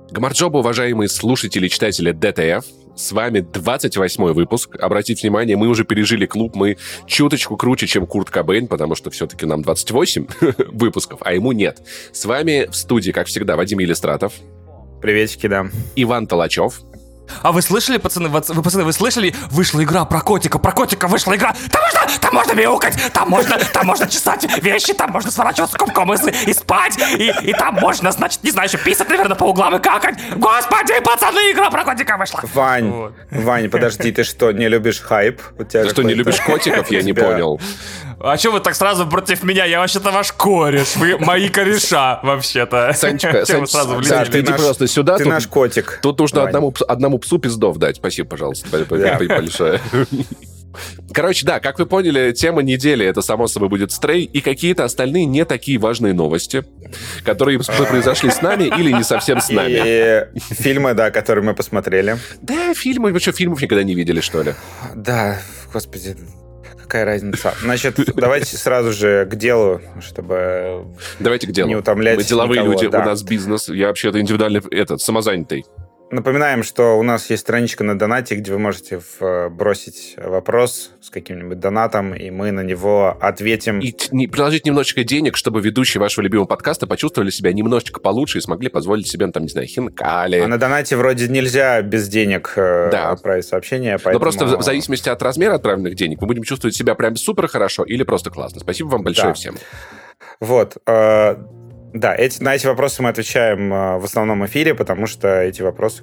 Гамарджоба, уважаемые слушатели и читатели ДТФ. С вами 28-й выпуск. Обратите внимание, мы уже пережили клуб, мы чуточку круче, чем Курт Кобейн, потому что все-таки нам 28 выпусков, а ему нет. С вами в студии, как всегда, Вадим Елистратов. Приветики, да. Иван Толачев. А вы слышали, пацаны, вы слышали? Вышла игра про котика вышла игра. Там можно мяукать, там можно чесать вещи, там можно сворачиваться кубком и спать, и там можно, значит, не знаю, еще писать, наверное, по углам и какать. Господи, пацаны, игра про котика вышла. Вань, подожди, ты что, не любишь хайп? Ты что, не любишь котиков? Я не понял. А что вы так сразу против меня? Я вообще-то ваш кореш. Вы мои кореша, вообще-то. Санечка, ты иди просто сюда. Ты наш котик. Тут нужно одному псу пиздов дать. Спасибо, пожалуйста. Большое. Короче, да, как вы поняли, тема недели, это, само собой, будет Стрей и какие-то остальные не такие важные новости, которые произошли с нами или не совсем с нами. И фильмы, да, которые мы посмотрели. Да, фильмы. Вы что, фильмов никогда не видели, что ли? Да, господи, какая разница. Значит, давайте сразу же к делу, чтобы давайте к делу. Не утомлять мы деловые никого, люди, да. У нас бизнес. Я вообще-то индивидуальный, самозанятый. Напоминаем, что у нас есть страничка на донате, где вы можете бросить вопрос с каким-нибудь донатом, и мы на него ответим. И приложить немножечко денег, чтобы ведущие вашего любимого подкаста почувствовали себя немножечко получше и смогли позволить себе, там, не знаю, хинкали. А на донате вроде нельзя без денег отправить сообщение, поэтому... Но просто в зависимости от размера отправленных денег мы будем чувствовать себя прям супер хорошо или просто классно. Спасибо вам большое всем. Вот. Да, на эти вопросы мы отвечаем в основном эфире, потому что эти вопросы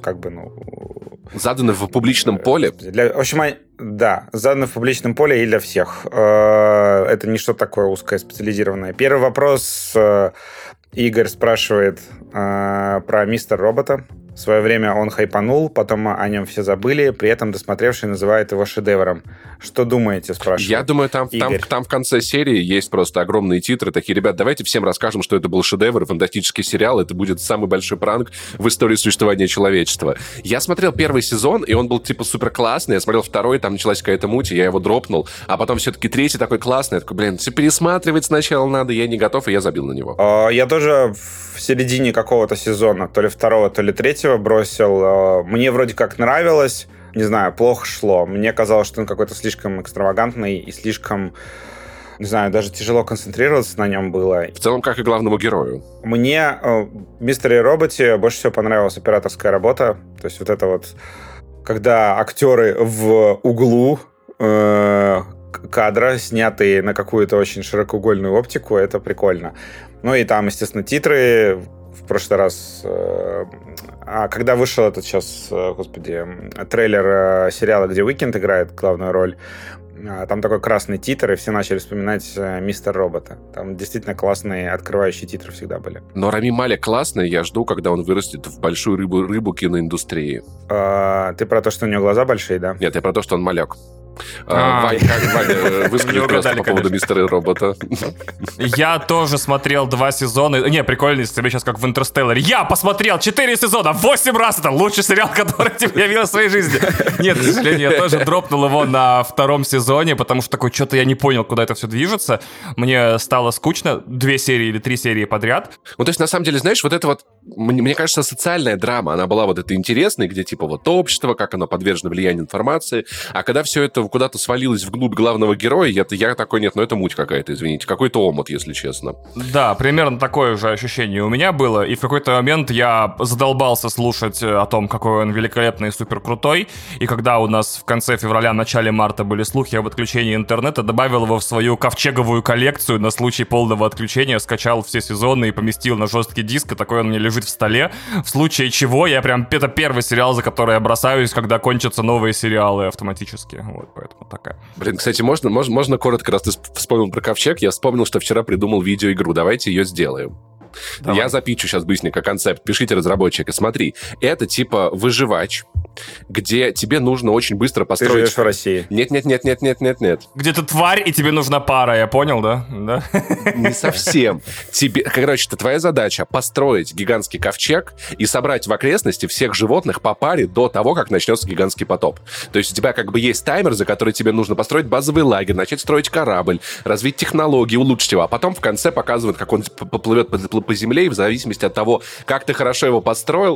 заданы в публичном поле? В общем, да, заданы в публичном поле и для всех. Это не что-то такое узкое, специализированное. Первый вопрос Игорь спрашивает про Мистер Робота. В свое время он хайпанул, потом о нем все забыли, при этом досмотревший называет его шедевром. Что думаете, спрашивает Я думаю, там в конце серии есть просто огромные титры, такие, ребят, давайте всем расскажем, что это был шедевр, фантастический сериал, это будет самый большой пранк в истории существования человечества. Я смотрел первый сезон, и он был типа супер классный, я смотрел второй, там началась какая-то муть, я его дропнул, а потом все-таки третий такой классный, я такой, все пересматривать сначала надо, я не готов, и я забил на него. Я тоже в середине какого-то сезона, то ли второго, то ли третьего бросил. Мне вроде как нравилось, не знаю, плохо шло. Мне казалось, что он какой-то слишком экстравагантный и слишком, не знаю, даже тяжело концентрироваться на нем было. В целом, как и главному герою. Мне в «Мистере Роботе» больше всего понравилась операторская работа. То есть вот это вот, когда актеры в углу кадра, снятые на какую-то очень широкоугольную оптику, это прикольно. Ну и там, естественно, титры. В прошлый раз, когда вышел этот сейчас, трейлер сериала, где Уикенд играет главную роль, там такой красный титр, и все начали вспоминать Мистер Робота. Там действительно классные открывающие титры всегда были. Но Рами Малек классный, я жду, когда он вырастет в большую рыбу киноиндустрии. Ты про то, что у него глаза большие, да? Нет, я про то, что он малек. Ваня, выскажи просто по поводу Мистера Робота. Я тоже смотрел 2 сезона. Не, прикольно, если тебе сейчас как в «Интерстелларе». Я посмотрел 4 сезона, 8 раз. Это лучший сериал, который я видел в своей жизни. Нет, к сожалению, я тоже дропнул его на 2 сезоне, потому что такой, что-то я не понял, куда это все движется. Мне стало скучно. 2 серии или 3 серии подряд. Ну, то есть, на самом деле, знаешь, вот это вот, мне кажется, социальная драма, она была вот этой интересной, где типа вот общество, как оно подвержено влиянию информации, а когда все это куда-то свалилось вглубь главного героя, я такой, нет, это муть какая-то, извините, какой-то омут, если честно. Да, примерно такое же ощущение у меня было, и в какой-то момент я задолбался слушать о том, какой он великолепный и супер крутой, и когда у нас в конце февраля, начале марта были слухи об отключении интернета, добавил его в свою ковчеговую коллекцию на случай полного отключения, скачал все сезоны и поместил на жесткий диск, и такой он у меня лежит в столе, в случае чего это первый сериал, за который я бросаюсь, когда кончатся новые сериалы автоматически, вот. Поэтому такая. Блин, кстати, можно коротко, раз ты вспомнил про ковчег, я вспомнил, что вчера придумал видеоигру. Давайте ее сделаем. Давай. Я запичу сейчас быстренько концепт. Пишите, разработчики. Смотри, это типа выживач, где тебе нужно очень быстро построить... Ты живешь в России. Нет. Где ты тварь, и тебе нужна пара, я понял, да? Не совсем. Короче, это твоя задача построить гигантский ковчег и собрать в окрестности всех животных по паре до того, как начнется гигантский потоп. То есть у тебя как бы есть таймер, за который тебе нужно построить базовый лагерь, начать строить корабль, развить технологии, улучшить его, а потом в конце показывают, как он поплывет по земле, и в зависимости от того, как ты хорошо его построил,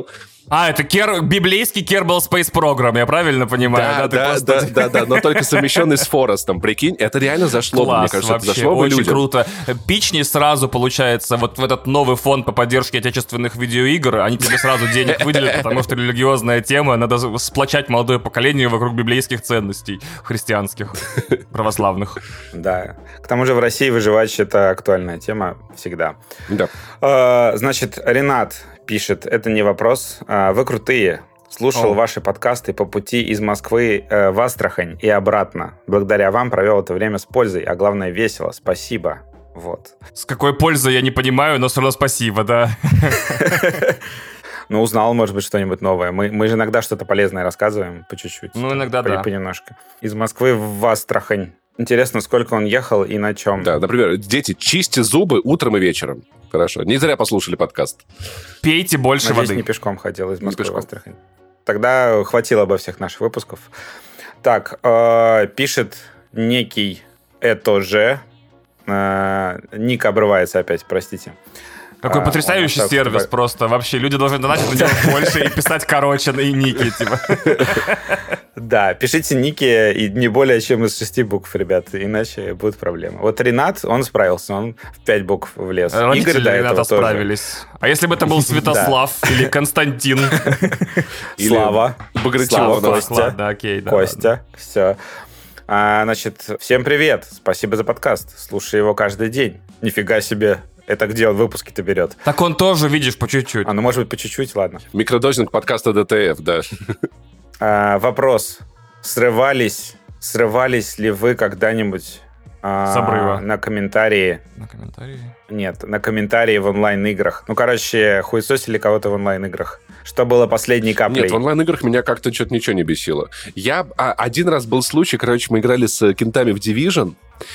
Это библейский Kerbal Space Program, я правильно понимаю? Да, но только совмещенный с Форестом, прикинь, это реально зашло бы, мне кажется, вообще, это зашло бы людям. Очень круто. Пични сразу, получается, вот в этот новый фонд по поддержке отечественных видеоигр, они тебе сразу денег выделят, потому что религиозная тема, надо сплочать молодое поколение вокруг библейских ценностей христианских, православных. Да. К тому же в России выживач — это актуальная тема всегда. Да. Значит, Ренат пишет, это не вопрос. Вы крутые. Слушал ваши подкасты по пути из Москвы в Астрахань и обратно. Благодаря вам провел это время с пользой, а главное весело. Спасибо. Вот. С какой пользой, я не понимаю, но все равно спасибо, да. Ну, узнал, может быть, что-нибудь новое. Мы же иногда что-то полезное рассказываем по чуть-чуть. Ну, иногда да. Понемножку. Из Москвы в Астрахань. Интересно, сколько он ехал и на чем. Да, например, дети, чисти зубы утром и вечером. Хорошо. Не зря послушали подкаст. Пейте больше воды. Надеюсь, не пешком ходил из Москвы в Астрахань. Тогда хватило бы всех наших выпусков. Так, пишет некий это же. Ник обрывается опять, простите. Какой потрясающий сервис просто. Вообще, люди должны донатить на него больше и писать короче и ники, типа. Да, пишите ники и не более чем из 6 букв, ребят, иначе будут проблемы. Вот Ренат, он справился, он в 5 букв влез. Родители Рената справились. А если бы это был Святослав или Константин? Слава. Багратионов. Костя. Все. Значит, всем привет. Спасибо за подкаст. Слушаю его каждый день. Нифига себе. Это где он выпуски-то берет? Так он тоже, видишь, по чуть-чуть. Ну, может быть, по чуть-чуть, ладно. Микродозинг подкаста ДТФ, да. Вопрос. Срывались ли вы когда-нибудь с обрыва на комментарии? На комментарии? Нет, на комментарии в онлайн-играх. Ну, короче, хуесосили кого-то в онлайн-играх. Что было последней каплей? Нет, в онлайн-играх меня как-то что-то ничего не бесило. Один раз был случай, короче, мы играли с кентами в Division,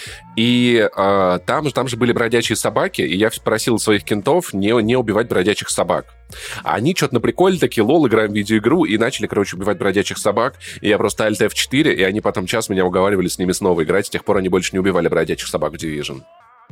и там же были бродячие собаки, и я просил своих кентов не убивать бродячих собак. А они что-то на приколе такие, лол, играем в видеоигру, и начали, короче, убивать бродячих собак, и я просто Alt F4, и они потом час меня уговаривали с ними снова играть, с тех пор они больше не убивали бродячих собак в Division.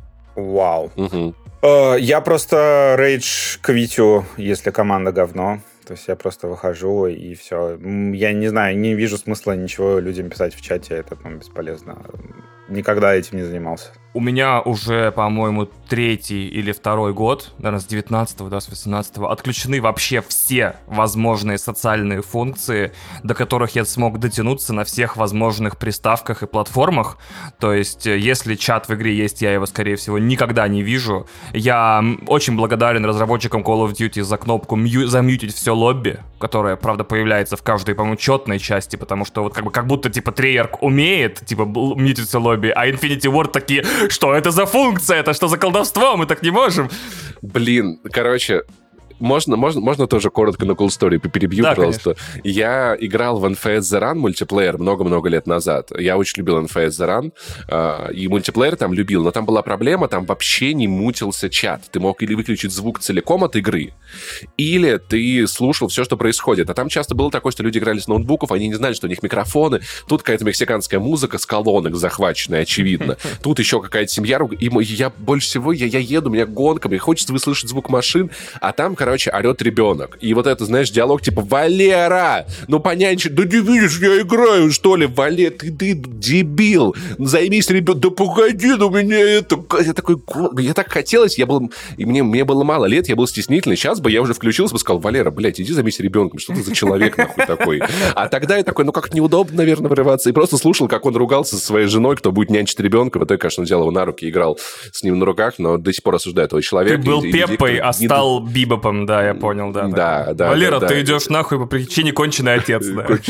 Вау. Угу. Я просто рейдж квитю, если команда говно. То есть я просто выхожу, и все. Я не знаю, не вижу смысла ничего людям писать в чате, это бесполезно. Никогда этим не занимался. У меня уже, по-моему, 3-й или 2-й год, наверное, с 19-го, да, с 18-го, отключены вообще все возможные социальные функции, до которых я смог дотянуться на всех возможных приставках и платформах. То есть, если чат в игре есть, я его, скорее всего, никогда не вижу. Я очень благодарен разработчикам Call of Duty за кнопку замьютить все лобби, которая, правда, появляется в каждой, по-моему, четной части, потому что вот как будто, типа, Treyarch умеет, типа, мьютить все лобби, а Infinity Ward такие, что это за функция, это что за колдовство, мы так не можем. Блин, короче, можно тоже коротко на Cool Story перебью, да, пожалуйста. Конечно. Я играл в NFS The Run мультиплеер много-много лет назад. Я очень любил NFS The Run, и мультиплеер там любил, но там была проблема, там вообще не мутился чат. Ты мог или выключить звук целиком от игры, или ты слушал все, что происходит. А там часто было такое, что люди играли с ноутбуков, они не знали, что у них микрофоны, тут какая-то мексиканская музыка с колонок захваченная, очевидно. Тут еще какая-то семья, и я больше всего, я еду, у меня гонка, мне хочется выслушать звук машин, а там, короче, орет ребенок. И вот это, знаешь, диалог типа «Валера, ну понянчи, да не видишь, я играю, что ли, Валер, ты дебил, займись ребенком, да погоди, у меня это...» Я такой, я так хотелось, и мне было мало лет, я был стеснительный, сейчас бы я уже включился бы, сказал: «Валера, блядь, иди займись ребенком, что ты за человек, нахуй, такой?» А тогда я такой, как неудобно, наверное, вырываться, и просто слушал, как он ругался со своей женой, кто будет нянчить ребенка, в итоге, конечно, он взял его на руки, играл с ним на руках, но до сих пор осуждаю этого человека. Ты был Пеппой, а стал Бибопом. Да, я понял, да. Да. Валера, ты идешь нахуй по причине конченый отец.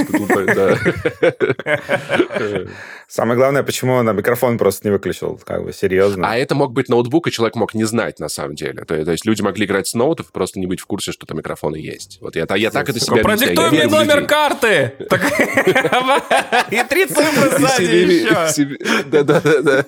Самое главное, почему он на микрофон просто не выключил, серьезно. А это мог быть ноутбук, и человек мог не знать, на самом деле. То есть люди могли играть с ноутов, просто не быть в курсе, что там микрофоны есть. Вот я так это себе объясняю. Продиктуй мне номер карты! И 3 цифры сзади еще. Да.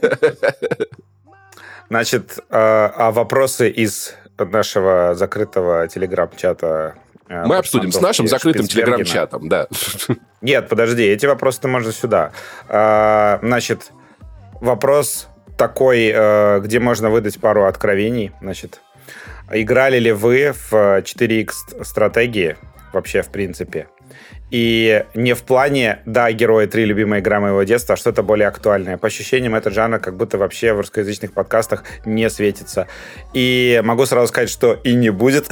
Значит, а вопросы из нашего закрытого телеграм-чата мы обсудим с нашим закрытым телеграм-чатом, да. Нет, подожди, эти вопросы можно сюда. Значит, вопрос такой, где можно выдать пару откровений. Значит, играли ли вы в 4X стратегии? вообще, в принципе. И не в плане, да, «Герои 3» — любимая игра моего детства, а что-то более актуальное. По ощущениям, этот жанр как будто вообще в русскоязычных подкастах не светится. И могу сразу сказать, что и не будет.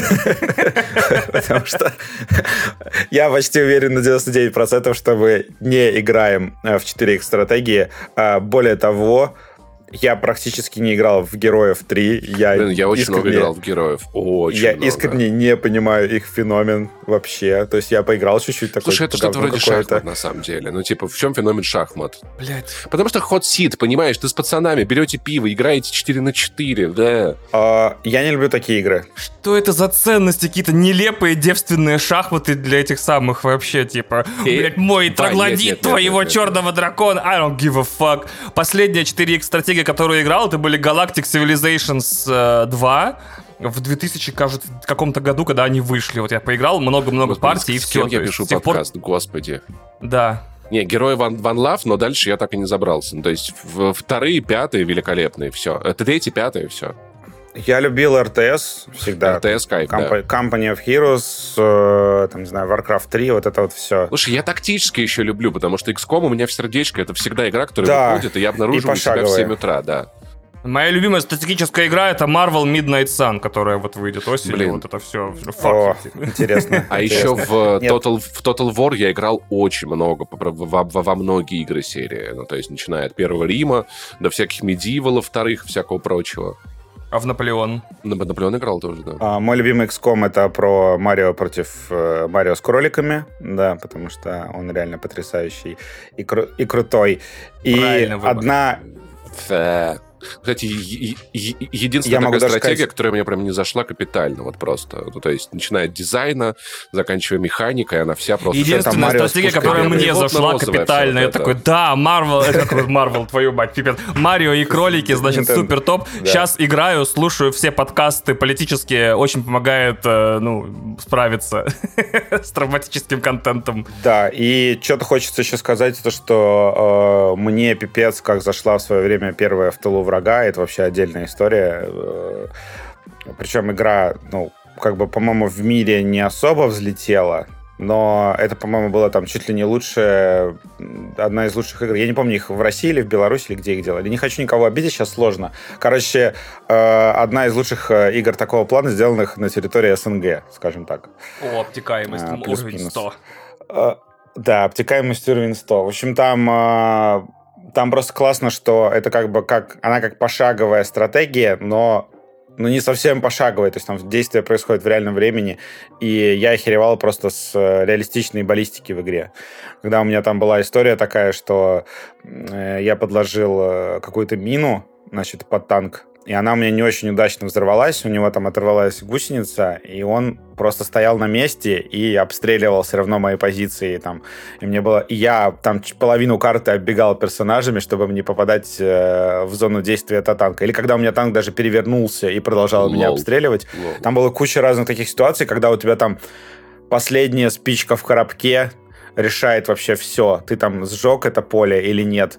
Потому что я почти уверен на 99%, что мы не играем в 4X стратегии. Более того, я практически не играл в «Героев 3». Я очень много играл в «Героев». Я искренне не понимаю их феномен вообще. То есть я поиграл чуть-чуть такой. Слушай, это что-то вроде шахмат, на самом деле. Ну, типа, в чем феномен шахмат? Блять. Потому что hot seat, понимаешь, ты с пацанами берете пиво, играете 4-4, да. Я не люблю такие игры. Что это за ценности? Какие-то нелепые девственные шахматы для этих самых вообще, типа, блять, мой троглодит твоего черного дракона. I don't give a fuck. Последняя 4X стратегия, которую я играл, это были Galactic Civilizations 2 в 2000, кажется, каком-то году, когда они вышли. Вот я поиграл много-много партий, и все. Я пишу подкаст, господи. Да. Не, «Герои One Love», но дальше я так и не забрался. То есть вторые, пятые великолепные, все. Третий, пятый, все. Я любил РТС всегда. РТС кайф, да. Company of Heroes, там, не знаю, Warcraft 3, вот это вот все. Слушай, я тактически еще люблю, потому что XCOM у меня в сердечко, это всегда игра, которая выходит, и я обнаруживаю себя в 7 утра, да. Моя любимая стратегическая игра — это Marvel Midnight Sun, которая вот выйдет осенью. Блин. Вот это все. О, интересно. А еще в Total War я играл очень много, во многие игры серии. Ну, то есть, начиная от Первого Рима до всяких медиевалов, вторых, всякого прочего. А в Наполеон? Наполеон играл тоже, да. Мой любимый XCOM — это про Марио против Марио с кроликами, да, потому что он реально потрясающий и крутой. И одна... Кстати, единственная такая стратегия, которая мне прям не зашла капитально, вот просто. Ну, то есть, начиная от дизайна, заканчивая механикой, она вся просто... Единственная стратегия, которая мне зашла капитально, я такой, да, Marvel, это какой Marvel, твою мать, пипец. Марио и кролики, значит, супер топ. Сейчас играю, слушаю все подкасты политические, очень помогает, справиться с травматическим контентом. Да, и что-то хочется еще сказать, то, что мне пипец, как зашла в свое время первая в тылу врага, это вообще отдельная история. Причем игра, по-моему, в мире не особо взлетела, но это, по-моему, было там чуть ли не лучшая, одна из лучших игр. Я не помню, их в России или в Беларуси, или где их делали. Не хочу никого обидеть, сейчас сложно. Короче, одна из лучших игр такого плана, сделанных на территории СНГ, скажем так. Обтекаемость, уровень 100. Да, обтекаемость уровень 100. В общем, там просто классно, что это она как пошаговая стратегия, но не совсем пошаговая, то есть там действие происходит в реальном времени, и я охеревал просто с реалистичной баллистики в игре. Когда у меня там была история такая, что я подложил какую-то мину, значит, под танк, и она у меня не очень удачно взорвалась, у него там оторвалась гусеница, и он просто стоял на месте и обстреливал все равно мои позиции. И я там половину карты оббегал персонажами, чтобы не попадать в зону действия этого танка. Или когда у меня танк даже перевернулся и продолжал меня обстреливать. Там была куча разных таких ситуаций, когда у тебя там последняя спичка в коробке решает вообще все. Ты там сжег это поле или нет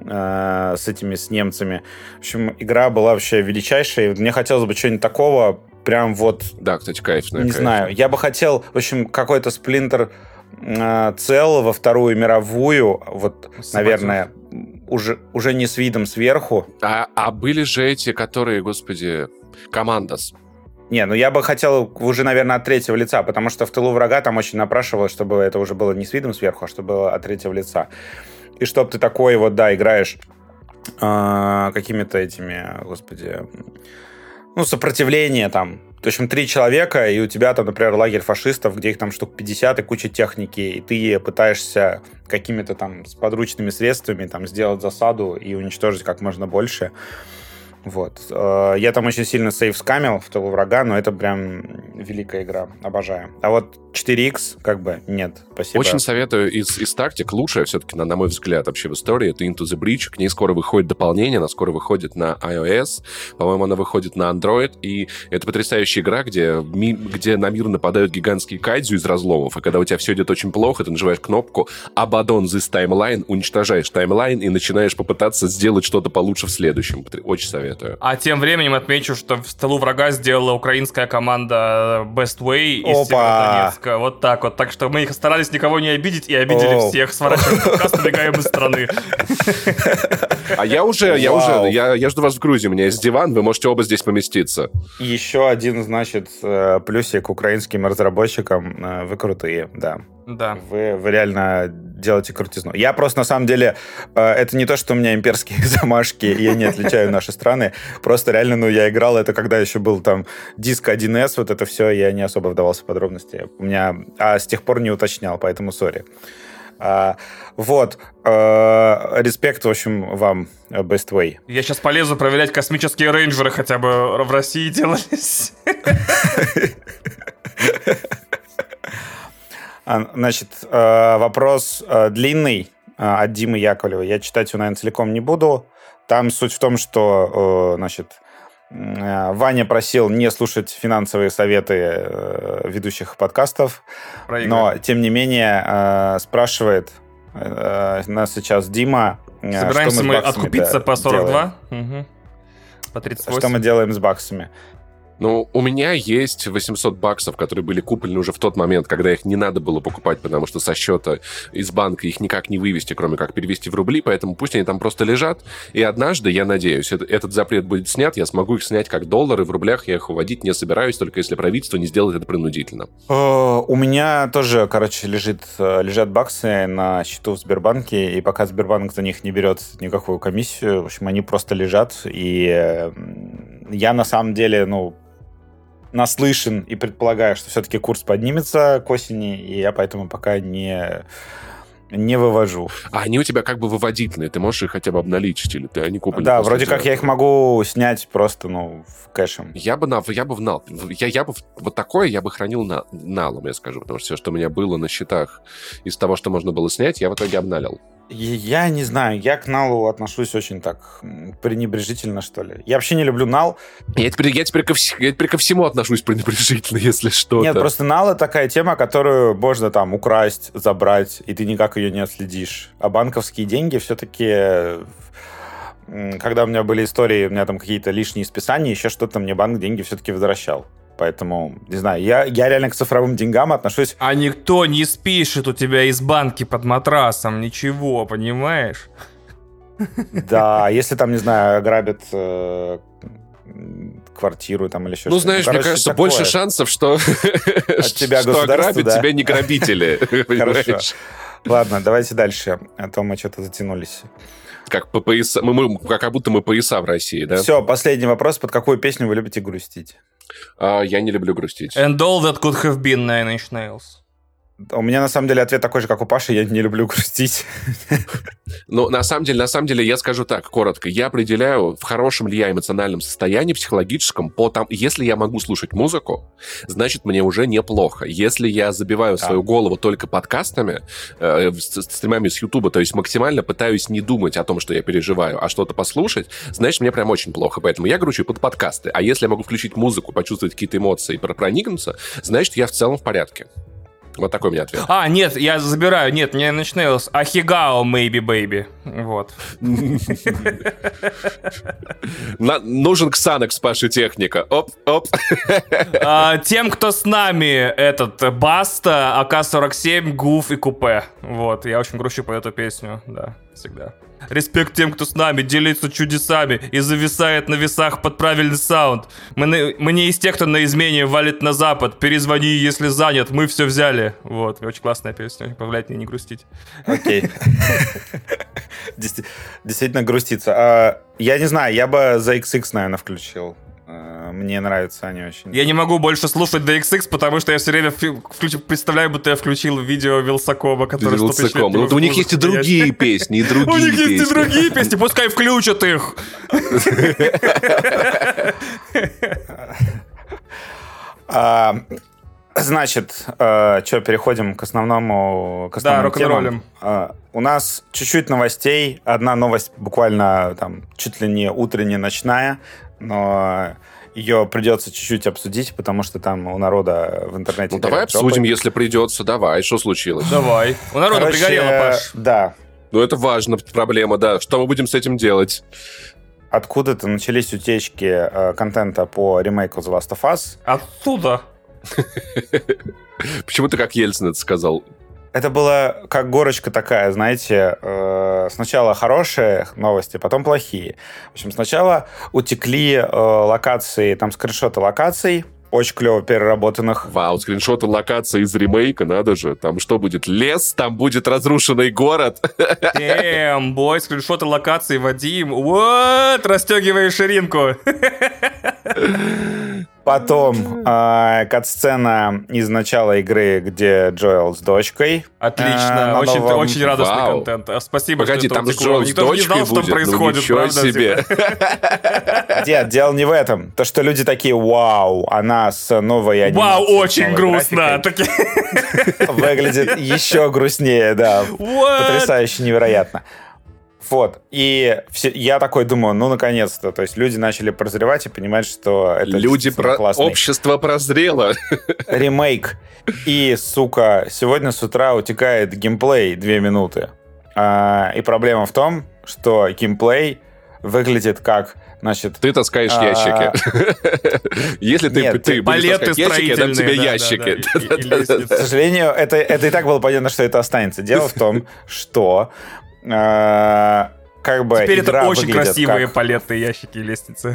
с немцами. В общем, игра была вообще величайшая. Мне хотелось бы чего-нибудь такого, прям вот... Да, кстати, кайфно. Не знаю. Я бы хотел, в общем, какой-то Splinter Cell во Вторую мировую, вот, наверное, уже не с видом сверху. А были же эти, которые, господи, Командос. Не, я бы хотел уже, наверное, от третьего лица, потому что в тылу врага там очень напрашивалось, чтобы это уже было не с видом сверху, а чтобы было от третьего лица. И чтоб ты такой играешь какими-то этими, господи, сопротивление там. В общем, 3 человека, и у тебя там, например, лагерь фашистов, где их там штук 50 и куча техники, и ты пытаешься какими-то там с подручными средствами там сделать засаду и уничтожить как можно больше. Вот. Я там очень сильно сейф-скамил в тылу врага, но это прям великая игра. Обожаю. А вот 4X, нет. Спасибо. Очень советую из тактик. Лучшая все-таки, на мой взгляд, вообще в истории, это Into the Breach. К ней скоро выходит дополнение, она скоро выходит на iOS. По-моему, она выходит на Android. И это потрясающая игра, где на мир нападают гигантские кайдзю из разломов. И когда у тебя все идет очень плохо, ты нажимаешь кнопку Abaddon this timeline, уничтожаешь таймлайн и начинаешь попытаться сделать что-то получше в следующем. Очень советую. советую. А тем временем отмечу, что в «Тылу врага» сделала украинская команда Best Way из Северодонецка. Вот так вот. Так что мы их старались никого не обидеть и обидели всех. Сворачиваем подкаст, убегаем из страны. А я жду вас в Грузии. У меня есть диван, вы можете оба здесь поместиться. Еще один, значит, плюсик украинским разработчикам. Вы крутые, да. Да. Вы реально делаете крутизну. Я просто, на самом деле, это не то, что у меня имперские замашки, и я не отличаю наши страны. Просто реально, я играл это, когда еще был там диск 1С, вот это все, я не особо вдавался в подробности. А с тех пор не уточнял, поэтому сори. Вот. Респект, в общем, вам, Best Way. Я сейчас полезу проверять, космические рейнджеры хотя бы в России делались. Значит, вопрос длинный от Димы Яковлева. Я читать его, наверное, целиком не буду. Там суть в том, что, значит, Ваня просил не слушать финансовые советы ведущих подкастов, но, тем не менее, спрашивает нас сейчас Дима, собираемся мы откупиться по 42? Угу. По 38? Что мы делаем с баксами? Ну, у меня есть $800, которые были куплены уже в тот момент, когда их не надо было покупать, потому что со счета из банка их никак не вывести, кроме как перевести в рубли, поэтому пусть они там просто лежат. И однажды, я надеюсь, этот запрет будет снят, я смогу их снять как доллары, в рублях я их уводить не собираюсь, только если правительство не сделает это принудительно. У меня тоже, лежат баксы на счету в Сбербанке, и пока Сбербанк за них не берет никакую комиссию, в общем, они просто лежат, и я на самом деле, наслышан и предполагаю, что все-таки курс поднимется к осени, и я поэтому пока не вывожу. А они у тебя как бы выводительные, ты можешь их хотя бы обналичить, или ты они куплены? Да, вроде как я их могу снять просто, в кэшем. Я бы вот такое я бы хранил налом, я скажу, потому что все, что у меня было на счетах из того, что можно было снять, я в итоге обналил. Я не знаю, я к налу отношусь очень так пренебрежительно, что ли. Я вообще не люблю нал. Я теперь ко всему отношусь пренебрежительно, если что-то. Нет, просто нал — это такая тема, которую можно там украсть, забрать, и ты никак ее не отследишь. А банковские деньги все-таки... Когда у меня были истории, у меня там какие-то лишние списания, еще что-то, мне банк деньги все-таки возвращал. Поэтому, не знаю, я реально к цифровым деньгам отношусь... А никто не спишет у тебя из банки под матрасом ничего, понимаешь? Да, если там, не знаю, ограбят квартиру там или еще что-то. Знаешь, мне кажется, больше шансов, что тебя ограбят тебя не грабители. Хорошо. Ладно, давайте дальше, а то мы что-то затянулись. Как будто мы пояса в России, да? Все, последний вопрос. Под какую песню вы любите грустить? Я не люблю грустить. And all that could have been Nine Inch Nails. У меня, на самом деле, ответ такой же, как у Паши. Я не люблю грустить. На самом деле, я скажу так, коротко. Я определяю, в хорошем ли я эмоциональном состоянии, психологическом, если я могу слушать музыку, значит, мне уже неплохо. Если я забиваю свою голову только подкастами, стримами с Ютуба, то есть максимально пытаюсь не думать о том, что я переживаю, а что-то послушать, значит, мне прям очень плохо. Поэтому я грущу под подкасты. А если я могу включить музыку, почувствовать какие-то эмоции и проникнуться, значит, я в целом в порядке. Вот такой у меня ответ. Нет, я забираю. Нет, мне начиналось Ахигао, maybe, baby. Вот. Нужен Ксанакс, Паши, техника. Оп. Тем, кто с нами, Баста, АК-47, Гуф и Купе. Вот, я очень грущу по эту песню, да, всегда. Респект тем, кто с нами, делится чудесами и зависает на весах под правильный саунд. Мы не из тех, кто на измене валит на запад. Перезвони, если занят, мы все взяли. Вот, очень классная песня, позволяет мне не грустить. Окей. Действительно грустится. Я не знаю, я бы за XX, наверное, включил. Мне нравятся они очень. Я не могу больше слушать DXX, потому что я все время представляю, будто я включил видео Вилсакома, который 100 тысяч лет. У них есть и другие песни, У них есть и другие песни, пускай включат их. Значит, переходим к основным рок-н-роллем. У нас чуть-чуть новостей. Одна новость буквально там чуть ли не утренняя, ночная, но ее придется чуть-чуть обсудить, потому что там у народа в интернете... давай обсудим, если придется. Давай, что случилось? Давай. У народа пригорело, Паш. Да. Это важно, проблема, да. Что мы будем с этим делать? откуда-то начались утечки контента по ремейку The Last of Us. Оттуда. Почему ты как Ельцин это сказал? Это было как горочка такая, знаете, сначала хорошие новости, потом плохие. В общем, сначала утекли локации, там скриншоты локаций, очень клево переработанных. Вау, скриншоты локации из ремейка, надо же. Там что будет? Лес, там будет разрушенный город. Бой, скриншоты локации, Вадим. Вот, расстегиваешь ширинку. Потом кат-сцена из начала игры, где Джоэл с дочкой. Отлично, очень радостный контент. Спасибо, погоди, что это там Джоэл с дочкой не знал, что там будет? происходит, Ну, ничего правда? себе. Нет, дело не в этом. То, что люди такие, вау, она с новой анимацией. Вау, очень грустно. Выглядит еще грустнее, да. Потрясающе, невероятно. Вот, и я такой думаю, ну, наконец-то. То есть люди начали прозревать и понимать, что это классный. Общество прозрело. Ремейк. И, сука, сегодня с утра утекает геймплей 2 минуты. И проблема в том, что геймплей выглядит как, значит... Ты таскаешь ящики. Если ты будешь таскать ящики, я дам тебе ящики. К сожалению, это и так было понятно, что это останется. Дело в том, что... как бы теперь это очень красивые как... палетные ящики и лестницы.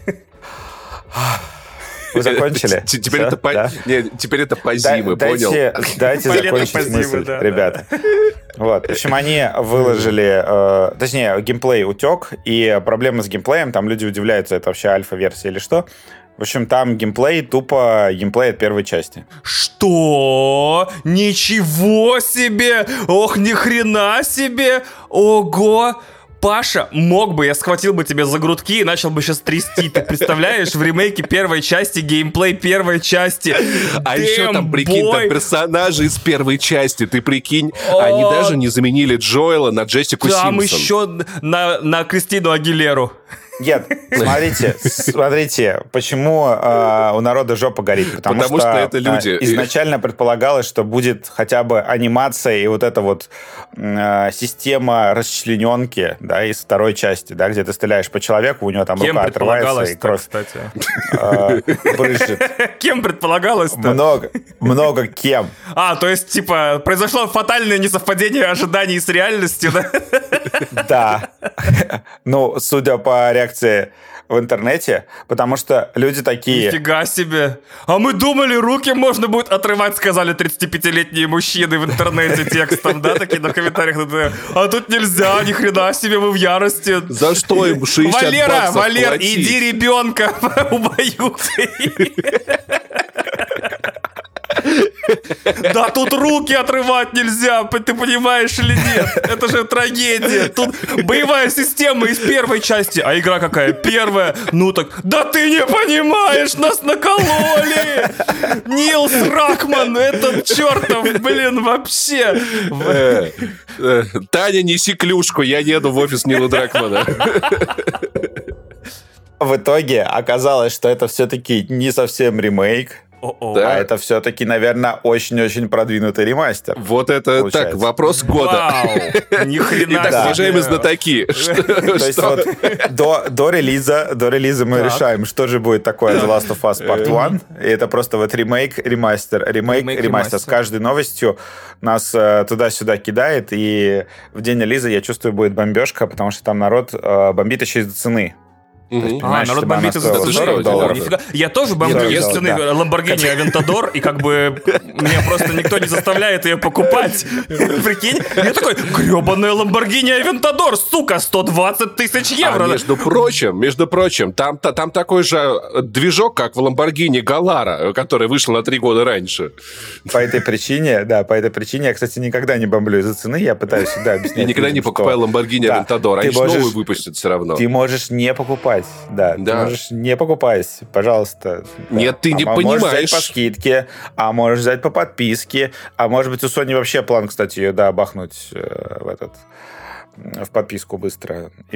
Вы закончили? Теперь это по зимы, понял? Дайте закончить мысль, ребята. Вот. В общем, они выложили... точнее, геймплей утек, и проблема с геймплеем, там люди удивляются, это вообще альфа-версия или что. В общем, там геймплей тупо геймплей от первой части. Что? Ничего себе! Ох, ни хрена себе! Ого! Паша, я схватил бы тебя за грудки и начал бы сейчас трясти. Ты представляешь, в ремейке первой части геймплей первой части. А еще там, прикинь, там персонажи из первой части. Ты прикинь, они даже не заменили Джоэла на Джессику Симпсон. Там еще на Кристину Агилеру. Нет, смотрите, почему у народа жопа горит. Потому что это люди. Изначально предполагалось, что будет хотя бы анимация и вот эта вот система расчлененки, да, из второй части, да, где ты стреляешь по человеку, у него там рука отрывается и кровь брызжет. Кем предполагалось-то? Много кем. То есть, типа, произошло фатальное несовпадение ожиданий с реальностью, да? Да. Ну, судя по реакции в интернете, потому что люди такие... Нифига себе! А мы думали, руки можно будет отрывать, сказали 35-летние мужчины в интернете текстом, да, такие на комментариях. А тут нельзя, ни хрена себе, вы в ярости. За что им 60 баксов Валер, платить? иди ребенка убаюкай. Да тут руки отрывать нельзя, ты понимаешь или нет? Это же трагедия. Тут боевая система из первой части. А игра какая? Первая. Ну так, да ты не понимаешь, нас накололи. Нилс Ракман, этот чертов, вообще. Таня, неси клюшку, я еду в офис Нила Дракмана. В итоге оказалось, что это все-таки не совсем ремейк. Да. А это все-таки, наверное, очень-очень продвинутый ремастер. Вот это получается. Так, вопрос года. Вау, ни хрена. Итак, уважаемые знатоки. То есть вот до релиза мы решаем, что же будет такое The Last of Us Part 1. И это просто вот ремейк, ремастер. С каждой новостью нас туда-сюда кидает. И в день релиза, я чувствую, будет бомбежка, потому что там народ бомбит еще из-за цены. Народ бомбит из-за $40. Я тоже бомблю из цены Lamborghini Aventador, и как бы меня просто никто не заставляет ее покупать. Прикинь? Я такой, гребаная Lamborghini Aventador, сука, 120 тысяч евро. Между прочим, там такой же движок, как в Lamborghini Gallara, который вышел на 3 года раньше. По этой причине, я, кстати, никогда не бомблю из-за цены, я пытаюсь всегда объяснять. Я никогда не покупаю Lamborghini Aventador, они же новую выпустят все равно. Ты можешь не покупать. Да, ты можешь не покупать, пожалуйста. Нет, ты не понимаешь. Можешь взять по скидке, а можешь взять по подписке, а может быть у Sony вообще план, кстати, ее бахнуть в подписку быстро, и все.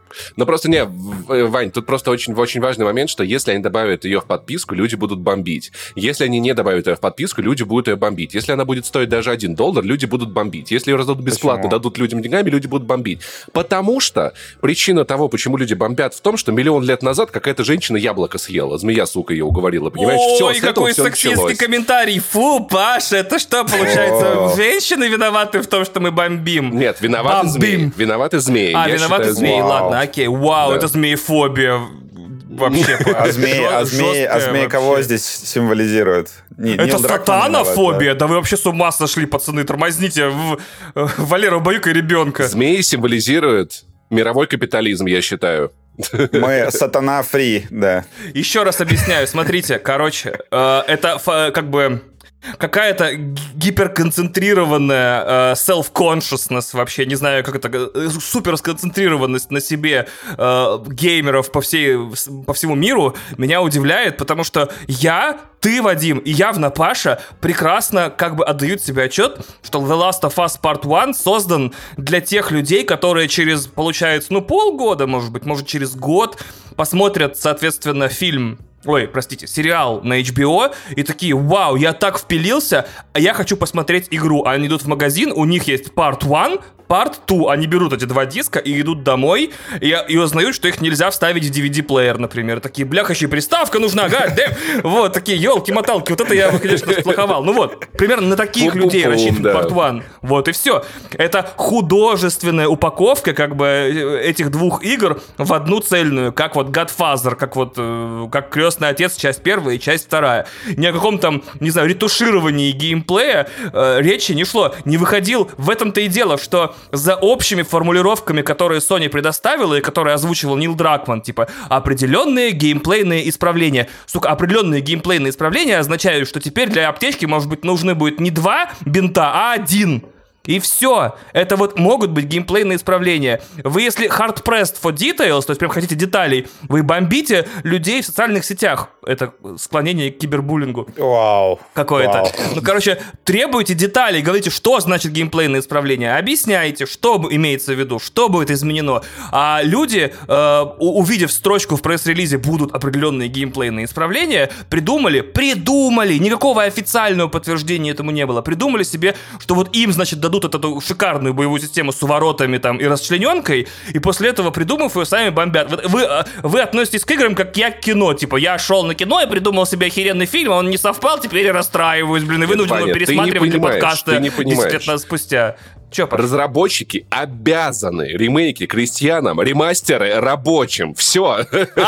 Ну просто не, Вань, тут просто очень важный момент, что если они добавят ее в подписку, люди будут бомбить. Если они не добавят ее в подписку, люди будут ее бомбить. Если она будет стоить даже $1, люди будут бомбить. Если ее раздадут бесплатно, почему? дадут людям деньгами, люди будут бомбить. Потому что причина того, почему люди бомбят, в том, что миллион лет назад какая-то женщина яблоко съела. Змея, сука, ее уговорила. Понимаешь, все, ой, какой сексистский комментарий. Фу, Паша, это что, получается, женщины виноваты в том, что мы бомбим? Нет, виноваты змеи. Виноваты змеи. Виноваты змеи, ладно, окей. Вау, это змеефобия. Вообще. А змеи кого здесь символизируют? Это сатанофобия? Да вы вообще с ума сошли, пацаны, тормозните. Валера, убаюкай ребенка. Змеи символизируют мировой капитализм, я считаю. Мы сатана-фри, да. Еще раз объясняю, смотрите, короче, это как бы... Какая-то гиперконцентрированная self-consciousness вообще, не знаю, как это, суперсконцентрированность на себе геймеров по всему миру меня удивляет, потому что ты, Вадим, и явно Паша прекрасно как бы отдают себе отчет, что The Last of Us Part 1 создан для тех людей, которые через, получается, полгода, может через год посмотрят, соответственно, сериал на HBO, и такие: вау, я так впилился, а я хочу посмотреть игру. А они идут в магазин, у них есть Part 1, Part 2, они берут эти 2 диска и идут домой, и узнают, что их нельзя вставить в DVD-плеер, например. Такие: бляхащие, приставка нужна, вот, такие, елки-моталки, вот это я, конечно, сплоховал. Примерно на таких людей рассчитан Part 1. Вот, и все. Это художественная упаковка, как бы, этих 2 игр в одну цельную, как вот Godfather, как Крестный отец, часть 1 и часть 2. Ни о каком там, не знаю, ретушировании геймплея речи не шло. Не выходил, в этом-то и дело, что за общими формулировками, которые Sony предоставила и которые озвучивал Нил Дракман, типа, определенные геймплейные исправления. Сука, определенные геймплейные исправления означают, что теперь для аптечки, может быть, нужны будет не 2 бинта, а 1. И все. Это вот могут быть геймплейные исправления. Вы, если hard-pressed for details, то есть прям хотите деталей, вы бомбите людей в социальных сетях. Это склонение к кибербуллингу. Вау. Какое-то. Требуйте деталей, говорите, что значит геймплейные исправления. Объясняйте, что имеется в виду, что будет изменено. А люди, увидев строчку в пресс-релизе «будут определенные геймплейные исправления», придумали, никакого официального подтверждения этому не было, придумали себе, что вот им, значит, дадут эту шикарную боевую систему с уворотами там и расчлененкой, и после этого, придумав ее, сами бомбят. Вы относитесь к играм, как я к кино. Типа, я шел на кино и придумал себе охеренный фильм, а он не совпал, теперь я расстраиваюсь, и вынужден его пересматривать для подкаста 10 лет спустя. Разработчики обязаны ремейки крестьянам, ремастеры рабочим. Все.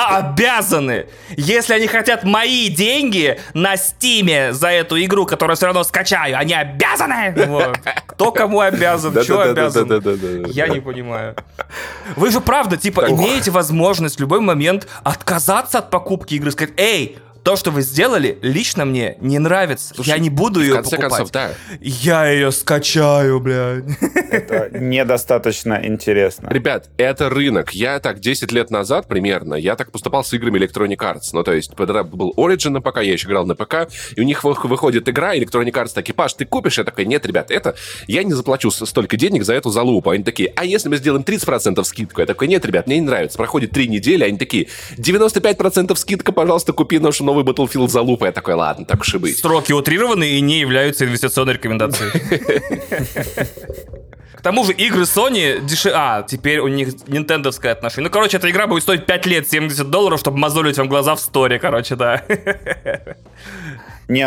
Обязаны. Если они хотят мои деньги на Стиме за эту игру, которую все равно скачаю, они обязаны. Вот. Кто кому обязан, что обязан. Я не понимаю. Вы же правда, имеете возможность в любой момент отказаться от покупки игры, сказать: эй, то, что вы сделали, лично мне не нравится. Слушай, я не буду ее покупать. В конце концов, да. Я ее скачаю, блядь. Это недостаточно интересно. Ребят, это рынок. Я 10 лет назад примерно, я так поступал с играми Electronic Arts. То есть, когда был Origin на ПК, я еще играл на ПК, и у них выходит игра, Electronic Arts такие: Паш, ты купишь? Я такой: нет, ребят, я не заплачу столько денег за эту залупу. Они такие: а если мы сделаем 30% скидку? Я такой: нет, ребят, мне не нравится. Проходит 3 недели, они такие: 95% скидка, пожалуйста, купи нашу новый Battlefield залупа. Я такой: ладно, так уж и быть. Сроки утрированы и не являются инвестиционной рекомендацией. К тому же игры Sony теперь у них нинтендовское отношение. Эта игра будет стоить 5 лет $70, чтобы мозолить вам глаза в сторе, да. Не,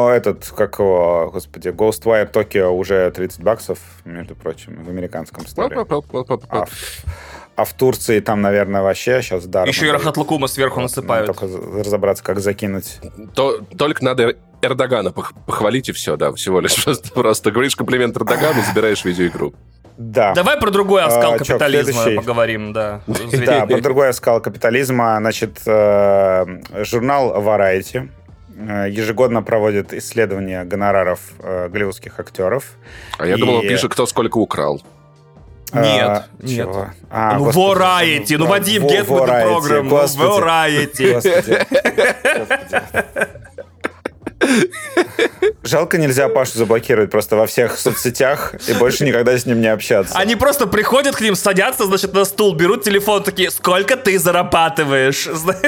Ghostwire Tokyo уже $30, между прочим, в американском сторе. А в Турции там, наверное, вообще сейчас даром. Еще и Рахат Лукума сверху насыпают. Только разобраться, как закинуть. Только надо Эрдогана похвалить, и все, да, всего лишь. Просто говоришь комплимент Эрдогану, забираешь видеоигру. Да. Давай про другой оскал капитализма поговорим, да. Да, про другой оскал капитализма. Значит, журнал Variety ежегодно проводит исследования гонораров голливудских актеров. А я думал, он пишет, кто сколько украл. Нет. Variety, Вадим, get with the program. Variety. Жалко, нельзя Пашу заблокировать просто во всех соцсетях и больше никогда с ним не общаться. Они просто приходят к ним, садятся, значит, на стул, берут телефон, такие, сколько ты зарабатываешь?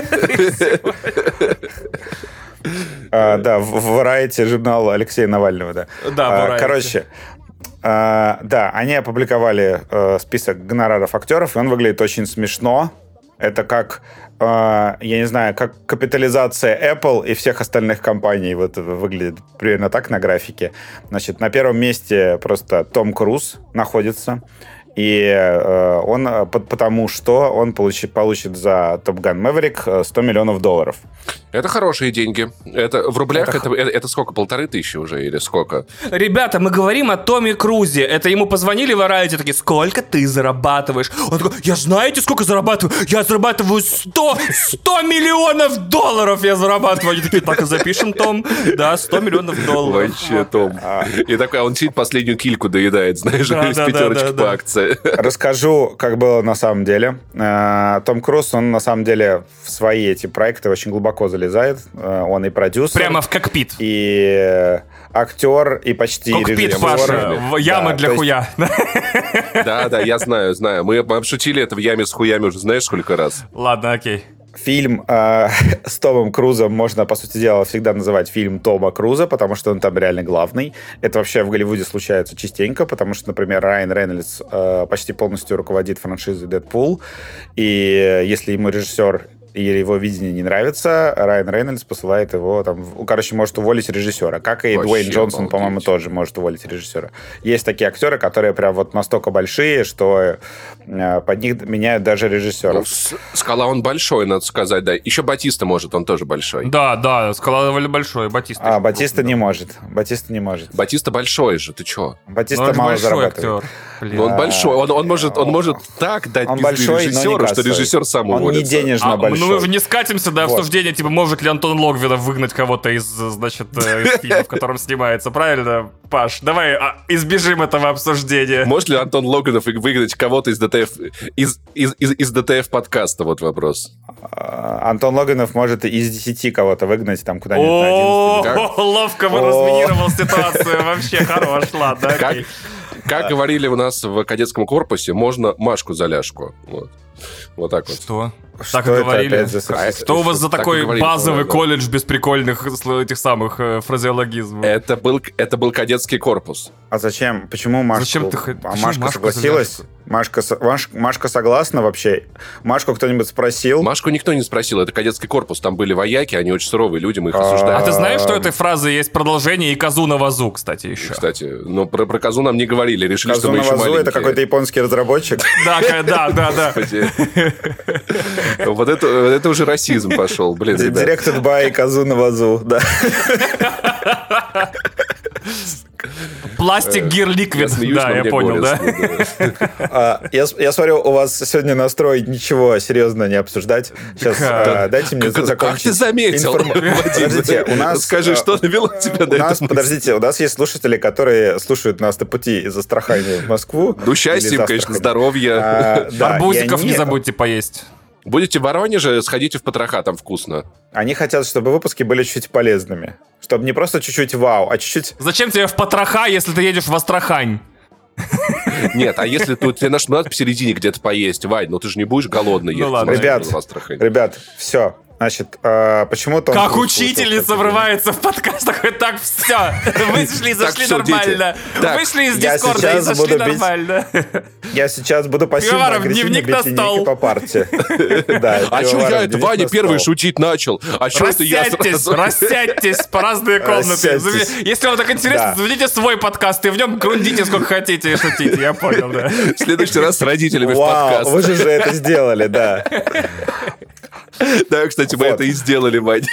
Да, в Variety журнал Алексея Навального, да. Да, Variety. Короче, да, они опубликовали список гонораров актеров, и он выглядит очень смешно. Это как, я не знаю, как капитализация Apple и всех остальных компаний. Вот выглядит примерно так на графике. Значит, на первом месте просто Том Круз находится. И он, потому что он получит за Top Gun Maverick $100 миллионов. Это хорошие деньги. Это в рублях это сколько? 1500 уже или сколько? Ребята, мы говорим о Томе Крузе. Это ему позвонили в Variety, такие, сколько ты зарабатываешь? Он такой, я знаете, сколько зарабатываю? Я зарабатываю 100 миллионов $! Я зарабатываю. Они такие, так и запишем, Том. Да, $100 миллионов. Вообще, Том. И такой, он сидит, последнюю кильку доедает, знаешь, из пятерочек по акции. Расскажу, как было на самом деле. Том Круз, он на самом деле в свои эти проекты очень глубоко залезает. Он и продюсер. Прямо в кокпит. И актер, и почти кокпит, режиссер. Паша, яма для хуя. Да, я знаю. Мы обшутили это в яме с хуями уже знаешь сколько раз. Ладно, окей. Фильм с Томом Крузом можно, по сути дела, всегда называть фильм Тома Круза, потому что он там реально главный. Это вообще в Голливуде случается частенько, потому что, например, Райан Рейнольдс почти полностью руководит франшизой «Дэдпул», и если ему режиссер или его видение не нравится, Райан Рейнольдс посылает его, может уволить режиссера. Как и Дуэйн Джонсон, по-моему, тоже может уволить режиссера. Есть такие актеры, которые прям вот настолько большие, что под них меняют даже режиссеров. Скала, он большой, надо сказать, да. Еще Батиста может, он тоже большой. Да, Скала большой, Батиста. Батиста не может. Батиста большой же, ты чё? Батиста мало зарабатывает. Но он большой, он может так дать пизды режиссеру, что режиссер сам уволится. Он не денежно большой. Мы не скатимся до обсуждения, типа, может ли Антон Логвинов выгнать кого-то из фильма, в котором снимается, правильно? Паш, давай избежим этого обсуждения. Может ли Антон Логвинов выгнать кого-то из ДТФ подкаста? Вот вопрос. Антон Логвинов может из 10 кого-то выгнать там куда-нибудь на 11. Ловко вы разминировал ситуацию. Вообще хорош, ладно, окей. Как говорили у нас в кадетском корпусе, можно Машку за ляжку. Вот так вот. Что? Так и говорили. Что у вас за такой базовый колледж без прикольных этих самых фразеологизмов? Это был кадетский корпус. А зачем? Почему Машку? Машка согласилась? Машка согласна вообще? Машку кто-нибудь спросил? Машку никто не спросил. Это кадетский корпус. Там были вояки, они очень суровые люди, мы их осуждаем. А ты знаешь, что этой фразы есть продолжение и козу на вазу, кстати, еще? Кстати, но про козу нам не говорили. Решили, козу что мы еще маленькие. Козу на вазу — это какой-то японский разработчик? Да. Вот это уже расизм пошел, блин. Directed by козу на вазу, да. Пластик Gear Liquid, да, я понял, да. Я смотрю, у вас сегодня настрой ничего серьезно не обсуждать. Сейчас дайте мне закончить. Как ты заметил? Подождите, у нас... Скажи, что навело тебя на это? Подождите, у нас есть слушатели, которые слушают нас на пути из Астрахани в Москву. Ну, счастья им, конечно, здоровья. Арбузиков не забудьте поесть. Будете в Воронеже, сходите в Потроха, там вкусно. Они хотят, чтобы выпуски были чуть полезными. Чтобы не просто чуть-чуть вау, а чуть-чуть... Зачем тебе в Потроха, если ты едешь в Астрахань? Нет, а если тебе надо посередине где-то поесть, Вань, ну ты же не будешь голодный ехать. Ладно. Ребят, все. Значит, почему Том Как Круз учительница врывается в подкаст, такой, так, все, вышли и зашли нормально. Вышли из Дискорда и зашли нормально. Я сейчас буду пассивно-агрессивно бить линейкой по парте. А что я это, Ваня первый шутить начал? А что это я сразу... Рассядьтесь по разные комнаты. Если вам так интересно, заведите свой подкаст и в нем грундите сколько хотите и шутите, я понял, да. В следующий раз с родителями в подкаст. Вы же это сделали, да. Да, кстати, мы это и сделали, Вань.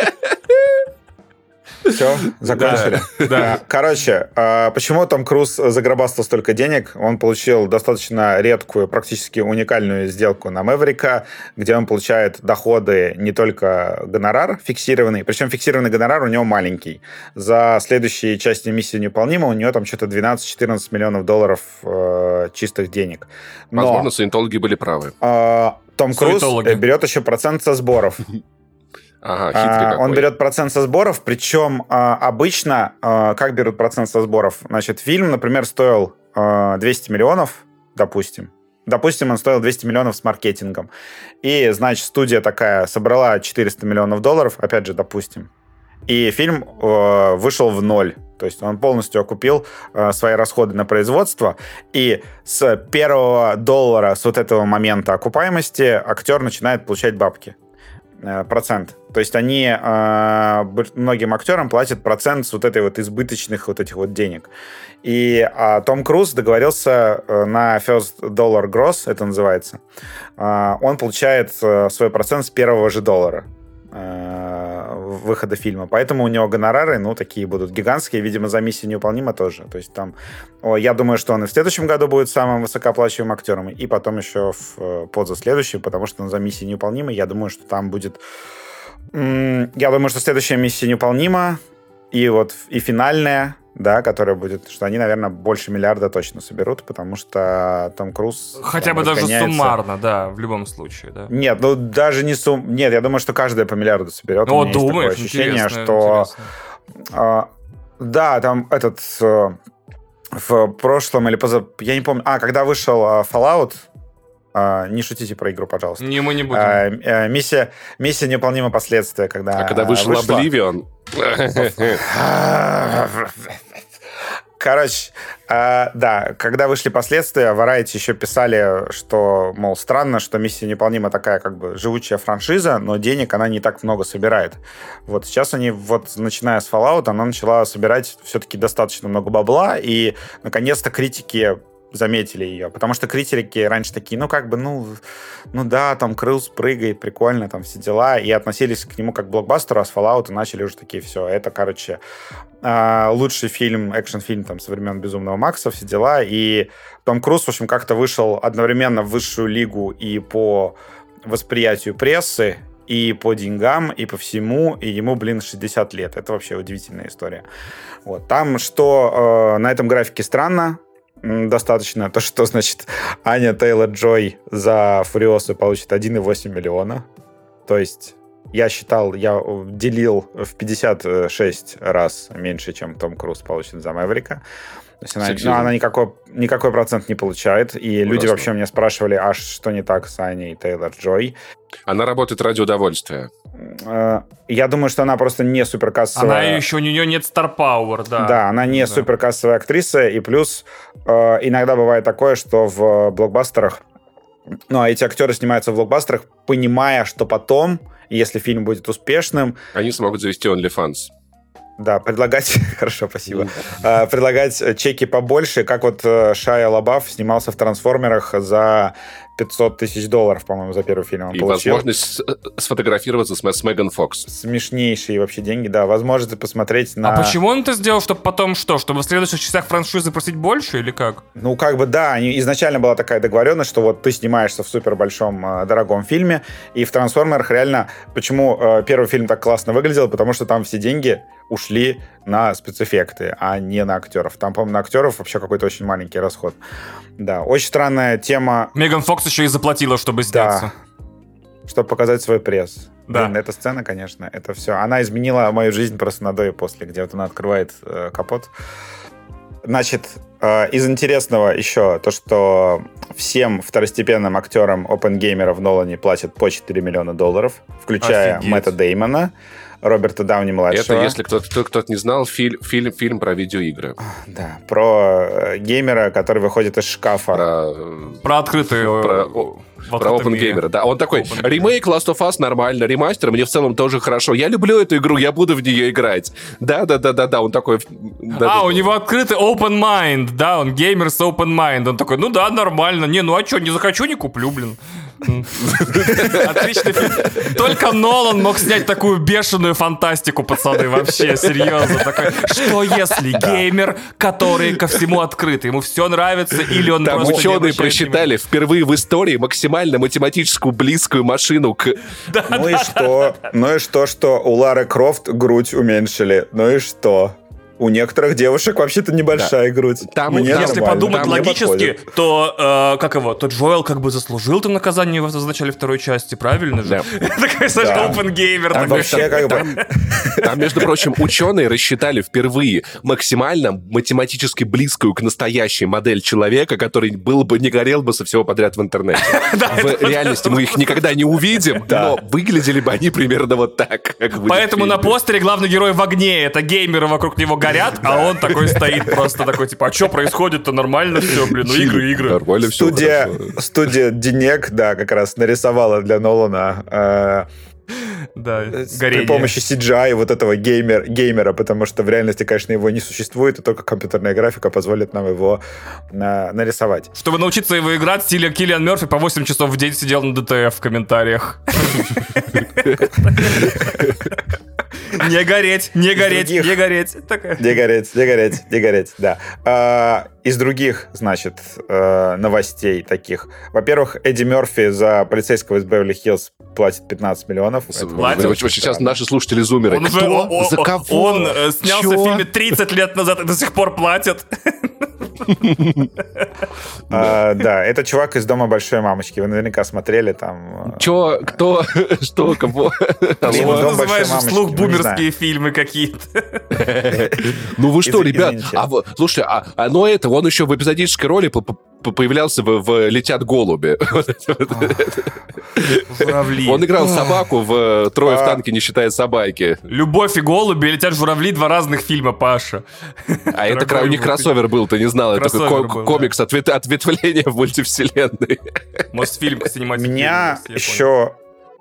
Все, закончили. Да. Короче, почему Том Круз загробастал столько денег? Он получил достаточно редкую, практически уникальную сделку на Мэверика, где он получает доходы не только гонорар фиксированный, причем фиксированный гонорар у него маленький. За следующие части миссии невыполнима у него там что-то 12-14 миллионов долларов чистых денег. Возможно, саентологи были правы. Том Круз берет еще процент со сборов. Ага, хитрый какой. Он берет процент со сборов, причем обычно, как берут процент со сборов? Значит, фильм, например, стоил 200 миллионов, допустим. Допустим, он стоил 200 миллионов с маркетингом. И, значит, студия такая собрала 400 миллионов долларов, опять же, допустим. И фильм вышел в ноль. То есть он полностью окупил свои расходы на производство. И с первого доллара, с вот этого момента окупаемости, актер начинает получать бабки. Процент. То есть они многим актерам платят процент с вот этой вот избыточных вот этих вот денег. И Том Круз договорился на First Dollar Gross, это называется. Он получает свой процент с первого же доллара выхода фильма. Поэтому у него гонорары, такие будут гигантские. Видимо, за «Миссию невыполнима» тоже. То есть там, я думаю, что он и в следующем году будет самым высокооплачиваемым актером, и потом еще в позаследующем, потому что за «Миссию невыполнима» я думаю, что там будет... Я думаю, что следующая «Миссия невыполнима» и финальная, да, которая будет, что они, наверное, больше миллиарда точно соберут, потому что Том Круз... Хотя бы даже суммарно, да, в любом случае, да. Нет, даже не Нет, я думаю, что каждая по миллиарду соберет. Ну, думаешь, есть такое ощущение, что... Да, там в прошлом или я не помню... когда вышел Fallout... Не шутите про игру, пожалуйста. Не, мы не будем. Миссия невыполнима последствия, когда... А когда вышел Oblivion... Короче, да, когда вышли последствия, Variety еще писали, что, мол, странно, что «Миссия невыполнима» такая как бы живучая франшиза, но денег она не так много собирает. Вот сейчас они, начиная с Fallout, она начала собирать все-таки достаточно много бабла, и, наконец-то, критики заметили ее, потому что критики раньше такие, да, там Круз прыгает, прикольно, там все дела, и относились к нему как к блокбастеру, а с Fallout начали уже такие, все, это, короче, лучший фильм, экшн-фильм там со времен «Безумного Макса», все дела, и Том Круз, в общем, как-то вышел одновременно в высшую лигу и по восприятию прессы, и по деньгам, и по всему, и ему, 60 лет. Это вообще удивительная история. Вот. Там, что на этом графике странно, достаточно, то, что, значит, Аня Тейлор-Джой за «Фуриосу» получит 1,8 миллиона. То есть я делил в 56 раз меньше, чем Том Круз получит за «Мэверика». То есть она никакой процент не получает. И люди вообще меня спрашивали, а что не так с Аней Тейлор-Джой? Она работает ради удовольствия. Я думаю, что она просто не суперкассовая. У нее нет Star Power, да. Да, она не суперкассовая актриса, и плюс иногда бывает такое, что в блокбастерах, эти актеры снимаются в блокбастерах, понимая, что потом, если фильм будет успешным... Они смогут завести OnlyFans. Да, предлагать... Хорошо, спасибо. Предлагать чеки побольше, как вот Шайа Лабаф снимался в «Трансформерах» за $500 тысяч, по-моему, за первый фильм он получил. Возможность сфотографироваться с Меган Фокс. Смешнейшие вообще деньги, да. Возможность посмотреть на... А почему он это сделал, чтобы потом что? Чтобы в следующих частях франшизы просить больше или как? Да. Изначально была такая договоренность, что вот ты снимаешься в супер большом, дорогом фильме, и в «Трансформерах» реально... Почему первый фильм так классно выглядел? Потому что там все деньги ушли на спецэффекты, а не на актеров. Там, по-моему, на актеров вообще какой-то очень маленький расход. Да, очень странная тема. Меган Фокс еще и заплатила, чтобы сняться. Да, чтобы показать свой пресс. Да. Блин, эта сцена, конечно, это все. Она изменила мою жизнь просто на до и после, где вот она открывает капот. Значит, из интересного еще то, что всем второстепенным актерам опенгеймера в Нолане платят по $4 миллиона, включая Мэтта Деймона, Роберта Дауни-младшего. Это, если кто-то не знал, фильм про видеоигры. Да, про геймера, который выходит из шкафа. Про открытую... Про OpenGamer, да. Он такой, ремейк Last of Us нормально, ремастер мне в целом тоже хорошо. Я люблю эту игру, я буду в нее играть. Да, он такой... у него открытый open mind, да, он геймер с open mind. Он такой, нормально. А что, не захочу, не куплю, блин. Отличный фильм. Только Нолан мог снять такую бешеную фантастику, пацаны, вообще, серьезно. Такой, что если геймер, который ко всему открыт, ему все нравится, или он там просто... Там ученые просчитали впервые в истории максимально математическую близкую машину к... И что? Что у Лары Крофт грудь уменьшили? И что? у некоторых девушек вообще-то небольшая грудь. Если подумать логически, то то Джоэл как бы заслужил-то наказание в начале второй части, правильно же? Такой, знаешь, опенгеймер. Вообще как бы... Там, между прочим, ученые рассчитали впервые максимально математически близкую к настоящей модель человека, который не горел бы со всего подряд в интернете. В реальности мы их никогда не увидим, но выглядели бы они примерно вот так. Поэтому на постере главный герой в огне, это геймеры вокруг него горят, а он такой стоит просто такой, типа, а что происходит-то? Нормально все, блин, ну игры. Нормально все. Студия Динек, да, как раз нарисовала для Нолана при помощи CGI вот этого геймера, потому что в реальности, конечно, его не существует, и только компьютерная графика позволит нам его нарисовать. Чтобы научиться его играть, Киллиан Мёрфи по 8 часов в день сидел на ДТФ в комментариях. Не гореть, да. Из других, значит, новостей таких. Во-первых, Эдди Мерфи за полицейского из Беверли-Хиллз платит 15 миллионов. Сейчас наши слушатели-зумеры. За кого? Он снялся в фильме 30 лет назад и до сих пор платит. Да, это чувак из «Дома большой мамочки». Вы наверняка смотрели там... Кто? Что? Кого? Ты называешь вслух бумерские фильмы какие-то. Ну вы что, ребят? Слушай, он еще в эпизодической роли появлялся в «Летят голуби». Журавли. Он играл собаку в «Трое в танке, не считая собаки». «Любовь и голуби», «Летят журавли» — два разных фильма, Паша. А это у них кроссовер был, ты не знал? Это такой комикс ответвления в мультивселенной. Мосфильм синематический. Меня еще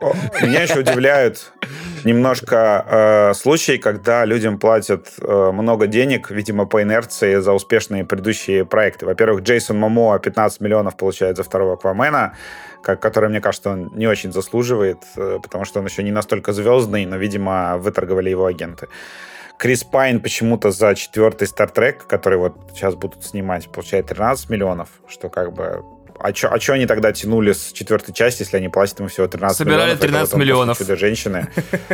удивляют немножко случаи, когда людям платят много денег, видимо, по инерции за успешные предыдущие проекты. Во-первых, Джейсон Момоа 15 миллионов получает за второго «Аквамена», который, мне кажется, он не очень заслуживает, потому что он еще не настолько звездный, но, видимо, выторговали его агенты. Крис Пайн почему-то за 4-й «Стартрек», который вот сейчас будут снимать, получает 13 миллионов, что как бы... А что они тогда тянули с 4-й части, если они платят ему всего 13 миллионов? Собирали 13 миллионов. «Чудо-женщины»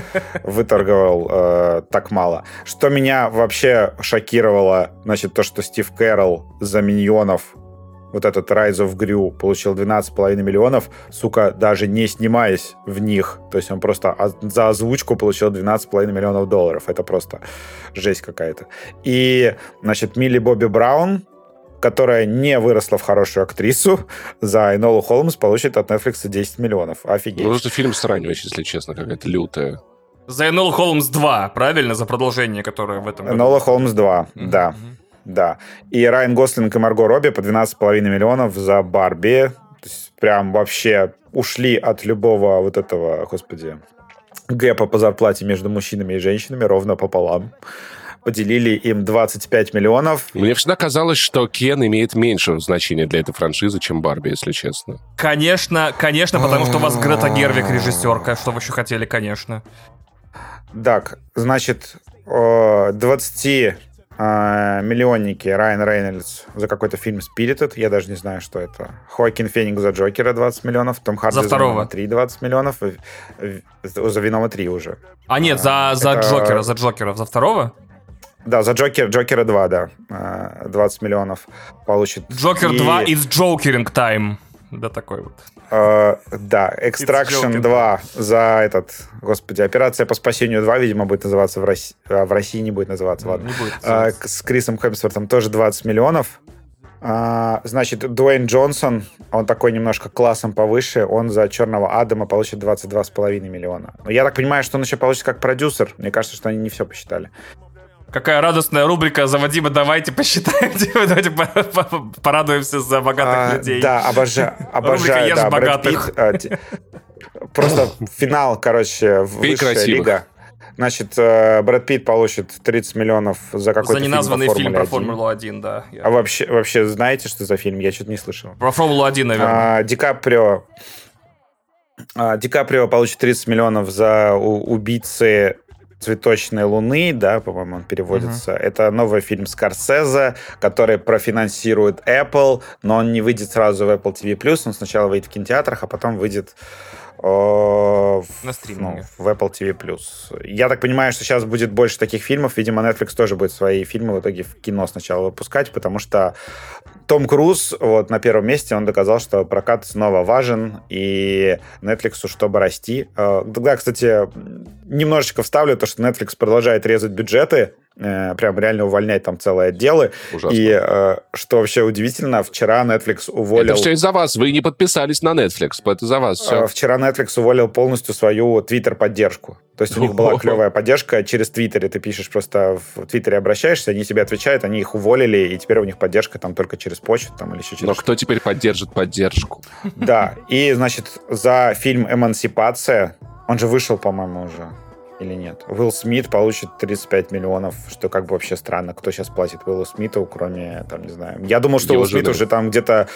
выторговал так мало. Что меня вообще шокировало, значит, то, что Стив Кэрролл за «Миньонов», вот этот Rise of Gru, получил 12,5 миллионов, сука, даже не снимаясь в них. То есть он просто за озвучку получил 12,5 миллионов долларов. Это просто жесть какая-то. И, значит, Милли Бобби Браун, которая не выросла в хорошую актрису, за Энолу Холмс получит от Netflix 10 миллионов. Офигеть. Ну, это фильм сравнивать, если честно, какая-то лютая. За Энолу Холмс 2, правильно? За продолжение, которое в этом году. Энола Холмс 2, да. Да. И Райан Гослинг и Марго Робби по 12,5 миллионов за Барби. То есть прям вообще ушли от любого вот этого, господи, гэпа по зарплате между мужчинами и женщинами ровно пополам. Поделили им 25 миллионов. Мне всегда казалось, что Кен имеет меньше значения для этой франшизы, чем Барби, если честно. Конечно, потому что у вас Грета Гервиг режиссерка. Что вы еще хотели, конечно. Так, значит, 20 миллионники Райан Рейнольдс за какой-то фильм «Spirited». Я даже не знаю, что это. Хоакин Феникс за «Джокера» 20 миллионов. Том Харди за «Венома 3» 20 миллионов. За «Венома 3» уже. А нет, за Джокера. За Джокера. За второго? Да, за Джокера 2, да. 20 миллионов получит. Джокер 2 is Jokering time. Да, такой вот. Да, Extraction 2 за господи, Операция по спасению 2, видимо, будет называться в России не будет называться, ладно. Не будет называться. С Крисом Хемсвортом тоже 20 миллионов. Значит, Дуэйн Джонсон, он такой немножко классом повыше, он за «Черного Адама» получит 22,5 миллиона. Но я так понимаю, что он еще получит как продюсер. Мне кажется, что они не все посчитали. Какая радостная рубрика за Вадима. Давайте посчитаем. Давайте порадуемся за богатых людей. Да, обожаю. Рубрика «Ешь да, богатых». Просто финал, короче, высшая лига. Значит, Брэд Питт получит 30 миллионов за какой-то фильм по неназванный фильм про Формулу-1, да. А вообще знаете, что за фильм? Я что-то не слышал. Про Формулу-1, наверное. Ди Каприо получит 30 миллионов за «Убийцы цветочной луны», да, по-моему, он переводится. Это новый фильм Скорсезе, который профинансирует Apple, но он не выйдет сразу в Apple TV+, он сначала выйдет в кинотеатрах, а потом выйдет На стриминге. В Apple TV+. Я так понимаю, что сейчас будет больше таких фильмов. Видимо, Netflix тоже будет свои фильмы в итоге в кино сначала выпускать, потому что Том Круз вот на первом месте, он доказал, что прокат снова важен, и Netflix, чтобы расти. Да, кстати, немножечко вставлю то, что Netflix продолжает резать бюджеты, прям реально увольнять там целые отделы. Ужасно. И что вообще удивительно, вчера Netflix уволил... Это все из-за вас. Вы не подписались на Netflix. Это за вас все. Вчера Netflix уволил полностью свою Twitter-поддержку. То есть у них была клевая поддержка через Twitter. Ты пишешь просто в Твиттере, обращаешься, они тебе отвечают, они их уволили, и теперь у них поддержка там только через почту там, или еще через... Но кто теперь поддержит поддержку? Да, и, значит, за фильм «Эмансипация», он же вышел, по-моему, уже, или нет, Уилл Смит получит 35 миллионов, что как бы вообще странно, кто сейчас платит Уиллу Смиту, кроме, там, не знаю... Я думал, что Уилл Смит уже там где-то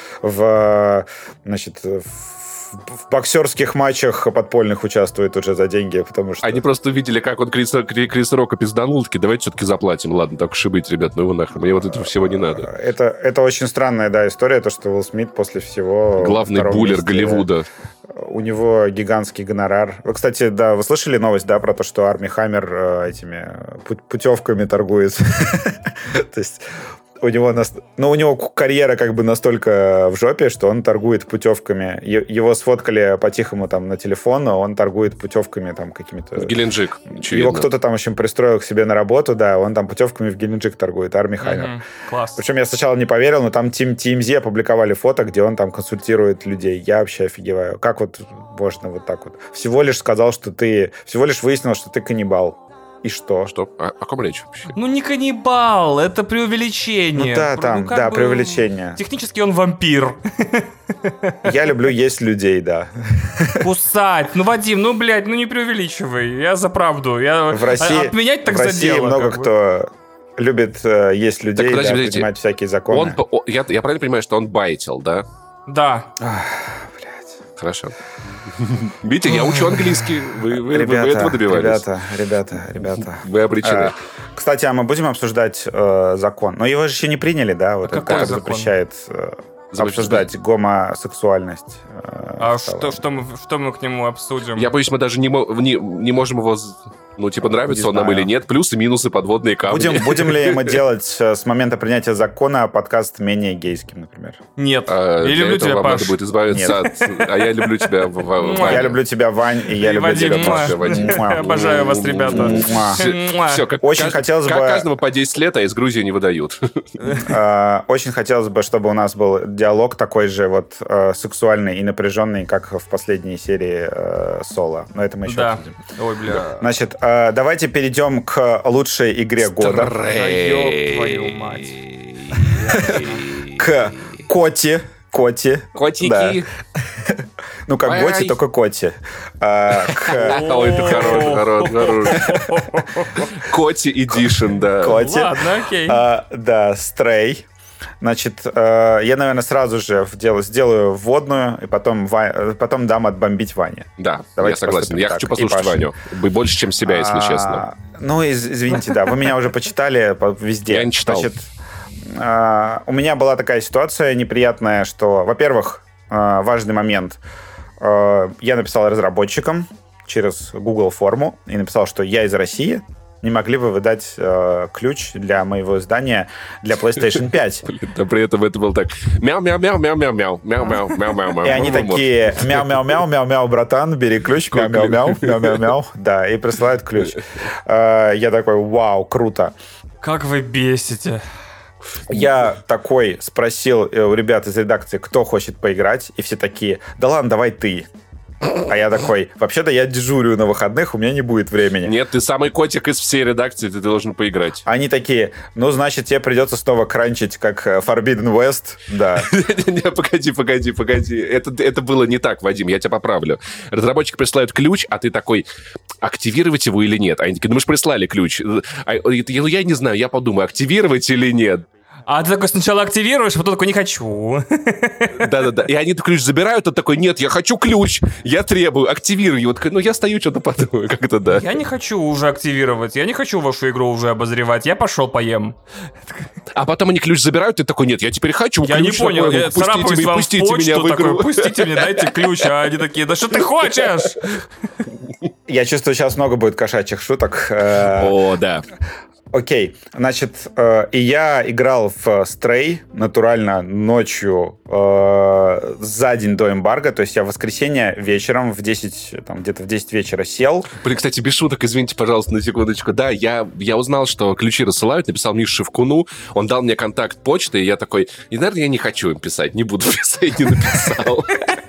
значит, в боксерских матчах подпольных участвует уже за деньги, потому что... Они просто видели, как он Криса Рока пизданул, такие, давайте все-таки заплатим. Ладно, так уж и быть, ребят, ну его нахрен, мне вот этого всего не надо. Это очень странная, да, история, то, что Уилл Смит после всего... Главный буллер Голливуда. У него гигантский гонорар. Вы, кстати, да, вы слышали новость, да, про то, что Арми Хаммер этими путевками торгует? То есть... У него карьера как бы настолько в жопе, что он торгует путевками. Его сфоткали по-тихому там на телефон, но он торгует путевками там какими-то... В Геленджик, очевидно. Его кто-то там, в общем, пристроил к себе на работу, да, он там путевками в Геленджик торгует, Арми Хаммер. Класс. Причем я сначала не поверил, но там TMZ опубликовали фото, где он там консультирует людей. Я вообще офигеваю. Как вот можно вот так вот? Всего лишь выяснил, что ты каннибал. И что? Что? О ком речь вообще? Ну, не каннибал, это преувеличение. Ну да, там, да, преувеличение. Технически он вампир. Я люблю есть людей, да. Кусать. Ну, Вадим, ну, блядь, ну не преувеличивай. Я за правду. В России, отменять так в России за дело, много кто любит есть людей, так, подожди, принимать всякие законы. Я правильно понимаю, что он байтил, да? Да. Блядь. Хорошо. Видите, я учу английский. Вы этого добивались. Ребята. Вы обречены. Кстати, а мы будем обсуждать закон? Но его же еще не приняли, да? Вот какой это закон? Запрещает обсуждать гомосексуальность. А что мы к нему обсудим? Я боюсь, мы даже не можем его... Ну, типа, нравится он нам или нет. Плюсы, минусы, подводные камни. Будем ли мы делать с момента принятия закона подкаст менее гейским, например? Нет. Я люблю тебя, Паш. Надо будет избавиться от... А я люблю тебя, Ваня. Я люблю тебя, Вань, и я люблю тебя, Паша. Обожаю вас, ребята. Все, очень хотелось бы... Каждому по 10 лет, а из Грузии не выдают. Очень хотелось бы, чтобы у нас был диалог такой же вот сексуальный и напряженный, как в последней серии Соло. Но это мы еще обсудим. Ой, бля. Значит, давайте перейдем к лучшей игре года. Ёб твою мать. К Коти. Котики. Да. Ну, как Готи, только Коти. Ой, это хорош. Коти Эдишн, да. Коти. Ладно, окей. Да, Стрей. Значит, я, наверное, сразу же сделаю вводную, и потом дам отбомбить Ване. Да, давайте я согласен. Я так. хочу послушать Ваню. Больше, чем себя, если честно. Ну, извините, да, вы меня уже почитали везде. Я не читал. Значит, у меня была такая ситуация неприятная, что, во-первых, важный момент. Я написал разработчикам через Google форму и написал, что я из России. Не могли бы вы дать ключ для моего издания для PlayStation 5? Блин, да при этом это было так. Мяу-мяу-мяу-мяу-мяу-мяу-мяу-мяу. И они такие, мяу-мяу-мяу-мяу-мяу, братан, бери ключ, мяу-мяу-мяу-мяу-мяу. Да, и присылают ключ. Я такой, вау, круто. Как вы бесите. Я такой спросил у ребят из редакции, кто хочет поиграть, и все такие, да ладно, давай ты. А я такой, вообще-то я дежурю на выходных, у меня не будет времени. Нет, ты самый котик из всей редакции, ты должен поиграть. Они такие, ну, значит, тебе придется снова кранчить, как Forbidden West. Да. Не, погоди. Это было не так, Вадим, я тебя поправлю. Разработчики присылают ключ, а ты такой, активировать его или нет? Они такие, ну мы же прислали ключ. Я не знаю, я подумаю, активировать или нет. А ты такой сначала активируешь, а потом такой, не хочу. Да-да-да. И они ключ забирают, он такой, нет, я хочу ключ, я требую, активируй. Вот, ну, я стою, что-то подумаю, как-то да. Я не хочу уже активировать, я не хочу вашу игру уже обозревать, я пошел поем. А потом они ключ забирают, ты такой, нет, я теперь хочу я ключ. Я не понял, я царапаюсь вам в почту, меня в игру. Такой, пустите мне, дайте ключ, а они такие, да что ты хочешь? Я чувствую, сейчас много будет кошачьих шуток. О, да. Окей, значит, и я играл в Stray натурально ночью за день до эмбарго, то есть я в воскресенье вечером в 10, там, где-то в 10 вечера сел. Блин, кстати, без шуток, извините, пожалуйста, на секундочку. Да, я узнал, что ключи рассылают, написал Мише Шевкуну, он дал мне контакт почты, и я такой, и, наверное, я не хочу им писать, не буду писать, не написал.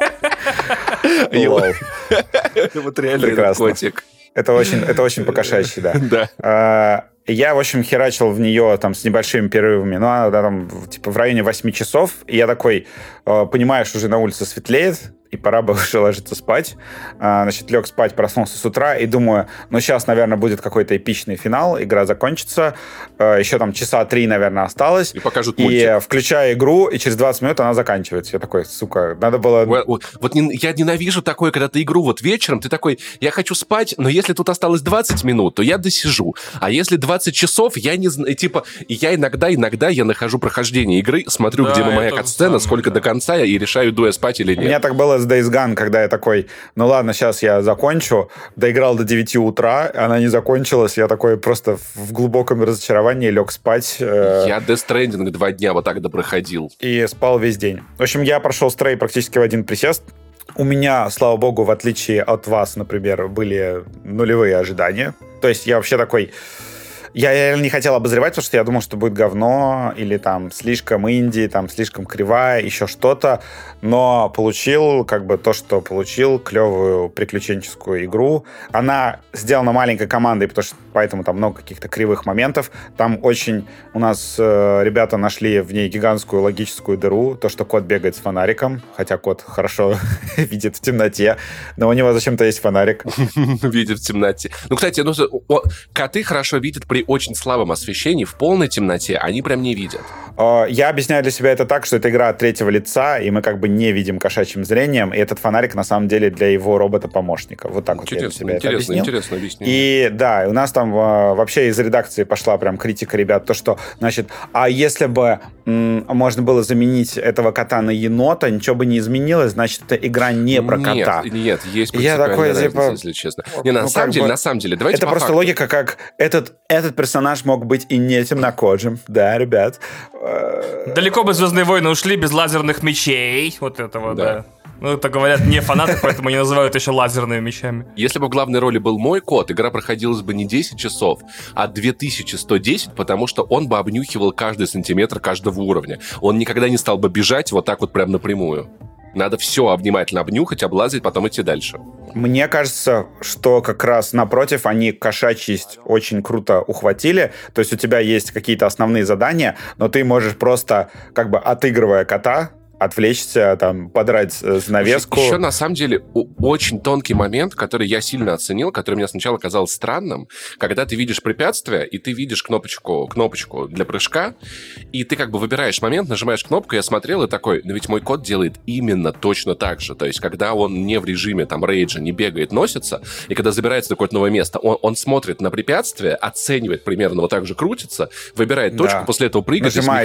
Вот реально котик. Это очень по-кошачьи, да. Да. Я, в общем, херачил в нее там с небольшими перерывами, ну, она там, типа, в районе 8 часов, и я такой, понимаешь, уже на улице светлеет, и пора бы уже ложиться спать. Значит, лег спать, проснулся с утра, и думаю, ну, сейчас, наверное, будет какой-то эпичный финал, игра закончится, еще там часа 3, наверное, осталось. И покажут мультик. И включаю игру, и через 20 минут она заканчивается. Я такой, сука, надо было... Вот я ненавижу такое, когда ты игру вот вечером, ты такой, я хочу спать, но если тут осталось 20 минут, то я досижу. А если 20 часов, я не знаю, типа, я иногда я нахожу прохождение игры, смотрю, да, где моя катсцена, сколько до конца, и решаю, иду я спать или нет. У меня так было с Days Gone, когда я такой, ну ладно, сейчас я закончу, доиграл до 9 утра, она не закончилась, я такой просто в глубоком разочаровании лег спать. Я Death Stranding 2 дня вот так допроходил. И спал весь день. В общем, я прошел Stray практически в один присест. У меня, слава богу, в отличие от вас, например, были нулевые ожидания. То есть я вообще такой... Я не хотел обозревать, потому что я думал, что будет говно, или там слишком инди, там слишком кривая, еще что-то. Но получил как бы то, что получил, клевую приключенческую игру. Она сделана маленькой командой, потому что поэтому там много каких-то кривых моментов. Там очень у нас ребята нашли в ней гигантскую логическую дыру, то, что кот бегает с фонариком, хотя кот хорошо видит в темноте, но у него зачем-то есть фонарик. Видит в темноте. Ну, кстати, коты хорошо видят при очень слабом освещении, в полной темноте они прям не видят. Я объясняю для себя это так, что это игра от третьего лица, и мы как бы не видим кошачьим зрением, и этот фонарик на самом деле для его робота-помощника. Вот так вот я для себя это объяснил. Интересно объяснение. И да, у нас там вообще из редакции пошла прям критика ребят, то что, значит, а если бы можно было заменить этого кота на енота, ничего бы не изменилось, значит, это игра не про кота. Нет, есть принципиальная разница, если честно. Не, на самом деле, давайте это просто логика, как этот персонаж мог быть и не темнокожим. Да, ребят. Далеко бы «Звездные войны» ушли без лазерных мечей. Вот этого, да. Ну, это говорят не фанаты, поэтому не называют еще лазерными мечами. Если бы в главной роли был мой кот, игра проходилась бы не 10 часов, а 2110, потому что он бы обнюхивал каждый сантиметр каждого уровня. Он никогда не стал бы бежать вот так вот прям напрямую. Надо все внимательно обнюхать, облазить, потом идти дальше. Мне кажется, что как раз напротив, они кошачьесть очень круто ухватили. То есть у тебя есть какие-то основные задания, но ты можешь просто, как бы отыгрывая кота, отвлечься, там, подрать занавеску. Еще, на самом деле, очень тонкий момент, который я сильно оценил, который мне сначала казалось странным, когда ты видишь препятствие, и ты видишь кнопочку для прыжка, и ты как бы выбираешь момент, нажимаешь кнопку, я смотрел и такой, но ведь мой кот делает именно точно так же. То есть, когда он не в режиме там рейджа, не бегает, носится, и когда забирается на какое-то новое место, он смотрит на препятствие, оценивает примерно, вот так же крутится, выбирает точку, после этого прыгает. Нажимает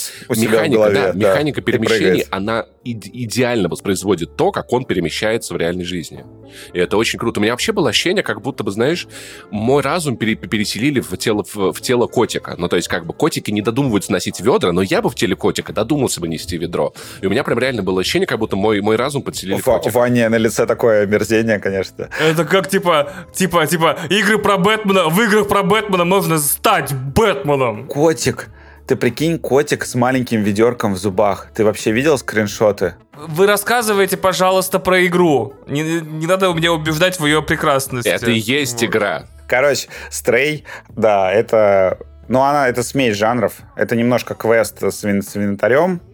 механика перемещения, она идеально воспроизводит то, как он перемещается в реальной жизни. И это очень круто. У меня вообще было ощущение, как будто бы, знаешь, мой разум переселили в тело котика. Ну, то есть, как бы, котики не додумываются носить ведра, но я бы в теле котика додумался бы нести ведро. И у меня прям реально было ощущение, как будто мой разум подселили в котика. У Вани на лице такое омерзение, конечно. Это как, типа, игры про Бэтмена. В играх про Бэтмена можно стать Бэтменом. Котик. Ты прикинь, котик с маленьким ведерком в зубах. Ты вообще видел скриншоты? Вы рассказывайте, пожалуйста, про игру. Не надо меня убеждать в ее прекрасности. Это и есть игра. Короче, Stray, да, это... Ну, это смесь жанров. Это немножко квест с инвентарем.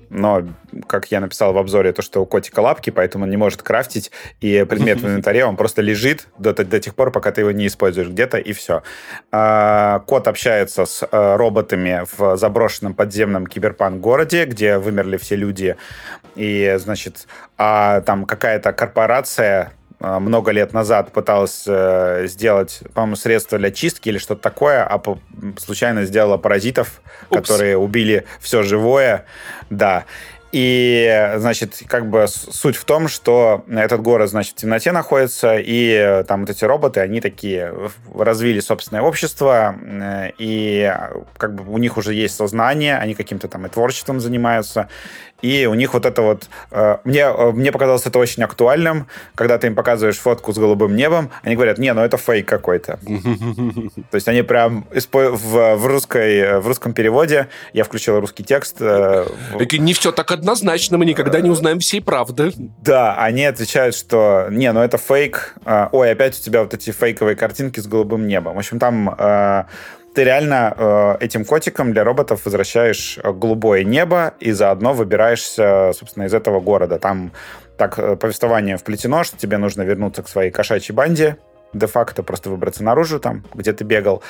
но, как я написал в обзоре, то, что у котика лапки, поэтому он не может крафтить, и предмет в инвентаре, он просто лежит до тех пор, пока ты его не используешь где-то, и все. Кот общается с роботами в заброшенном подземном киберпанк-городе, где вымерли все люди, и, значит, там какая-то корпорация много лет назад пыталась сделать, по-моему, средство для чистки или что-то такое, а случайно сделала паразитов, которые убили все живое. Да. И, значит, как бы суть в том, что этот город, значит, в темноте находится, и там вот эти роботы, они такие развили собственное общество, и как бы у них уже есть сознание, они каким-то там и творчеством занимаются, и у них вот это вот... Мне показалось это очень актуальным, когда ты им показываешь фотку с голубым небом, они говорят, не, ну это фейк какой-то. То есть они прям в русском переводе, я включил русский текст. Не все так однозначно, мы никогда не узнаем всей правды. Да, они отвечают, что не, ну это фейк. Ой, опять у тебя вот эти фейковые картинки с голубым небом. В общем, там... Ты реально этим котиком для роботов возвращаешь голубое небо и заодно выбираешься, собственно, из этого города. Там так повествование вплетено, что тебе нужно вернуться к своей кошачьей банде, де-факто просто выбраться наружу, там, где ты бегал.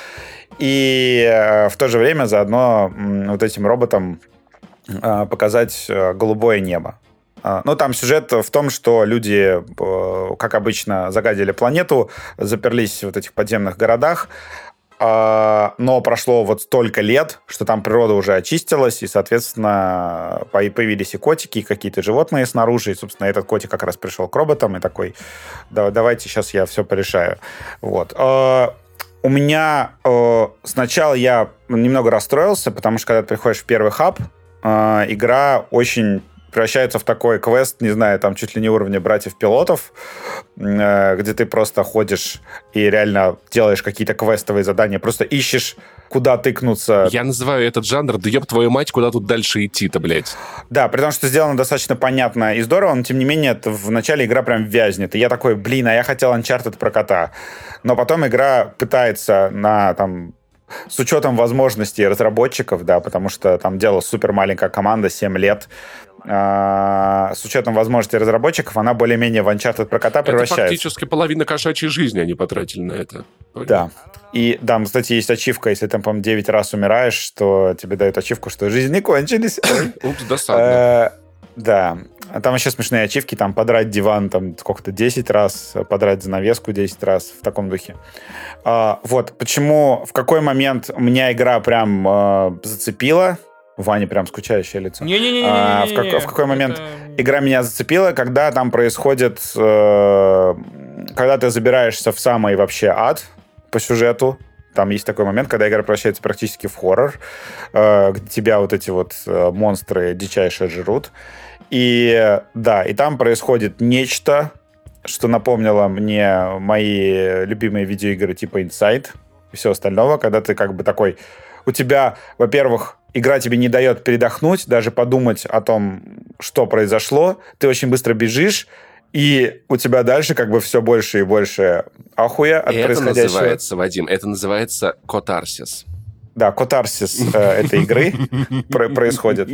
И в то же время заодно вот этим роботам показать голубое небо. Ну, там сюжет в том, что люди, как обычно, загадили планету, заперлись в вот этих подземных городах, но прошло вот столько лет, что там природа уже очистилась, и, соответственно, появились и котики, и какие-то животные снаружи, и, собственно, этот котик как раз пришел к роботам и такой, давайте сейчас я все порешаю. Вот. У меня сначала я немного расстроился, потому что когда ты приходишь в первый хаб, игра очень превращается в такой квест, не знаю, там чуть ли не уровня братьев-пилотов, где ты просто ходишь и реально делаешь какие-то квестовые задания, просто ищешь, куда тыкнуться. Я называю этот жанр, да ёб твою мать, куда тут дальше идти-то, блядь. Да, при том, что сделано достаточно понятно и здорово, но тем не менее в начале игра прям вязнет. И я такой, блин, а я хотел Uncharted про кота. Но потом игра пытается с учетом возможностей разработчиков, да, потому что там делала супер маленькая команда, 7 лет, с учетом возможностей разработчиков, она более-менее в Uncharted про кота превращается. Это фактически половина кошачьей жизни они потратили на это. Да. И, да, кстати, есть ачивка, если ты, по-моему, 9 раз умираешь, то тебе дают ачивку, что жизни не кончились. Упс, досадно. Да. А там еще смешные ачивки, там подрать диван, там сколько-то 10 раз, подрать занавеску 10 раз, в таком духе. Вот, почему, в какой момент меня игра прям зацепила. Ваня прям скучающее лицо. В какой момент игра меня зацепила, когда там происходит... Когда ты забираешься в самый вообще ад по сюжету. Там есть такой момент, когда игра превращается практически в хоррор, где тебя вот эти вот монстры дичайше жрут. И да, и там происходит нечто, что напомнило мне мои любимые видеоигры типа Inside и все остального, когда ты как бы такой... У тебя, во-первых, игра тебе не дает передохнуть, даже подумать о том, что произошло. Ты очень быстро бежишь, и у тебя дальше как бы все больше и больше ахуя от происходящего. Это называется, Вадим, это называется катарсис. Да, катарсис этой игры происходит.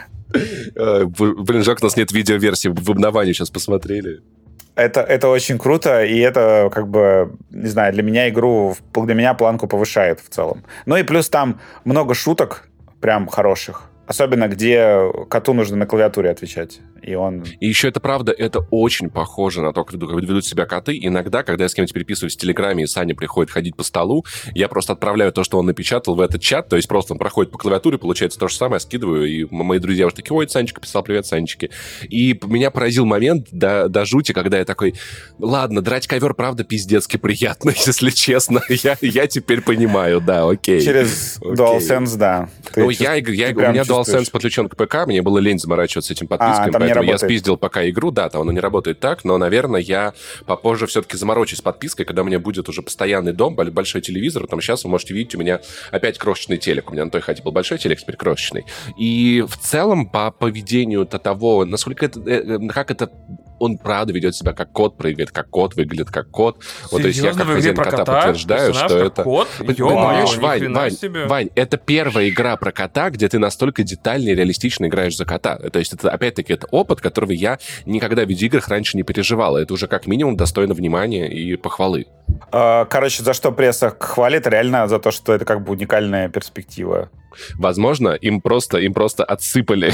Блин, жалко, у нас нет видеоверсии. В обновании сейчас посмотрели. Это очень круто, и это, как бы, не знаю, для меня планку повышает в целом. Ну и плюс там много шуток прям хороших. Особенно, где коту нужно на клавиатуре отвечать. И еще это правда, это очень похоже на то, как ведут себя коты. Иногда, когда я с кем-нибудь переписываюсь в Телеграме, и Саня приходит ходить по столу, я просто отправляю то, что он напечатал в этот чат, то есть просто он проходит по клавиатуре, получается то же самое, скидываю, и мои друзья уже такие, ой, Санечка писал, привет, Санечки. И меня поразил момент до жути, когда я такой, ладно, драть ковер, правда, пиздецки приятно, если честно. Я теперь понимаю, да, окей. Через DualSense, да. Ну, у меня DualSense подключен к ПК, мне было лень заморачиваться этим подписками, поэтому я спиздил пока игру, да, там оно не работает так, но, наверное, я попозже все-таки заморочусь с подпиской, когда у меня будет уже постоянный дом, большой телевизор, там сейчас вы можете видеть, у меня опять крошечный телек, у меня на той хате был большой телек, теперь крошечный. И в целом по поведению того, насколько это, как это он правда ведет себя как кот, прыгает как кот, выглядит как кот. Вот, то есть я как в игре хозяин про кота кота? подтверждаю, что Персонаж это... как кот? Понимаешь, Ё-моё, Вань, это первая игра про кота, где ты настолько детально и реалистично играешь за кота. То есть это, опять-таки, это опыт, которого я никогда в видеоиграх раньше не переживал. Это уже как минимум достойно внимания и похвалы. Короче, за что пресса хвалит? Реально за то, что это как бы уникальная перспектива. Возможно, им просто отсыпали.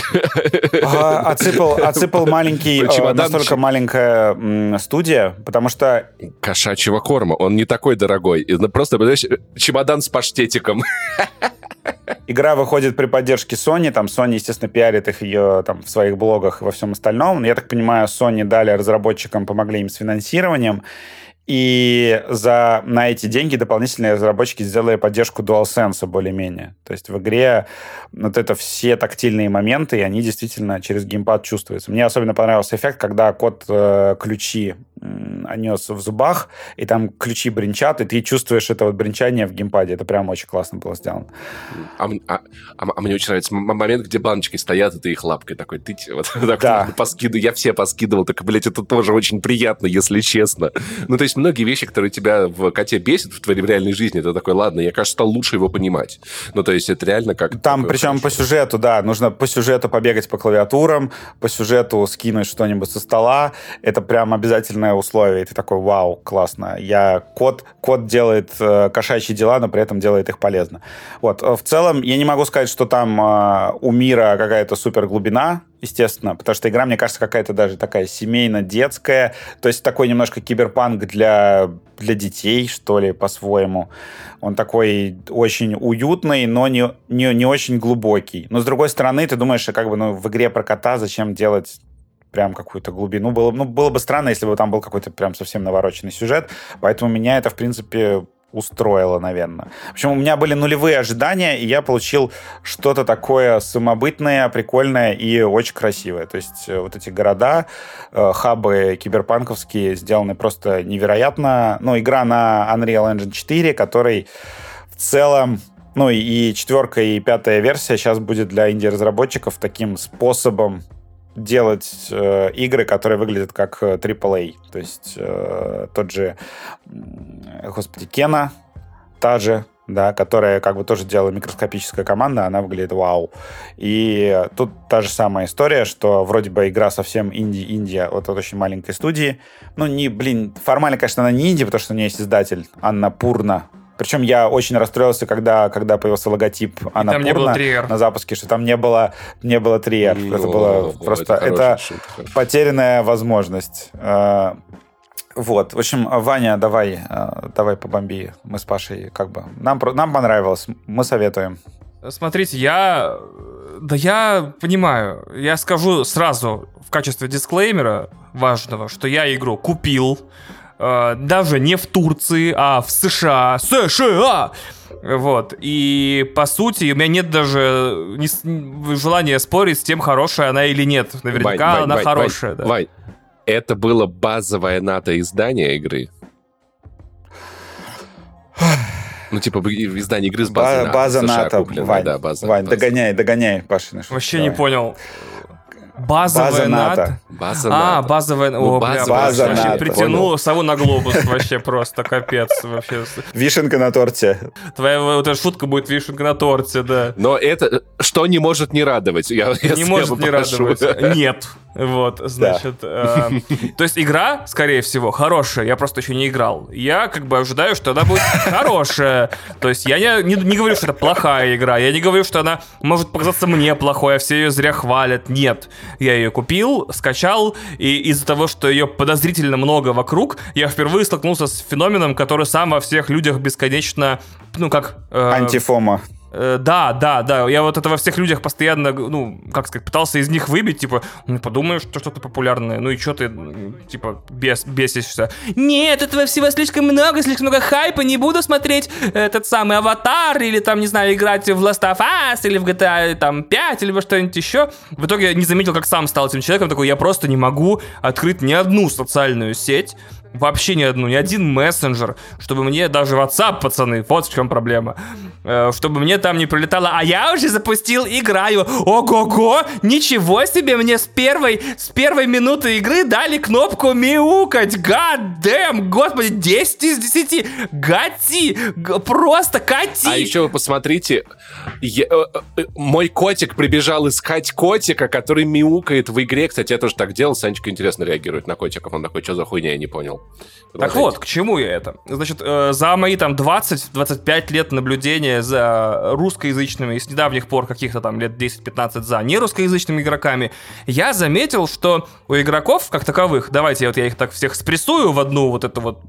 Отсыпал маленький, настолько маленькая студия, потому что... Кошачьего корма, он не такой дорогой. Просто, понимаешь, чемодан с паштетиком. Игра выходит при поддержке Sony, там Sony, естественно, пиарит их ее там в своих блогах и во всем остальном. Я так понимаю, Sony дали разработчикам, помогли им с финансированием, и на эти деньги дополнительные разработчики сделали поддержку DualSense более-менее. То есть в игре вот это все тактильные моменты, и они действительно через геймпад чувствуются. Мне особенно понравился эффект, когда кот ключи нес в зубах, и там ключи бренчат, и ты чувствуешь это вот бренчание в геймпаде. Это прям очень классно было сделано. Мне очень нравится момент, где баночки стоят, и ты их лапкой такой тыть. Вот, да. Я все поскидывал. Так, блядь, это тоже очень приятно, если честно. Ну, то есть многие вещи, которые тебя в коте бесят в твоей реальной жизни, это такой, ладно, я, кажется, стал лучше его понимать. Ну, то есть это реально как... Там, причем по сюжету, да, нужно по сюжету побегать по клавиатурам, по сюжету скинуть что-нибудь со стола. Это прям обязательное условие. И ты такой, вау, классно. Кот делает кошачьи дела, но при этом делает их полезно. Вот. В целом, я не могу сказать, что там у мира какая-то супер глубина, естественно, потому что игра, мне кажется, какая-то даже такая семейно-детская, то есть такой немножко киберпанк для детей, что ли, по-своему. Он такой очень уютный, но не очень глубокий. Но, с другой стороны, ты думаешь, как бы, в игре про кота зачем делать прям какую-то глубину? Было бы странно, если бы там был какой-то прям совсем навороченный сюжет, поэтому меня это, в принципе, устроило, наверное. В общем, у меня были нулевые ожидания, и я получил что-то такое самобытное, прикольное и очень красивое. То есть вот эти города, хабы киберпанковские сделаны просто невероятно. Игра на Unreal Engine 4, который в целом, и 4 и 5 версия сейчас будет для инди-разработчиков таким способом делать игры, которые выглядят как AAA. То есть тот же, Кена, та же, да, которая как бы тоже делала микроскопическая команда, она выглядит вау. И тут та же самая история, что вроде бы игра совсем инди от очень маленькой студии. Формально, конечно, она не инди, потому что у нее есть издатель Аннапурна. Причем я очень расстроился, когда появился логотип Аннапурна на запуске, что там не было 3R. Это было просто... Это потерянная возможность. Вот. В общем, Ваня, давай побомби. Мы с Пашей как бы... Нам понравилось. Мы советуем. Смотрите, я понимаю. Я скажу сразу в качестве дисклеймера важного, что я игру купил, даже не в Турции, а в США. США! Вот. И, по сути, у меня нет даже желания спорить с тем, хорошая она или нет. Наверняка она хорошая. Да. Вань, это было базовое НАТО-издание игры? Издание игры с базой НАТО. База НАТО. Вань, догоняй, Паша. Вообще не понял. Базовая НАТО? Базовая. База НАТО. Притянул сову на глобус вообще просто, капец. Вообще. Вишенка на торте. Твоя вот эта шутка будет вишенка на торте, да. Но это что не может не радовать? Не может не радовать. Нет. Вот, значит... То есть игра, скорее всего, хорошая. Я просто еще не играл. Я как бы ожидаю, что она будет хорошая. То есть я не говорю, что это плохая игра. Я не говорю, что она может показаться мне плохой, а все ее зря хвалят. Нет. Я ее купил, скачал, и из-за того, что ее подозрительно много вокруг, я впервые столкнулся с феноменом, который сам во всех людях бесконечно... Антифома. Да. Я вот это во всех людях постоянно, пытался из них выбить, подумаешь, что что-то популярное, и что ты, бесишься. Нет, этого всего слишком много хайпа, не буду смотреть этот самый Аватар, или играть в Last of Us, или в GTA 5, или во что-нибудь еще. В итоге я не заметил, как сам стал этим человеком, я просто не могу открыть ни одну социальную сеть, вообще ни один мессенджер, чтобы мне даже WhatsApp, пацаны, вот в чем проблема, чтобы мне там не прилетало, а я уже запустил, играю, ого-го, ничего себе, мне с первой минуты игры дали кнопку мяукать, god damn, господи, 10 из 10, гати, просто кати. А еще вы посмотрите, мой котик прибежал искать котика, который мяукает в игре. Кстати, я тоже так делал. Санечка интересно реагирует на котиков. Он такой, что за хуйня, я не понял. Так вот, к чему я это? Значит, за мои там 20-25 лет наблюдения за русскоязычными и с недавних пор каких-то там лет 10-15 за нерусскоязычными игроками, я заметил, что у игроков, как таковых, давайте я их так всех спрессую в одну вот эту вот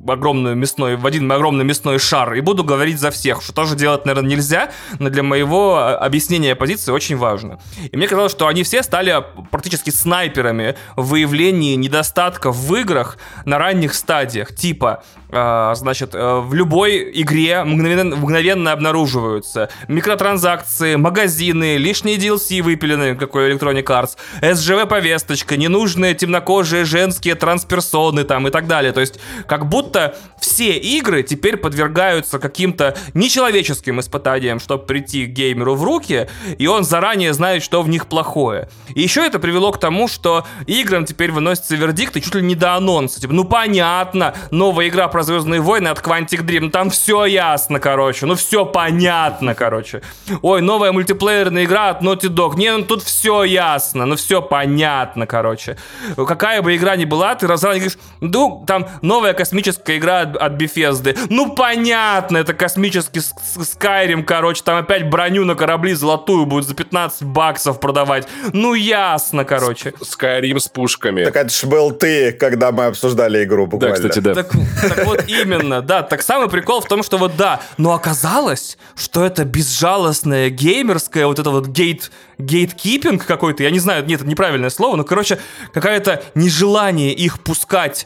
в один огромный мясной шар и буду говорить за всех, что тоже делать, наверное, нельзя, но для моего объяснения позиции очень важно. И мне казалось, что они все стали практически снайперами в выявлении недостатков в играх на ранних стадиях. Типа, значит, в любой игре мгновенно обнаруживаются микротранзакции, магазины, лишние DLC выпиленные, как у Electronic Arts, SGV-повесточка, ненужные темнокожие женские трансперсоны там и так далее. То есть, как будто все игры теперь подвергаются каким-то нечеловеческим испытаниям, чтобы прийти к геймеру в руки, и он заранее знает, что в них плохое. И еще это привело к тому, что играм теперь выносятся вердикты чуть ли не до анонса. Типа, ну понятно, новая игра про Звездные войны от Quantic Dream, там все ясно, короче, ну все понятно, короче. Ой, новая мультиплеерная игра от Naughty Dog, не, ну тут все ясно, ну все понятно, короче. Какая бы игра ни была, ты заранее говоришь, ну там новая космическая игра от Bethesda, ну понятно, это космический Skyrim, короче, там опять броню на корабли золотую будут за $15 продавать, ну ясно, короче. Skyrim с пушками. Так это ж был ты, когда мы обсуждали игру буквально. Да, кстати, да. Так вот именно, да. Так самый прикол в том, что вот да, но оказалось, что это безжалостное геймерское, вот это вот гейткипинг какой-то, я не знаю, нет, это неправильное слово, но, короче, какое-то нежелание их пускать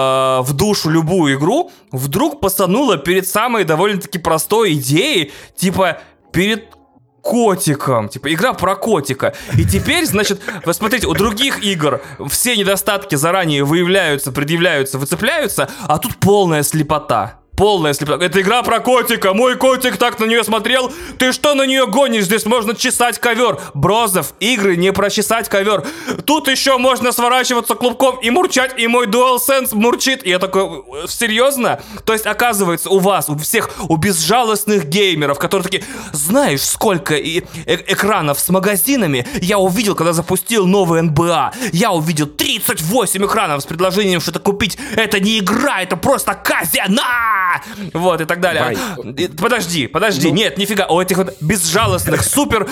в душу любую игру вдруг посануло перед самой довольно-таки простой идеей, типа, перед котиком, типа игра про котика. И теперь, значит, вы смотрите, у других игр все недостатки заранее выявляются, предъявляются, выцепляются, а тут полная слепота. Полная слепота. Это игра про котика. Мой котик так на нее смотрел. Ты что на нее гонишь? Здесь можно чесать ковер. Брозов, игры не про чесать ковер. Тут еще можно сворачиваться клубком и мурчать. И мой DualSense мурчит. И я такой, серьезно? То есть, оказывается, у вас, у всех, у безжалостных геймеров, которые такие, знаешь, сколько экранов с магазинами я увидел, когда запустил новый НБА. Я увидел 38 экранов с предложением что-то купить. Это не игра, это просто казино! Вот, и так далее. Подожди, нет, нифига. У этих вот безжалостных, супер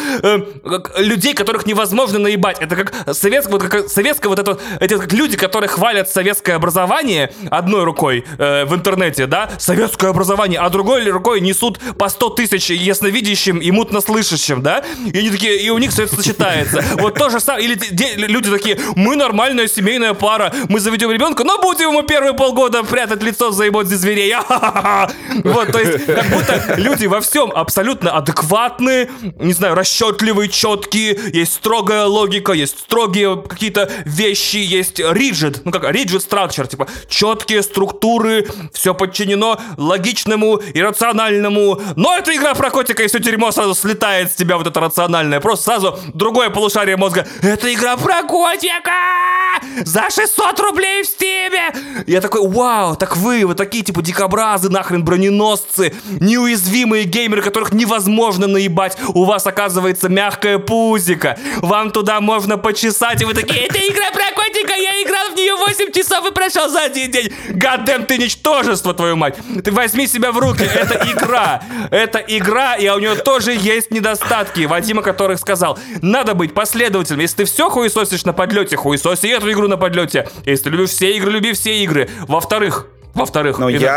людей, которых невозможно наебать. Это как советское вот это, эти как люди, которые хвалят советское образование одной рукой в интернете, да, советское образование, а другой рукой несут по 100 тысяч ясновидящим и мутнослышащим, да, и они такие, и у них все это сочетается. Вот то же самое, или люди такие, мы нормальная семейная пара, мы заведем ребенка, но будем ему первые полгода прятать лицо за эмодзи зверей. Вот, то есть, как будто люди во всем абсолютно адекватные, не знаю, расчетливые, четкие, есть строгая логика, есть строгие какие-то вещи, есть rigid, ну как, rigid structure, типа, четкие структуры, все подчинено логичному и рациональному, но это игра про котика, и все дерьмо сразу слетает с тебя, вот это рациональное, просто сразу другое полушарие мозга, это игра про котика! За 600 рублей в Стиме! Я такой, вау, так вы вот такие, типа, дикобразы, нахрен броненосцы, неуязвимые геймеры, которых невозможно наебать. У вас, оказывается, мягкое пузико. Вам туда можно почесать, и вы такие, это игра про котика, я играл в нее 8 часов и прошел за один день. Гадэм, ты ничтожество, твою мать. Ты возьми себя в руки, это игра. Это игра, и у нее тоже есть недостатки, Вадим о которых сказал. Надо быть последовательным. Если ты все хуесосишь на подлете, хуесоси эту игру на подлете. Если ты любишь все игры, люби все игры. Во-вторых, но я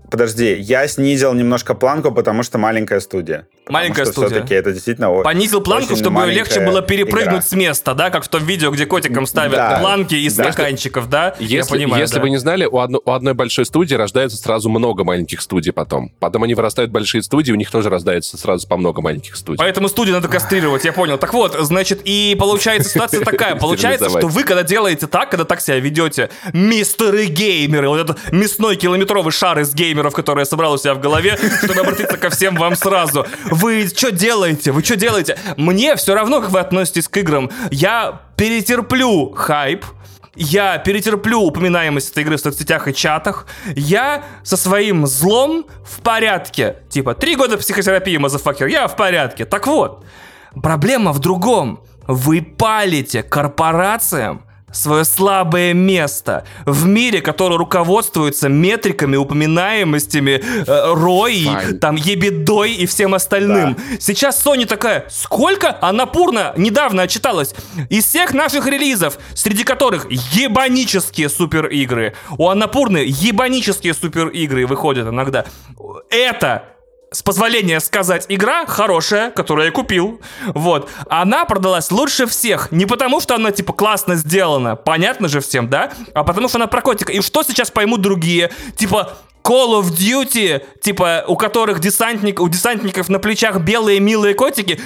Подожди, я снизил немножко планку, потому что маленькая студия. Маленькая студия. Все-таки это действительно понизил планку, чтобы легче было перепрыгнуть игра. с места, да, как в том видео, где котикам ставят планки из стаканчиков, да? Я понимаю, если вы не знали, у одной большой студии рождается сразу много маленьких студий потом. Потом они вырастают в большие студии, у них тоже рождается сразу по много маленьких студий. Поэтому студию надо кастрировать, я понял. Так вот, значит, и получается ситуация такая. Получается, что вы, когда делаете так, когда так себя ведете, мистеры геймеры, вот этот мясной километровый шар из геймеров, который я собрал у себя в голове, чтобы обратиться ко всем вам сразу. Вы что делаете? Вы что делаете? Мне все равно, как вы относитесь к играм. Я перетерплю хайп, я перетерплю упоминаемость этой игры в соцсетях и чатах. Я со своим злом в порядке. Типа, 3 года психотерапии, мазафакер, я в порядке. Так вот, проблема в другом. Вы палите корпорациям свое слабое место в мире, который руководствуется метриками, упоминаемостями, ROI, там, ебедой и всем остальным. Да. Сейчас Sony такая, сколько? Анапурна недавно отчиталась. Из всех наших релизов, среди которых ебанические супер игры, у Анапурны ебанические супер игры выходят иногда. Это, с позволения сказать, игра хорошая, которую я купил, вот, она продалась лучше всех, не потому что она, типа, классно сделана, понятно же всем, да, а потому что она про котика. И что сейчас поймут другие, типа, Call of Duty, типа, у которых у десантников на плечах белые милые котики,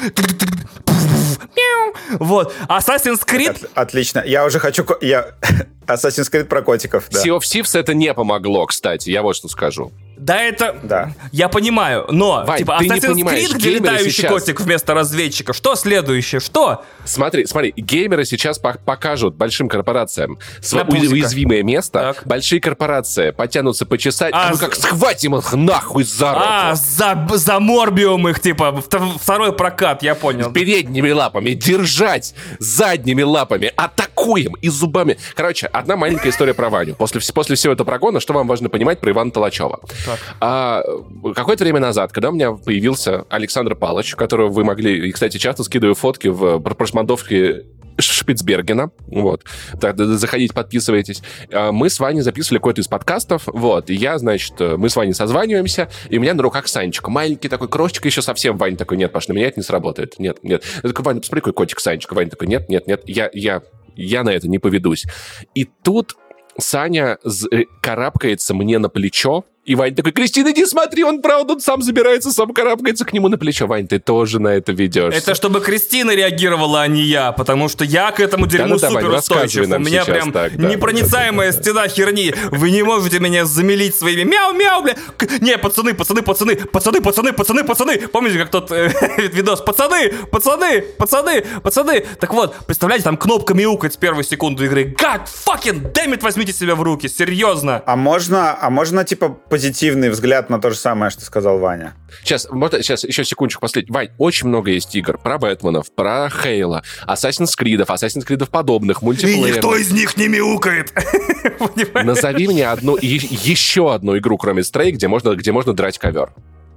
вот, Assassin's Creed... Отлично, я уже хочу... Assassin's Creed про котиков, да. Sea of Thieves это не помогло, кстати, я вот что скажу. Да, это... Да. Я понимаю, но, Вань, типа, Assassin's Creed, где летающий сейчас... котик вместо разведчика. Что следующее? Что? Смотри, геймеры сейчас покажут большим корпорациям свое уязвимое место. Так. Большие корпорации потянутся почесать, мы как схватим их нахуй за руку. За морбиум их, типа, второй прокат, я понял. Передними лапами держать, задними лапами атакуем и зубами. Короче, одна маленькая история про Ваню. После всего этого прогона, что вам важно понимать про Ивана Толачева? Какое-то время назад, когда у меня появился Александр Палыч, которого вы могли, и, кстати, часто скидываю фотки в прошмандовке Шпицбергена, вот, так, заходите, подписывайтесь. Мы с Ваней записывали какой-то из подкастов, вот, и я, значит, мы с Ваней созваниваемся, и у меня на руках Санечка, маленький такой, крошечка еще совсем. Ваня такой, нет, Паш, на меня это не сработает, нет. Я такой, Ваня, посмотри, какой котик Санечка. Ваня такой, нет, я на это не поведусь. И тут Саня карабкается мне на плечо, и Ваня такой, Кристина, иди смотри, он правда сам забирается, сам карабкается к нему на плечо. Вань, ты тоже на это ведешься. Это чтобы Кристина реагировала, а не я, потому что я к этому дерьму супер устойчив. У меня прям так, непроницаемая стена херни. Вы не можете меня замелить своими мяу-мяу, бля. Не, пацаны. Помните, как тот видос? Пацаны. Так вот, представляете, там кнопка мяукать с первой секунды игры. God fucking damn it, возьмите себя в руки, серьезно. А можно типа позитивный взгляд на то же самое, что сказал Ваня? Сейчас еще секундочку последний. Вань, очень много есть игр про Бэтменов, про Хейла, Assassin's Creed подобных, мультиплееров. И никто из них не мяукает. Назови мне еще одну игру, кроме Stray, где можно драть ковер.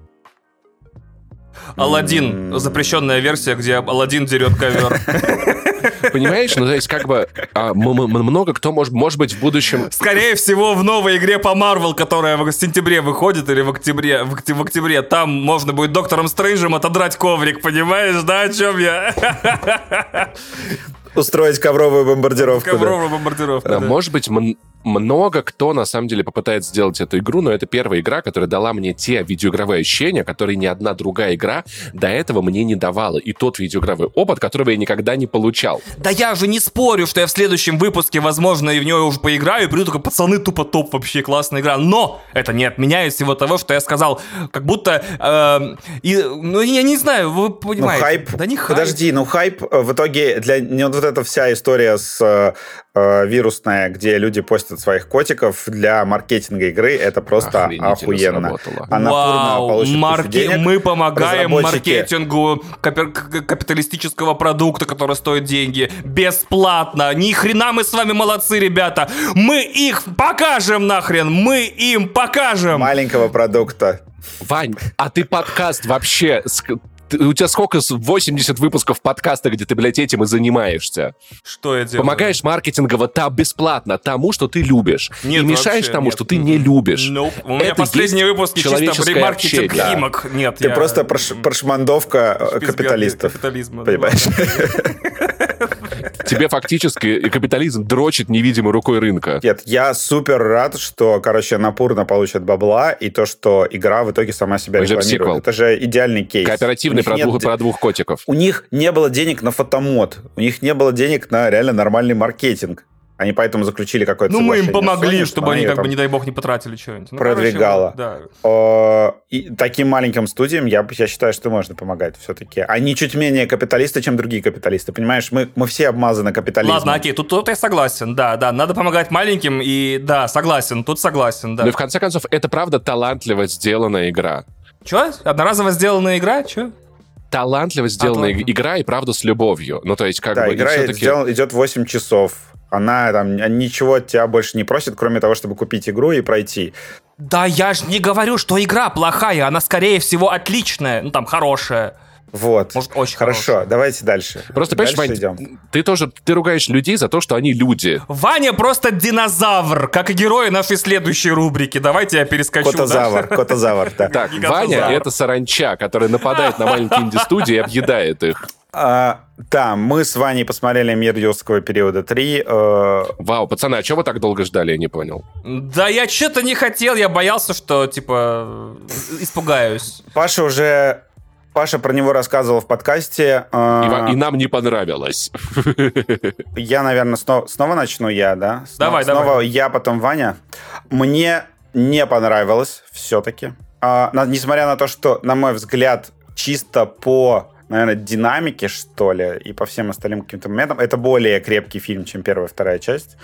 Аладдин, запрещенная версия, где Аладдин дерет ковер. Понимаешь? Ну, то есть, как бы, много кто может быть в будущем... Скорее всего, в новой игре по Marvel, которая в сентябре выходит, или в октябре, там можно будет Доктором Стрэнджем отодрать коврик, понимаешь, да, о чем я? Устроить ковровую бомбардировку. Да. Может быть, много кто, на самом деле, попытается сделать эту игру, но это первая игра, которая дала мне те видеоигровые ощущения, которые ни одна другая игра до этого мне не давала. И тот видеоигровой опыт, которого я никогда не получал. Да я же не спорю, что я в следующем выпуске, возможно, и в нее уже поиграю, и приду такой, пацаны, тупо топ, вообще классная игра. Но это не отменяет всего того, что я сказал. Как будто... я не знаю, вы понимаете. Хайп. Да не хайп. Подожди, хайп в итоге для... Вот эта вся история с вирусная, где люди постят своих котиков для маркетинга игры, это просто охуенно. Вау, мы помогаем маркетингу капиталистического продукта, который стоит деньги, бесплатно. Ни хрена мы с вами молодцы, ребята. Мы их покажем нахрен, мы им покажем. Маленького продукта. Вань, а ты подкаст вообще... У тебя сколько? 80 выпусков подкаста, где ты, блядь, этим и занимаешься. Что я делаю? Помогаешь маркетингово бесплатно тому, что ты любишь. Нет, и мешаешь вообще, тому, нет. что ты не любишь. Nope. У меня Это последние есть выпуски чисто человеческое ремаркетинг общение. Химок. Нет, Ты просто прошмандовка капиталистов. Капитализма. Понимаешь? Тебе фактически капитализм дрочит невидимой рукой рынка. Нет, я супер рад, что, короче, Анапурна получит бабла, и то, что игра в итоге сама себя Это же рекламирует. сиквел. Это же идеальный кейс. Кооперативный про двух котиков. У них не было денег на фотомод, у них не было денег на реально нормальный маркетинг. Они поэтому заключили какое-то Мы им соглашение с помогли, Sony, чтобы они, ее как бы, там не дай бог, не потратили что-нибудь. продвигала. Короче, да. И таким маленьким студиям я считаю, что можно помогать все-таки. Они чуть менее капиталисты, чем другие капиталисты. Понимаешь, мы все обмазаны капитализмом. Ладно, окей, тут я согласен, да, надо помогать маленьким, и да, согласен, тут согласен, да. Но в конце концов, это правда талантливо сделанная игра. Чё? Одноразово сделанная игра? Чё? Талантливо сделанная игра и правда с любовью. Ну, то есть, как бы... игра идет 8 часов. Она там ничего от тебя больше не просит, кроме того, чтобы купить игру и пройти. Да я же не говорю, что игра плохая, она, скорее всего, отличная, ну, там, хорошая. Вот. Может, очень хорошо. хорошая. Давайте дальше. Просто, дальше понимаешь, идем. ты ругаешь людей за то, что они люди. Ваня просто динозавр, как и герои нашей следующей рубрики. Давайте я перескочу. Котозавр, да. Так, Гигантозавр. Ваня — это саранча, которая нападает на маленькие инди-студии и объедает их. Да, мы с Ваней посмотрели «Мир юрского периода 3». Вау, пацаны, а чего вы так долго ждали, я не понял. Да я что-то не хотел, я боялся, что, типа, испугаюсь. Паша про него рассказывал в подкасте. И нам не понравилось. Я, наверное, снова начну да? Давай. Снова я, потом Ваня. Мне не понравилось все-таки. Несмотря на то, что, на мой взгляд, чисто по, наверное, динамике, что ли, и по всем остальным каким-то моментам, это более крепкий фильм, чем первая и вторая часть.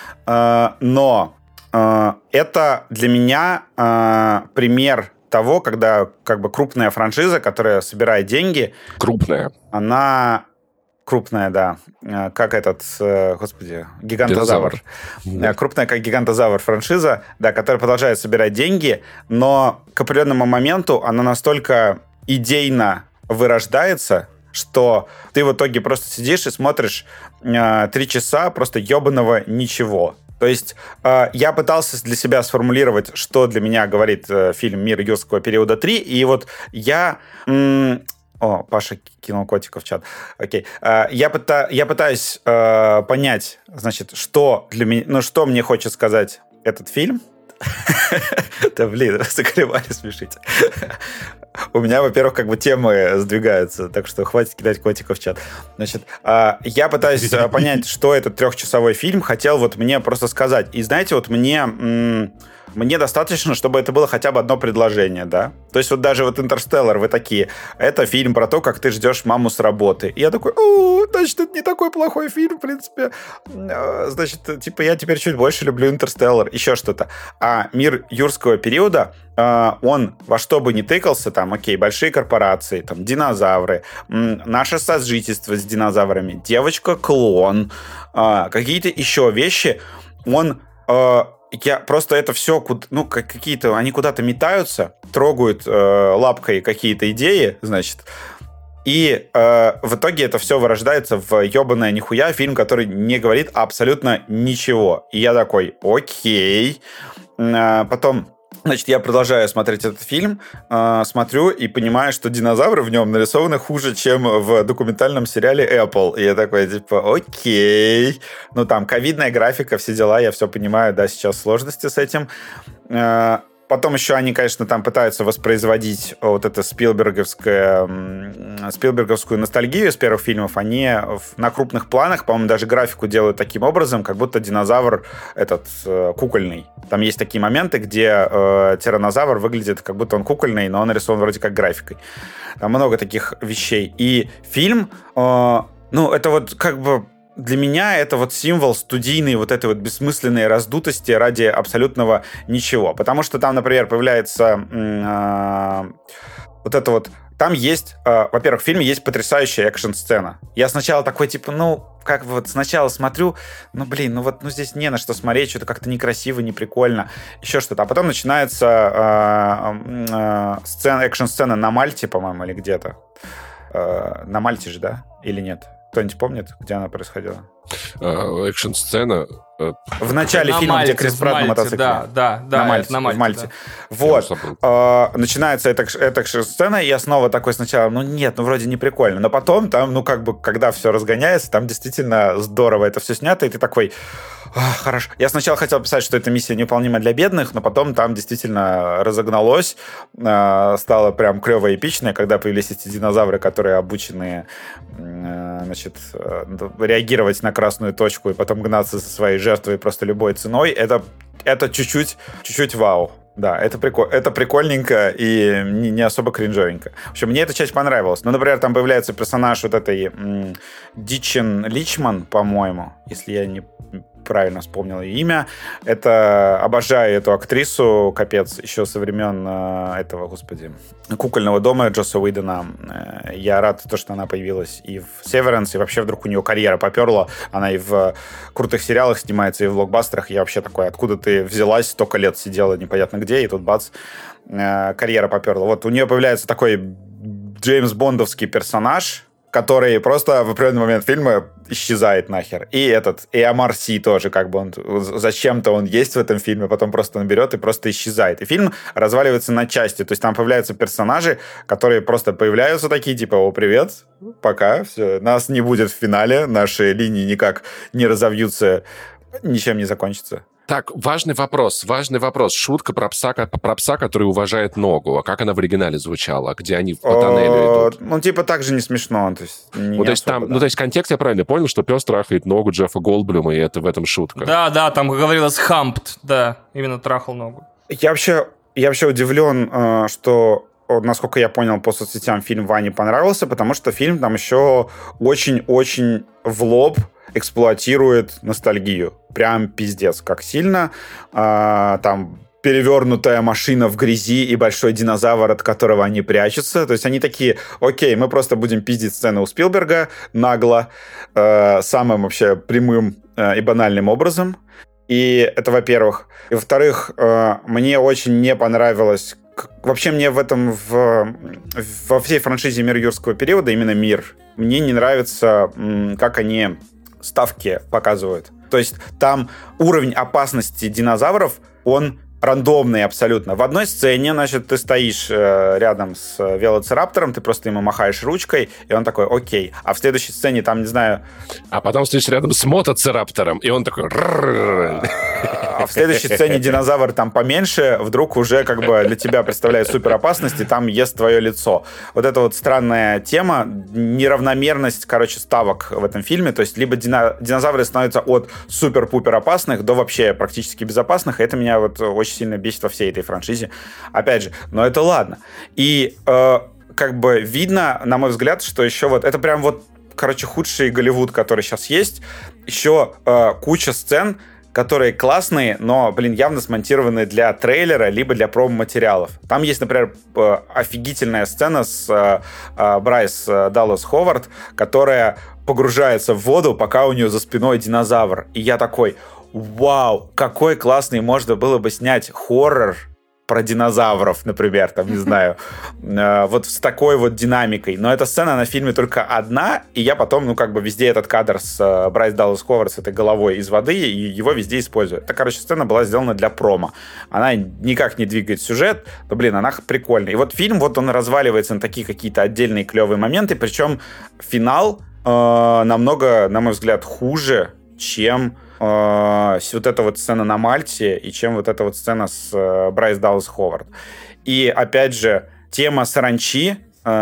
Но это для меня пример того, когда как бы крупная франшиза, которая собирает деньги... Крупная. Она крупная, да. Как этот, господи, гигантозавр. Да. Крупная, как гигантозавр франшиза, да, которая продолжает собирать деньги, но к определенному моменту она настолько идейно вырождается, что ты в итоге просто сидишь и смотришь 3 часа просто ебаного ничего. То есть я пытался для себя сформулировать, что для меня говорит фильм «Мир юрского периода 3», и вот я... О, Паша кинул котика в чат. Окей. Я пытаюсь понять, значит, что для меня, ну, что мне хочет сказать этот фильм. Да, блин, закрывали, смешите. У меня, во-первых, как бы темы сдвигаются, так что хватит кидать котиков в чат. Значит, я пытаюсь понять, что этот 3-часовой фильм хотел вот мне просто сказать. И знаете, вот мне достаточно, чтобы это было хотя бы одно предложение, да? То есть вот даже вот «Интерстеллар», вы такие, это фильм про то, как ты ждешь маму с работы. И я такой, значит, это не такой плохой фильм, в принципе. Значит, типа, я теперь чуть больше люблю «Интерстеллар», еще что-то. А «Мир юрского периода», он во что бы ни тыкался, там, окей, большие корпорации, там, динозавры, наше сожительство с динозаврами, девочка-клон, какие-то еще вещи, он... Я просто это все, ну, какие-то, они куда-то метаются, трогают лапкой какие-то идеи, значит, и в итоге это все вырождается в ебаное нихуя фильм, который не говорит абсолютно ничего. И я такой, окей. Потом, значит, я продолжаю смотреть этот фильм, смотрю и понимаю, что динозавры в нем нарисованы хуже, чем в документальном сериале Apple. И я такой, типа, окей. Ну, там, ковидная графика, все дела, я все понимаю, да, сейчас сложности с этим. Потом еще они, конечно, там пытаются воспроизводить вот эту спилберговскую ностальгию из первых фильмов. Они на крупных планах, по-моему, даже графику делают таким образом, как будто динозавр этот кукольный. Там есть такие моменты, где тираннозавр выглядит, как будто он кукольный, но он нарисован вроде как графикой. Там много таких вещей. И фильм, ну, это вот как бы... Для меня это вот символ студийной вот этой вот бессмысленной раздутости ради абсолютного ничего. Потому что там, например, появляется вот это вот там есть, во-первых, в фильме есть потрясающая экшн-сцена. Я сначала такой, типа, как вот сначала смотрю, здесь не на что смотреть, что-то как-то некрасиво, не прикольно, еще что-то. А потом начинается экшн-сцена на Мальте, по-моему, или где-то. На Мальте же, да? Или нет? Кто-нибудь помнит, где она происходила? Экшн-сцена. В начале фильма, где Крис Пратт на мотоцикле. Да, на Мальте. Да. Вот. Начинается эта сцена, и я снова такой сначала, вроде не прикольно. Но потом там, когда все разгоняется, там действительно здорово это все снято, и ты такой, хорошо. Я сначала хотел писать, что это миссия невыполнима для бедных, но потом там действительно разогналось, стало прям клево и эпично, когда появились эти динозавры, которые обучены реагировать на красную точку и потом гнаться за своей жертвой просто любой ценой. Это чуть-чуть вау. Да, это прикольненько и не особо кринжовенько. В общем, мне эта часть понравилась. Например, там появляется персонаж вот этой Дичен Личман, по-моему, если я не правильно вспомнил ее имя. Обожаю эту актрису, капец, еще со времен кукольного дома Джосса Уидона. Я рад, что она появилась и в «Северанс», и вообще вдруг у нее карьера поперла. Она и в крутых сериалах снимается, и в блокбастерах. Я вообще такой, откуда ты взялась, столько лет сидела непонятно где, и тут бац, карьера поперла. Вот у нее появляется такой Джеймс Бондовский персонаж, который просто в определенный момент фильма исчезает нахер. И Омар Си тоже, зачем-то он есть в этом фильме, потом просто он берет и просто исчезает. И фильм разваливается на части. То есть там появляются персонажи, которые просто появляются такие, типа, о, привет, пока, все, нас не будет в финале, наши линии никак не разовьются, ничем не закончатся. Так, важный вопрос. Шутка про пса, который уважает ногу. А как она в оригинале звучала? Где они по тоннелю идут? Так же не смешно. То есть, контекст я правильно понял, что пес трахает ногу Джеффа Голдблюма, и это в этом шутка. Да, там говорилось «хампт», да, именно трахал ногу. Я вообще удивлен, что, насколько я понял по соцсетям, фильм Ване понравился, потому что фильм там еще очень-очень в лоб эксплуатирует ностальгию. Прям пиздец, как сильно. Там перевернутая машина в грязи и большой динозавр, от которого они прячутся. То есть они такие, окей, мы просто будем пиздить сцены у Спилберга нагло, самым вообще прямым и банальным образом. И это, во-первых. И, во-вторых, мне очень не понравилось. Вообще мне во всей франшизе «Мир юрского периода», именно «Мир», мне не нравится, как они ставки показывают. То есть там уровень опасности динозавров, он рандомный абсолютно. В одной сцене, значит, ты стоишь рядом с велоцираптором, ты просто ему махаешь ручкой, и он такой, окей. А в следующей сцене там, не знаю... А потом стоишь рядом с мотоцираптором, и он такой... А в следующей сцене динозавр там поменьше, вдруг уже для тебя представляет суперопасность, и там ест твое лицо. Вот это вот странная тема, неравномерность, ставок в этом фильме. То есть либо динозавры становятся от супер-пупер опасных до вообще практически безопасных, и это меня очень сильно бесит во всей этой франшизе. Опять же, но это ладно. И видно, на мой взгляд, что еще это прям худший Голливуд, который сейчас есть. Еще куча сцен, которые классные, но, явно смонтированы для трейлера, либо для промо-материалов. Там есть, например, офигительная сцена с Брайс Даллас Ховард, которая погружается в воду, пока у нее за спиной динозавр. И я такой, вау, какой классный можно было бы снять хоррор про динозавров, например, не знаю, с такой динамикой. Но эта сцена на фильме только одна, и я потом, везде этот кадр с Брайс Даллас Ховард с этой головой из воды, и его везде использую. Это, сцена была сделана для промо. Она никак не двигает сюжет, но, она прикольная. И фильм, он разваливается на такие какие-то отдельные клевые моменты, причем финал намного, на мой взгляд, хуже, чем эта сцена на Мальте и чем эта сцена с Брайс Даллас Ховард. И, опять же, тема саранчи.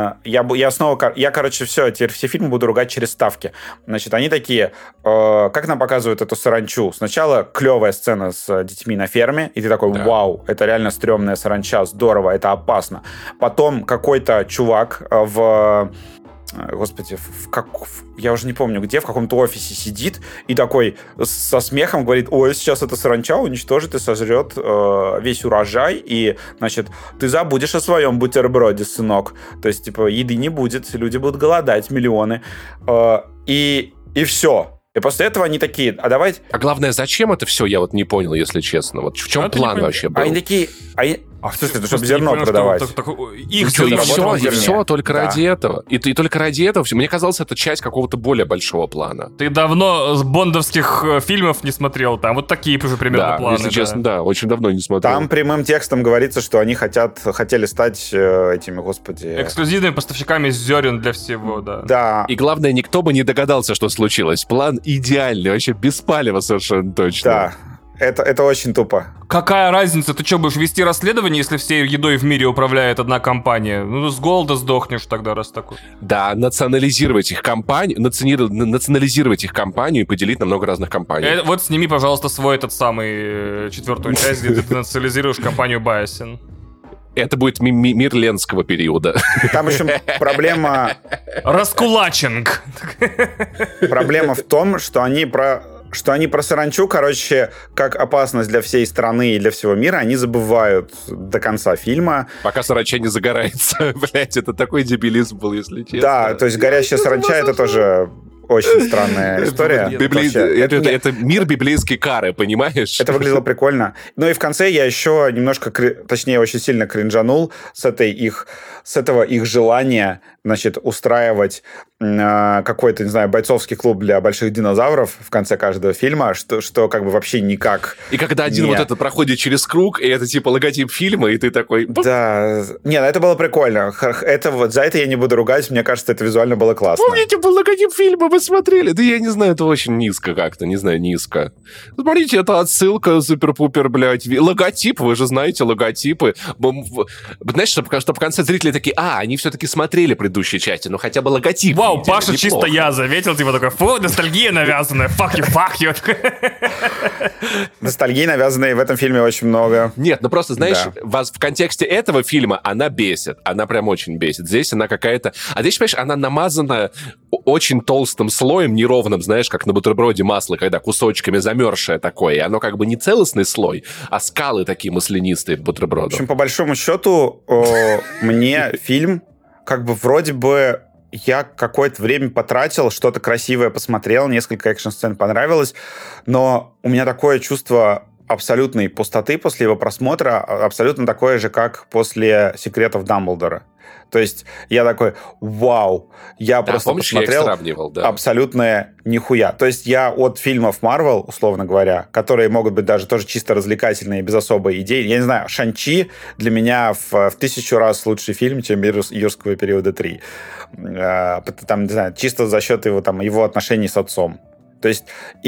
Теперь все фильмы буду ругать через ставки. Значит, они такие, как нам показывают эту саранчу? Сначала клевая сцена с детьми на ферме, и ты такой, вау, это реально стрёмная саранча, здорово, это опасно. Потом какой-то чувак в господи, я уже не помню где, в каком-то офисе сидит и такой со смехом говорит: ой, сейчас эта саранча уничтожит и сожрет весь урожай, и, значит, ты забудешь о своем бутерброде, сынок. То есть, типа, еды не будет, люди будут голодать, миллионы. И все. И после этого они такие, а давайте... А главное, зачем это все, я вот не понял, если честно. Вот в чем план вообще был? Они такие... в смысле, чтобы зерно продавать? Их все только ради этого. И только ради этого. Мне казалось, это часть какого-то более большого плана. Ты давно с бондовских фильмов не смотрел, там вот такие же примерно планы. Если честно, да, очень давно не смотрел. Там прямым текстом говорится, что они хотели стать этими, господи... эксклюзивными поставщиками зерен для всего, да. Да. И главное, никто бы не догадался, что случилось. План идеальный, вообще без палева совершенно точно. Да. Это очень тупо. Какая разница? Ты что, будешь вести расследование, если всей едой в мире управляет одна компания? Ну, с голода сдохнешь тогда, раз такой. Да, национализировать их компанию и поделить на много разных компаний. Вот сними, пожалуйста, свой этот самый 4-ю часть, где ты национализируешь компанию Байасин. Это будет мир Ленского периода. Там еще проблема... Раскулачинг. Проблема в том, что они про саранчу, короче, как опасность для всей страны и для всего мира, они забывают до конца фильма. Пока саранча не загорается. Блять, это такой дебилизм был, если честно. Да, то есть горящая саранча — это тоже очень странная история. Это мир библейской кары, понимаешь? Это выглядело прикольно. Ну и в конце я еще немножко, точнее, очень сильно кринжанул с этого их желания, значит, устраивать какой-то, не знаю, бойцовский клуб для больших динозавров в конце каждого фильма, что как бы вообще никак... И когда один вот это проходит через круг, и это типа логотип фильма, и ты такой... Да. Не, ну это было прикольно. За это я не буду ругать, мне кажется, это визуально было классно. Помните, был логотип фильма, вы смотрели? Да я не знаю, это очень низко как-то, не знаю, низко. Смотрите, это отсылка, супер-пупер, блядь. Логотип, вы же знаете логотипы. Знаешь, чтобы в конце зрители такие, они все-таки смотрели предыдущие части, но хотя бы логотип. Вау, Паша чисто я заметил, типа такой, фу, ностальгия навязанная, fuck you. Ностальгии навязанной в этом фильме очень много. Нет, ну просто, знаешь, вас в контексте этого фильма она бесит. Она прям очень бесит. Здесь она какая-то... А здесь, понимаешь, она намазана очень толстым слоем, неровным, знаешь, как на бутерброде масло, когда кусочками замерзшее такое. И оно как бы не целостный слой, а скалы такие маслянистые в бутерброде. В общем, по большому счету, мне фильм как бы вроде бы я какое-то время потратил, что-то красивое посмотрел, несколько экшн-сцен понравилось, но у меня такое чувство абсолютной пустоты после его просмотра, абсолютно такое же, как после «Секретов Дамблдора». То есть я такой, вау, я просто посмотрел абсолютное нихуя. То есть я от фильмов Marvel, условно говоря, которые могут быть даже тоже чисто развлекательные, без особой идеи, я не знаю, «Шан-Чи» для меня в 1000 раз лучший фильм, чем «Мир юрского периода 3». Там, не знаю, чисто за счет его отношений с отцом. То есть,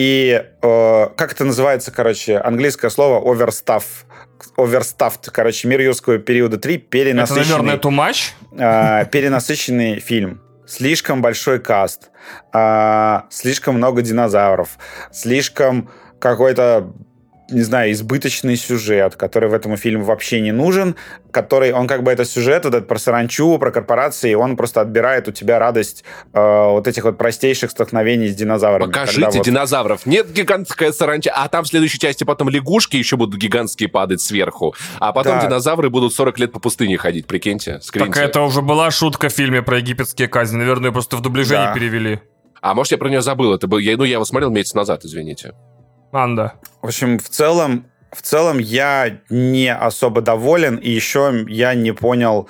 как это называется, короче, английское слово overstuffed, короче, «Мир юрского периода 3» перенасыщенный... Это, наверное, too much? Перенасыщенный фильм. Слишком большой каст, слишком много динозавров, слишком какой-то, не знаю, избыточный сюжет, который в этом фильме вообще не нужен, он как бы, это сюжет этот про саранчу, про корпорации, он просто отбирает у тебя радость вот этих вот простейших столкновений с динозаврами. Покажите динозавров. Нет гигантская саранча, а там в следующей части потом лягушки еще будут гигантские падать сверху, а потом динозавры будут 40 лет по пустыне ходить, прикиньте, скриньте. Так это уже была шутка в фильме про египетские казни, наверное, просто в дубляже не перевели. А может, я про нее забыл, это был, я его смотрел месяц назад, извините. Анда. В общем, в целом я не особо доволен, и еще я не понял,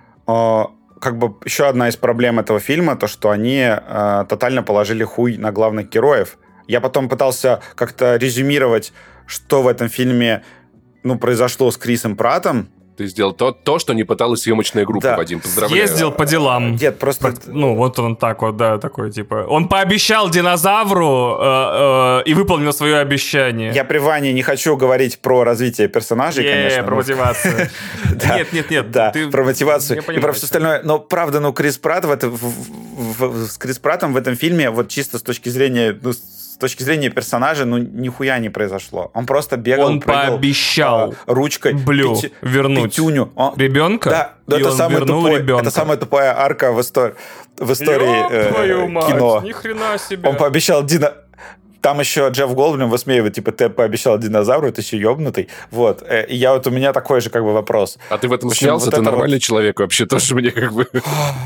как бы еще одна из проблем этого фильма, то, что они тотально положили хуй на главных героев. Я потом пытался как-то резюмировать, что в этом фильме произошло с Крисом Праттом. Ты сделал то, что не пыталась съемочная группа, Вадим, поздравляю. Ездил по делам. Нет, просто... вот он так вот, да, такой, типа... Он пообещал динозавру и выполнил свое обещание. Я при Ване не хочу говорить про развитие персонажей, конечно. Про мотивацию. Нет. Да, про мотивацию и про все остальное. Но, правда, Крис Пратт с Крис Праттом в этом фильме, вот чисто с точки зрения с точки зрения персонажа, ну, нихуя не произошло. Он просто бегал, он пообещал ручкой вернуть пятюню. ребенка, да, это самая тупая арка в истории кино. Ни хрена себе. Он пообещал Там еще Джефф Голдблюм высмеивает, типа, ты пообещал динозавру, ты еще ёбнутый. Вот. И у меня такой же, как бы, вопрос. А ты в этом смеялся? Ты нормальный человек вообще, тоже мне как бы...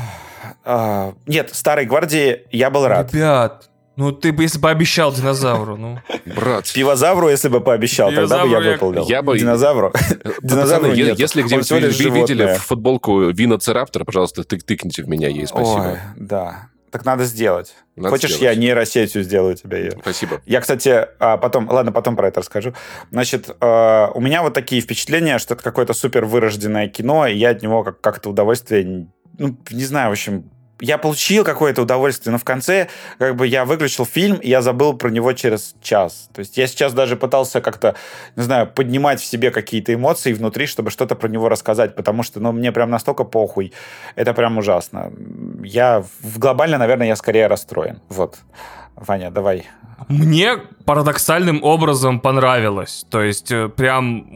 Нет, Старой Гвардии я был рад. Ребят, ну ты бы, если бы обещал динозавру, ну... Брат. Пивозавру, если бы пообещал, тогда бы я выполнил. Динозавру? Динозавру нет. Если где-нибудь вы видели футболку Виноцираптора, пожалуйста, тыкните в меня ей, спасибо. Ой, да. Так надо сделать. Хочешь, я нейросетью сделаю тебе ее? Спасибо. Я, кстати, потом про это расскажу. Значит, у меня вот такие впечатления, что это какое-то супер вырожденное кино, и я от него как-то удовольствие... Ну, не знаю, в общем... Я получил какое-то удовольствие, но в конце как бы я выключил фильм, и я забыл про него через час. То есть я сейчас даже пытался как-то, не знаю, поднимать в себе какие-то эмоции внутри, чтобы что-то про него рассказать, потому что, ну, мне прям настолько похуй. Это прям ужасно. Глобально, наверное, я скорее расстроен. Вот. Ваня, давай. Мне парадоксальным образом понравилось. То есть прям...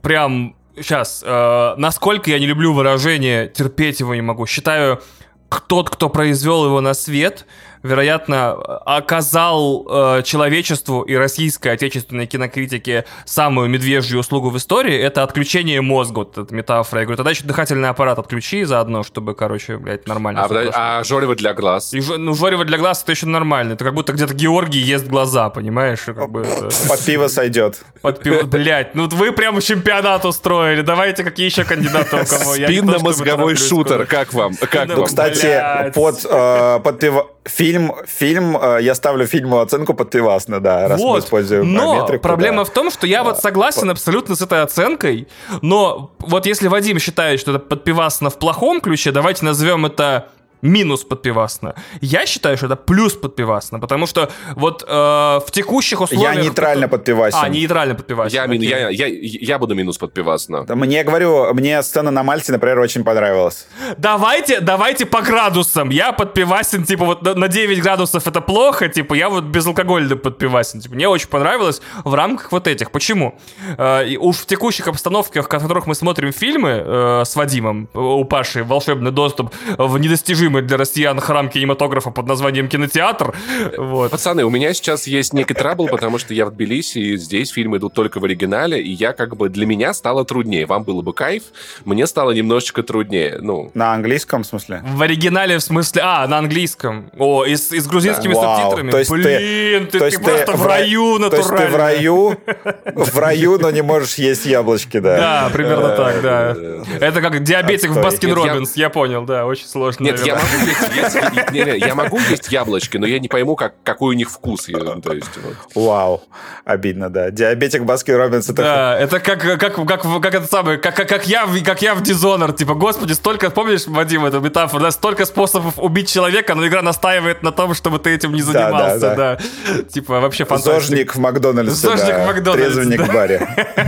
Сейчас, насколько я не люблю выражение, терпеть его не могу. Считаю... Тот, кто произвел его на свет, вероятно, оказал человечеству и российской отечественной кинокритике самую медвежью услугу в истории. Это отключение мозга, вот эта метафора. Я говорю, тогда еще дыхательный аппарат отключи заодно, чтобы, короче, блядь, нормально. А жорево для глаз? Жорево для глаз — это еще нормально. Это как будто где-то Георгий ест глаза, понимаешь? Как бы это... Под пиво сойдет. Под пиво, блядь. Ну вы прямо чемпионат устроили. Давайте, какие еще кандидаты у кого? Спинномозговой шутер. Как вам? Кстати, под пиво... Фильм, я ставлю фильму оценку подпивасно, да, раз мы используем метрику. Но проблема в том, что я вот согласен абсолютно с этой оценкой, но вот если Вадим считает, что это подпивасно в плохом ключе, давайте назовем это минус подпивасно. Я считаю, что это плюс подпивасно, потому что вот в текущих условиях... Я нейтрально подпивасен. Нейтрально подпивасен. Я буду минус подпивасно. Мне сцена на Мальте, например, очень понравилась. Давайте по градусам. Я подпивасен, типа, вот на 9 градусов это плохо, типа, я вот безалкогольно подпивасен. Типа, мне очень понравилось в рамках вот этих. Почему? Уж в текущих обстановках, в которых мы смотрим фильмы с Вадимом, у Паши волшебный доступ в недостижимый для россиян храм кинематографа под названием кинотеатр. Вот. Пацаны, у меня сейчас есть некий трабл, потому что я в Тбилиси, и здесь фильмы идут только в оригинале, и я как бы для меня стало труднее. Вам было бы кайф, мне стало немножечко труднее. Ну. На английском, в смысле? В оригинале, в смысле... на английском. И с грузинскими субтитрами. То есть ты просто в раю натурально. То есть ты в раю, но не можешь есть яблочки, да. Да, примерно так, да. Это как диабетик в Баскин-Роббинс, я понял, да, очень сложно. Нет, я могу есть яблочки, но я не пойму, какой у них вкус. То есть, вот. Вау, обидно, да. Диабетик Баскин-Роббинс. Да, это как это самое, как я в Dishonored, типа, господи, столько, помнишь, Вадим, эту метафору, да, столько способов убить человека, но игра настаивает на том, чтобы ты этим не занимался, да. Типа, вообще фантастика. Зожник в Макдональдсе, трезвенник в баре.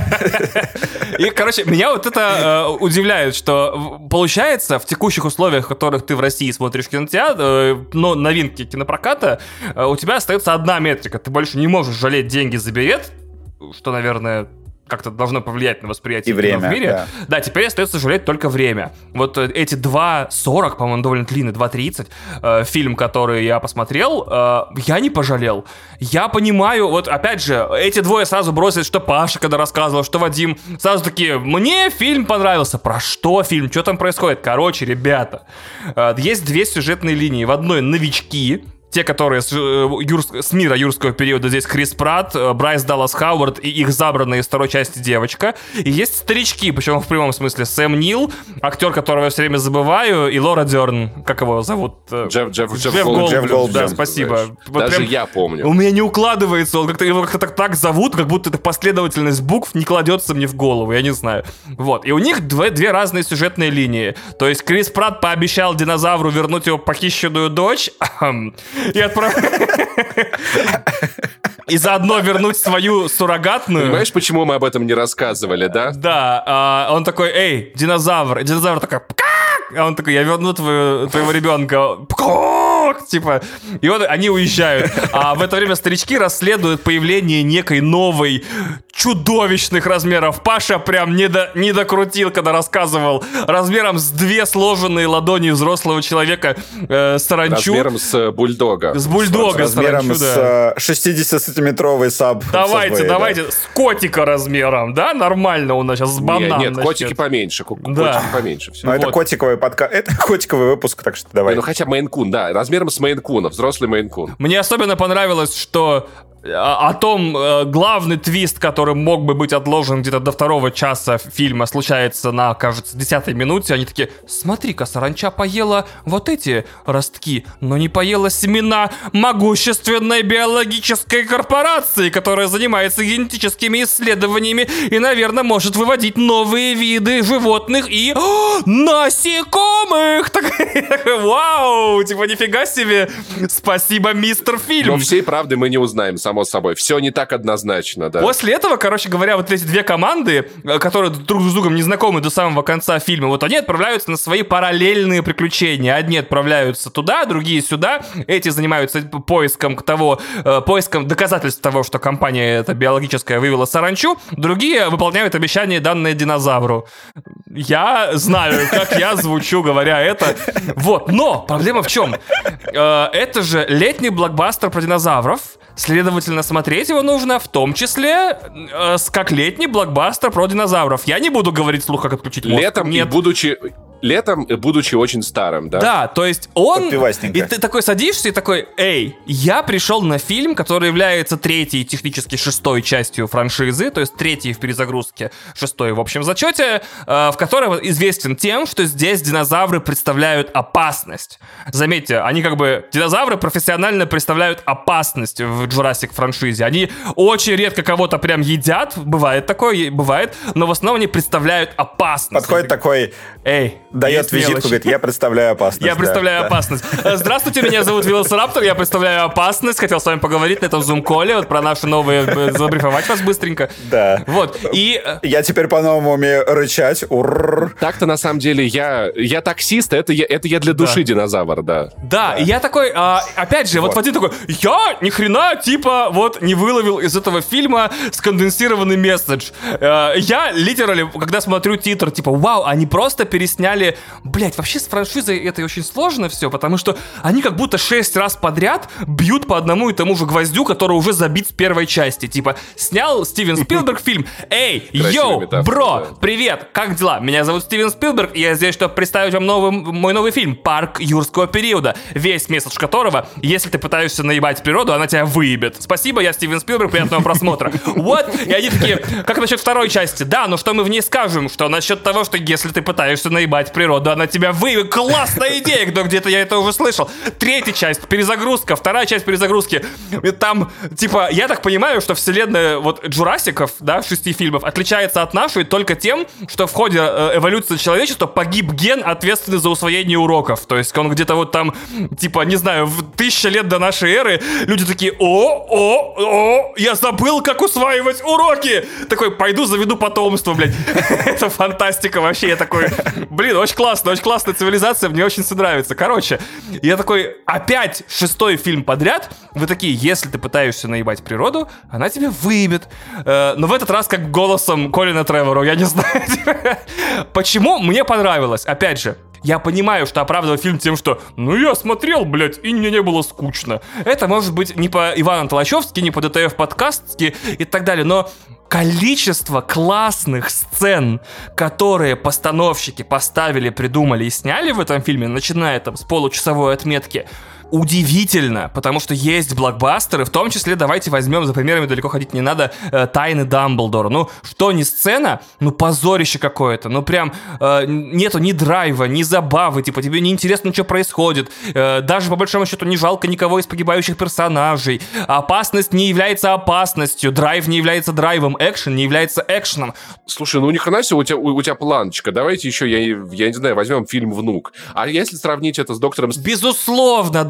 И, короче, меня вот это удивляет, что получается в текущих условиях, в которых ты в России смотришь кинотеатр, но новинки кинопроката, у тебя остается одна метрика. Ты больше не можешь жалеть деньги за билет, что, наверное, как-то должно повлиять на восприятие кино в мире. Да, теперь остается жалеть только время. Вот эти 2.40, по-моему, довольно длинный, 2.30, фильм, который я посмотрел, я не пожалел. Я понимаю, вот опять же, эти двое сразу бросили, что Паша, когда рассказывал, что Вадим, сразу такие, мне фильм понравился. Про что фильм? Что там происходит? Короче, ребята, есть две сюжетные линии. В одной новички, те, которые с мира юрского периода, здесь Крис Пратт, Брайс Даллас Хауард и их забранная из второй части девочка. И есть старички, причем в прямом смысле. Сэм Нил, актер, которого я все время забываю, и Лора Дерн, как его зовут? Джефф Голдблюм. Да, спасибо. Вот даже я помню. У меня не укладывается, его как-то так зовут, как будто эта последовательность букв не кладется мне в голову, я не знаю. Вот. И у них две разные сюжетные линии. То есть Крис Пратт пообещал динозавру вернуть его похищенную дочь, и заодно вернуть свою суррогатную. Понимаешь, почему мы об этом не рассказывали, да? Да, он такой, эй, динозавр. И динозавр такой, как? А он такой, я верну твоего ребенка. типа, и вот они уезжают. А в это время старички расследуют появление некой новой чудовищных размеров. Паша прям не докрутил, когда рассказывал. Размером с 2 сложенные ладони взрослого человека саранчу. Размером с бульдога. С бульдога размером саранчу, да. с 60-сантиметровый саб. Давайте, с котика размером, да? Нормально у нас сейчас с банан. Нет, котики поменьше. Котики поменьше. Все. Но это котиковый подкаст, это котиковый выпуск, так что давай. Ну хотя Мейн-кун, да, размером с Мейн-куна, взрослый Мейн-кун. Мне особенно понравилось, что о том, главный твист, который мог бы быть отложен где-то до 2 часа фильма, случается на, кажется, 10-й минуте. Они такие: смотри-ка, саранча поела вот эти ростки, но не поела семена могущественной биологической корпорации, которая занимается генетическими исследованиями и, наверное, может выводить новые виды животных и насекомых. Вау, типа нифига себе. Спасибо, мистер Фильм. Но всей правды мы не узнаем, само собой. Все не так однозначно, да. После этого, короче говоря, вот эти 2 команды, которые друг с другом не знакомы до самого конца фильма, вот они отправляются на свои параллельные приключения. Одни отправляются туда, другие сюда. Эти занимаются поиском доказательств того, что компания эта биологическая вывела саранчу. Другие выполняют обещание, данное динозавру. Я знаю, как я звучу, говоря это. Вот, но проблема в чем? Это же летний блокбастер про динозавров. Следовательно, смотреть его нужно в том числе как летний блокбастер про динозавров. Я не буду говорить вслух, как отключить мозг. Летом, будучи очень старым, да? Да, то есть он... И ты такой садишься и такой: эй, я пришел на фильм, который является 3-й, технически 6-й частью франшизы, то есть 3-й в перезагрузке, 6-й в общем зачете, в котором известен тем, что здесь динозавры представляют опасность. Заметьте, они динозавры профессионально представляют опасность в Jurassic франшизе. Они очень редко кого-то прям едят, бывает такое, но в основном они представляют опасность. Подходит такой... Эй, дает визитку, говорит: я представляю опасность. Я представляю опасность. Здравствуйте, меня зовут Велосираптор, я представляю опасность. Хотел с вами поговорить на этом зум-коле, вот про наши новые, забрифовать вас быстренько. Да. Вот, и... Я теперь по-новому умею рычать. Так-то, на самом деле, я таксист, это я для души динозавр, да. Да, и я такой, опять же, вот Вадим такой: я ни хрена, типа, вот не выловил из этого фильма сконденсированный месседж. Я, литерально, когда смотрю титр, типа, вау, они просто пересняли... Блять, вообще с франшизой это очень сложно все, потому что они как будто 6 раз подряд бьют по одному и тому же гвоздю, который уже забит с первой части. Типа, снял Стивен Спилберг фильм: эй, йоу, бро, привет, как дела? Меня зовут Стивен Спилберг, и я здесь, чтобы представить вам мой новый фильм «Парк юрского периода», весь месседж которого: если ты пытаешься наебать природу, она тебя выебет. Спасибо, я Стивен Спилберг, приятного просмотра. Вот, и они такие: как насчет второй части? Да, но что мы в ней скажем? Что насчет того, что если ты пытаешься наебать природу, она тебя выебет? Классная идея, где-то я это уже слышал. 3-я часть, перезагрузка, 2-я часть перезагрузки. Там, типа, я так понимаю, что вселенная вот Джурасиков, да, 6 фильмов, отличается от нашей только тем, что в ходе эволюции человечества погиб ген, ответственный за усвоение уроков. То есть он где-то вот там, типа, не знаю, в 1000 лет до нашей эры люди такие: я забыл, как усваивать уроки. Такой: пойду заведу потомство, блядь. Это фантастика вообще. Я такой: блин, очень классная цивилизация, мне очень нравится. Короче, я такой: опять 6-й фильм подряд. Вы такие: если ты пытаешься наебать природу, она тебя выебет. Но в этот раз как голосом Колина Тревору, я не знаю. Почему мне понравилось? Опять же, я понимаю, что оправдываю фильм тем, что я смотрел, блядь, и мне не было скучно. Это может быть не по Ивану Толачевски, не по ДТФ подкастски и так далее, но количество классных сцен, которые постановщики поставили, придумали и сняли в этом фильме, начиная там с получасовой отметки, удивительно, потому что есть блокбастеры, в том числе, давайте возьмем, за примерами далеко ходить не надо, «Тайны Дамблдора». Ну, что не сцена, позорище какое-то, прям нету ни драйва, ни забавы, типа, тебе не интересно, что происходит, даже, по большому счету, не жалко никого из погибающих персонажей, опасность не является опасностью, драйв не является драйвом, экшен не является экшеном. Слушай, ни хрена себе у тебя планочка, давайте еще, я не знаю, возьмем фильм «Внук». А если сравнить это с доктором... Безусловно,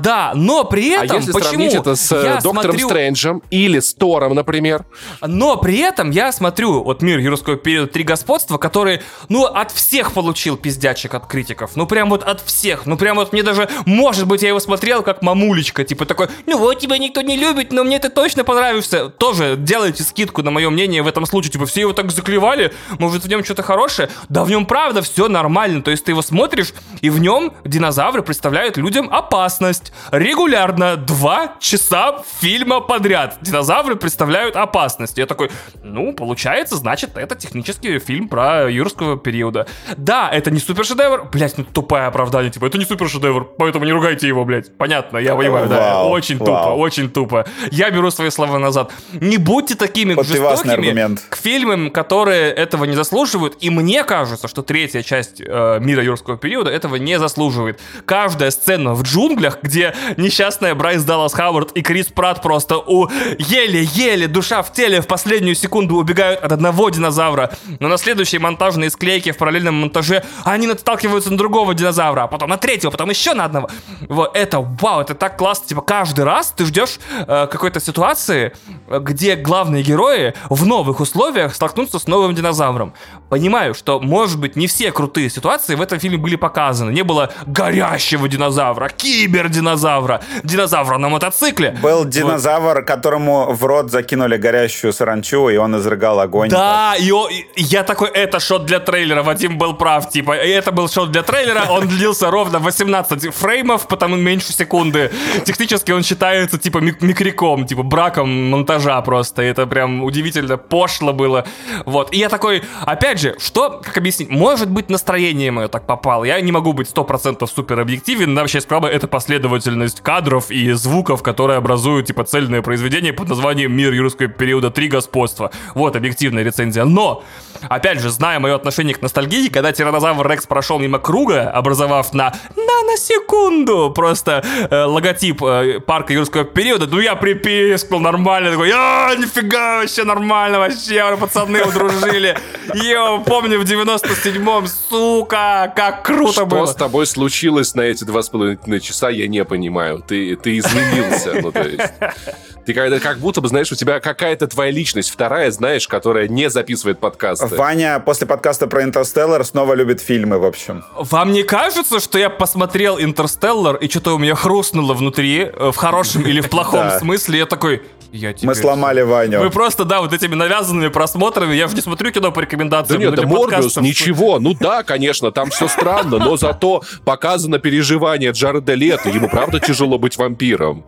Да, но при этом... А если почему сравнить это с Доктором Стрэнджем или с Тором, например? Но при этом я смотрю вот «Мир юрского периода. Три господства», который, от всех получил пиздячек от критиков. Прям вот от всех. Прям вот мне даже, может быть, я его смотрел как мамулечка. Типа такой, вот тебя никто не любит, но мне ты точно понравишься. Тоже делайте скидку на мое мнение в этом случае. Типа все его так заклевали, может в нем что-то хорошее. Да в нем правда все нормально. То есть ты его смотришь, и в нем динозавры представляют людям опасность. Регулярно 2 часа фильма подряд динозавры представляют опасность. Я такой, получается, значит, это технически фильм про юрского периода. Да, это не супершедевр. Блять, тупое оправдание. Типа, это не супершедевр, поэтому не ругайте его, блять. Понятно, я понимаю, да. Очень тупо. Я беру свои слова назад. Не будьте такими жестокими к фильмам, которые этого не заслуживают. И мне кажется, что 3-я часть «Мира юрского периода» этого не заслуживает. Каждая сцена в джунглях, где несчастная Брайс Даллас Хауард и Крис Пратт просто еле-еле душа в теле в последнюю секунду убегают от одного динозавра, но на следующей монтажной склейке в параллельном монтаже они наталкиваются на другого динозавра, а потом на третьего, потом еще на одного. Вот это вау, это так классно. Типа каждый раз ты ждешь какой-то ситуации, где главные герои в новых условиях столкнутся с новым динозавром. Понимаю, что, может быть, не все крутые ситуации в этом фильме были показаны. Не было горящего динозавра, кибердинозавра, динозавра на мотоцикле. Был динозавр, которому в рот закинули горящую саранчу, и он изрыгал огонь. Да, и я такой, это шот для трейлера, Вадим был прав, типа, это был шот для трейлера, он длился ровно 18 фреймов, потому меньше секунды. Технически он считается, типа, микряком, типа, браком монтажа просто, это прям удивительно пошло было, вот. И я такой, опять же, как объяснить, может быть, настроение мое так попало, я не могу быть 100% супер объективен, но вообще, сказал бы, это последовательность кадров и звуков, которые образуют, типа, цельное произведение под названием «Мир юрского периода. Три господства». Вот объективная рецензия. Но, опять же, зная мое отношение к ностальгии, когда тираннозавр Рекс прошел мимо круга, образовав на наносекунду просто логотип парка юрского периода, я припискнул нормально, такой, нифига, вообще нормально, вообще, пацаны удружили. Помню в 97-м, сука, как круто было. Что с тобой случилось на эти 2,5 часа, я не понимаю. Ты изменился, то есть... Ты как будто бы, знаешь, у тебя какая-то твоя личность вторая, знаешь, которая не записывает подкасты. Ваня после подкаста про «Интерстеллар» снова любит фильмы, в общем. Вам не кажется, что я посмотрел «Интерстеллар» и что-то у меня хрустнуло внутри, в хорошем или в плохом смысле? Я такой... Мы сломали Ваню. Вы просто, вот этими навязанными просмотрами, я же не смотрю кино по рекомендациям. Да нет, да Морбиус, ничего. Да, конечно, там все странно, но зато показано переживание Джареда Лето. Ему правда тяжело быть вампиром.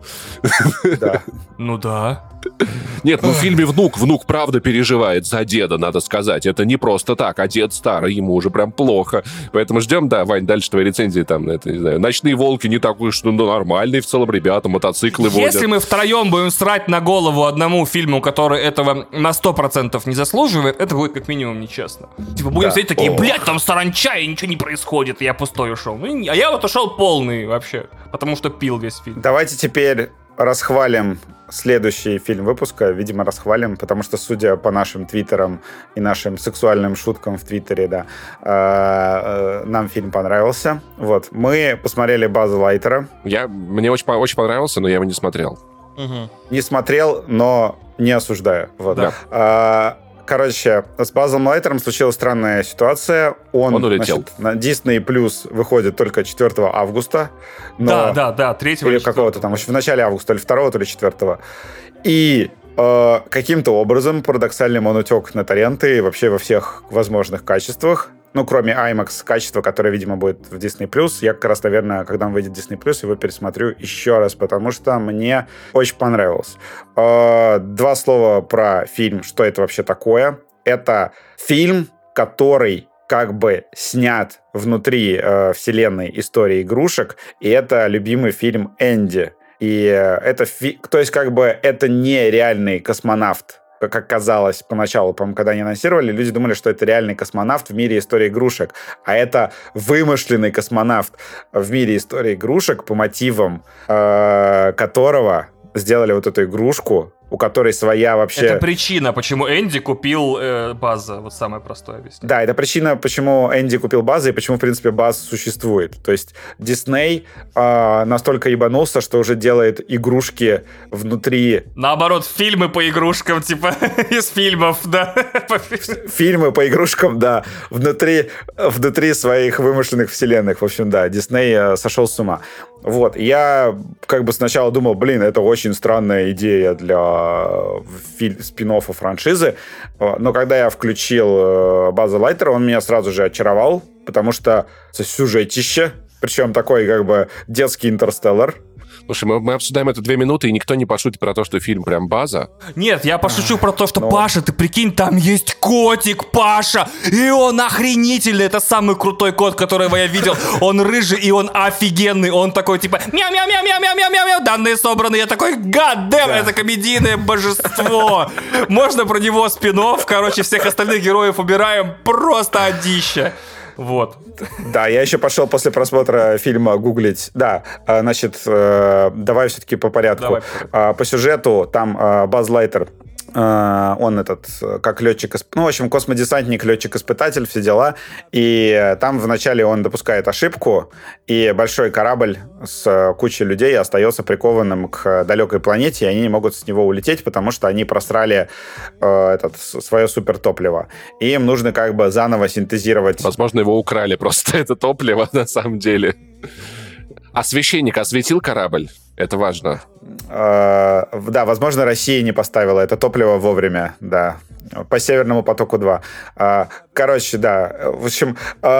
Да. Да. Нет, в фильме внук правда переживает за деда, надо сказать. Это не просто так, а дед старый, ему уже прям плохо. Поэтому ждем, Вань, дальше твои рецензии там, это, не знаю, «Ночные волки» не такой, что нормальные в целом ребята, мотоциклы водят. Если мы втроем будем срать на голову одному фильму, который этого на 100% не заслуживает, это будет как минимум нечестно. Типа будем сидеть такие, блядь, там саранча, и ничего не происходит, и я пустой ушел. А я вот ушел полный вообще, потому что пил весь фильм. Давайте теперь расхвалим следующий фильм выпуска. Видимо, расхвалим, потому что, судя по нашим твиттерам и нашим сексуальным шуткам в твиттере, нам фильм понравился. Вот. Мы посмотрели «База Лайтера». Мне очень понравился, но я его не смотрел. Не смотрел, но не осуждаю. Вот. Да. Короче, с «Базом Лайтером» случилась странная ситуация. Он улетел. На Disney Plus выходит только 4 августа. Но... Да, 3 или какого-то там, в начале августа, то ли 2, то ли 4. И каким-то образом, парадоксальным, он утек на торренты и вообще во всех возможных качествах. Кроме IMAX качества, которое, видимо, будет в Disney+. Я как раз, наверное, когда он выйдет в Disney+, его пересмотрю еще раз, потому что мне очень понравилось. 2 слова про фильм, что это вообще такое. Это фильм, который как бы снят внутри вселенной истории игрушек, и это любимый фильм Энди. И это, то есть, как бы, это не реальный космонавт, как казалось поначалу, по-моему, когда они анонсировали, люди думали, что это реальный космонавт в мире истории игрушек, а это вымышленный космонавт в мире истории игрушек, по мотивам которого сделали вот эту игрушку, у которой своя вообще... Это причина, почему Энди купил База, вот самое простое объяснение. Да, это причина, почему Энди купил База и почему, в принципе, Баз существует. То есть Дисней настолько ебанулся, что уже делает игрушки внутри... Наоборот, фильмы по игрушкам, типа, из фильмов, да. Фильмы по игрушкам, да, внутри своих вымышленных вселенных. В общем, да, Дисней сошел с ума. Вот, я как бы сначала думал, блин, это очень странная идея для спин-оффа франшизы, но когда я включил База Лайтера, он меня сразу же очаровал, потому что сюжетище, причем такой как бы детский Интерстеллар. Слушай, мы обсуждаем это 2 минуты, и никто не пошутит про то, что фильм прям база. Нет, я пошучу про то, что, Паша, ты прикинь, там есть котик, Паша, и он охренительный, это самый крутой кот, которого я видел. Он рыжий, и он офигенный, он такой, типа, мяу-мяу-мяу-мяу-мяу-мяу-мяу, данные собраны, я такой, гаддэм, это комедийное божество. Можно про него спин-офф, короче, всех остальных героев убираем, просто одища. Вот. Да, я еще пошел после просмотра фильма гуглить. Да, значит, давай все-таки по порядку. По сюжету там Баз Лайтер, он как летчик, ну, в общем, космодесантник, летчик-испытатель, все дела. И там вначале он допускает ошибку, и большой корабль с кучей людей остается прикованным к далекой планете, и они не могут с него улететь, потому что они просрали свое супертопливо. И им нужно как бы заново синтезировать... Возможно, его украли просто, это топливо, на самом деле. А священник осветил корабль? Это важно. Да, возможно, Россия не поставила это топливо вовремя, да. По Северному потоку-2. Короче, да. В общем,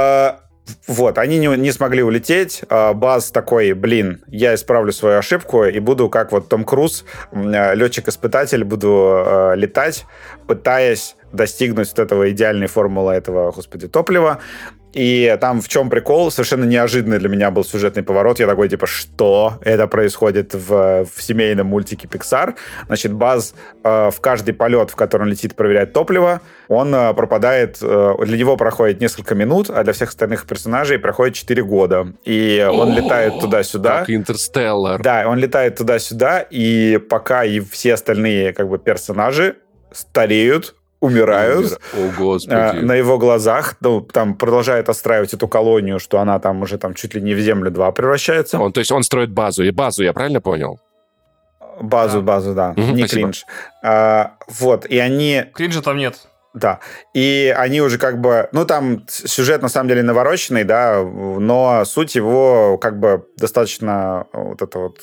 вот, они не смогли улететь. Баз такой, блин, я исправлю свою ошибку и буду, как вот Том Круз, летчик-испытатель, буду летать, пытаясь достигнуть вот этого идеальной формулы этого, господи, топлива. И там в чем прикол? Совершенно неожиданный для меня был сюжетный поворот. Я такой, типа, что это происходит в семейном мультике Pixar? Значит, Баз в каждый полет, в который он летит проверять топливо, он пропадает, для него проходит несколько минут, а для всех остальных персонажей проходит 4 года. И он летает туда-сюда. Как Интерстеллар. Да, он летает туда-сюда, и пока и все остальные как бы персонажи стареют, умирают на его глазах. Ну, там продолжает отстраивать эту колонию, что она там уже там чуть ли не в Землю-2 превращается. То есть он строит базу. И базу, я правильно понял? Базу, да. Не спасибо. кринж. Вот, и они... Кринжа там нет. Да, и они уже как бы... Ну, там сюжет на самом деле навороченный, да, но суть его как бы достаточно вот это вот...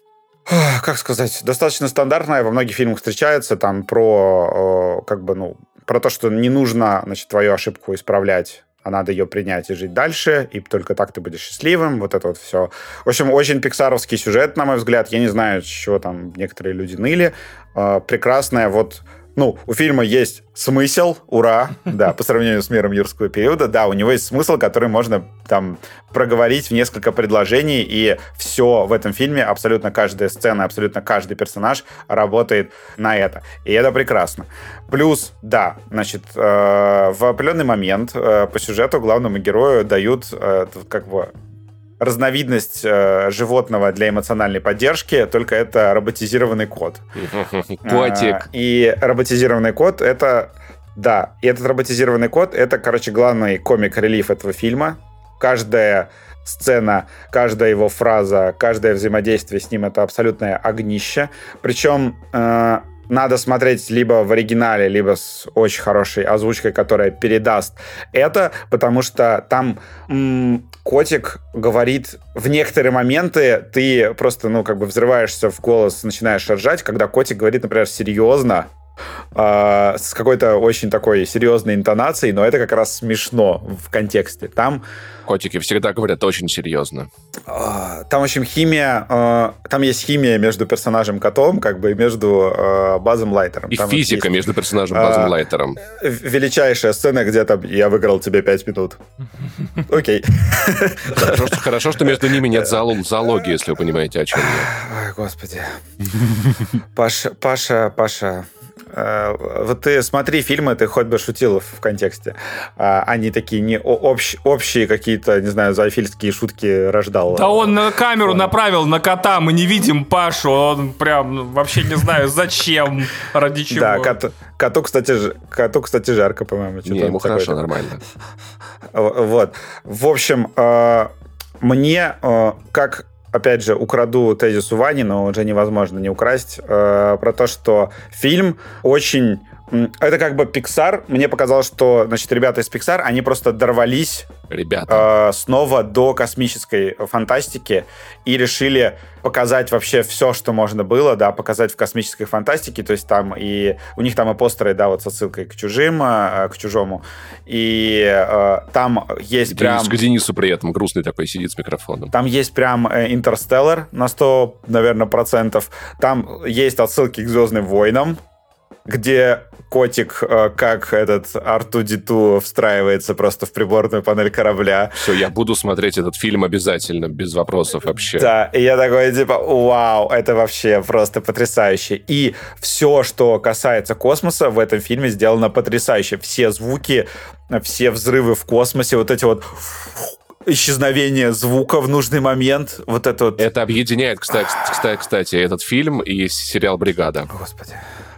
Как сказать, достаточно стандартная, во многих фильмах встречается, там про, как бы, ну, про то, что не нужно, значит, твою ошибку исправлять, а надо ее принять и жить дальше, и только так ты будешь счастливым, вот это вот все. В общем, очень пиксаровский сюжет, на мой взгляд, я не знаю, чего там некоторые люди ныли, прекрасная вот... Ну, у фильма есть смысл, ура, да, по сравнению с «Миром юрского периода», да, у него есть смысл, который можно там проговорить в несколько предложений, и все в этом фильме, абсолютно каждая сцена, абсолютно каждый персонаж работает на это, и это прекрасно. Плюс, да, значит, в определенный момент по сюжету главному герою дают как бы разновидность животного для эмоциональной поддержки, только это роботизированный кот. Котик. И роботизированный кот — это... Да, и этот роботизированный кот — это, короче, главный комик-релиф этого фильма. Каждая сцена, каждая его фраза, каждое взаимодействие с ним — это абсолютное огнище. Причем... надо смотреть либо в оригинале, либо с очень хорошей озвучкой, которая передаст это, потому что там котик говорит в некоторые моменты, ты просто, ну, как бы взрываешься в голос, начинаешь ржать, когда котик говорит, например, серьезно, с какой-то очень такой серьезной интонацией, но это как раз смешно в контексте. Там котики всегда говорят очень серьезно. Там, в общем, химия... Там есть химия между персонажем котом, как бы, и между Базом Лайтером. И там физика есть, между персонажем Базом Лайтером. Величайшая сцена, где там «я выиграл тебе 5 минут». Окей. Хорошо, что между ними нет зоологии, если вы понимаете, о чем я. Ой, господи. Паша... Вот ты смотри фильмы, ты хоть бы шутил в контексте. Они такие не общие какие-то, не знаю, зоофильские шутки рождал. Да он камеру направил на кота, мы не видим Пашу, он прям вообще не знаю, зачем, ради чего. Да, коту, кстати, жарко, по-моему. Не, ему хорошо, нормально. Вот. В общем, мне, как... Опять же, украду тезис у Вани, но уже невозможно не украсть, про то, что фильм очень... Это как бы Pixar. Мне показалось, что, значит, ребята из Pixar, они просто дорвались снова до космической фантастики и решили показать вообще все, что можно было, да, показать в космической фантастике. То есть там и... У них там и постеры, да, вот с отсылкой к Чужому. И там есть прям... К Денису при этом грустный такой сидит с микрофоном. Там есть прям Интерстеллар на 100%, наверное, процентов. Там есть отсылки к «Звездным войнам», где котик, как этот R2-D2, встраивается просто в приборную панель корабля. Все, я буду смотреть этот фильм обязательно, без вопросов вообще. Да, и я такой, типа, вау, это вообще просто потрясающе. И все, что касается космоса, в этом фильме сделано потрясающе. Все звуки, все взрывы в космосе, вот эти вот... исчезновение звука в нужный момент. Вот это вот... Это объединяет, кстати, этот фильм и сериал «Бригада». Господи.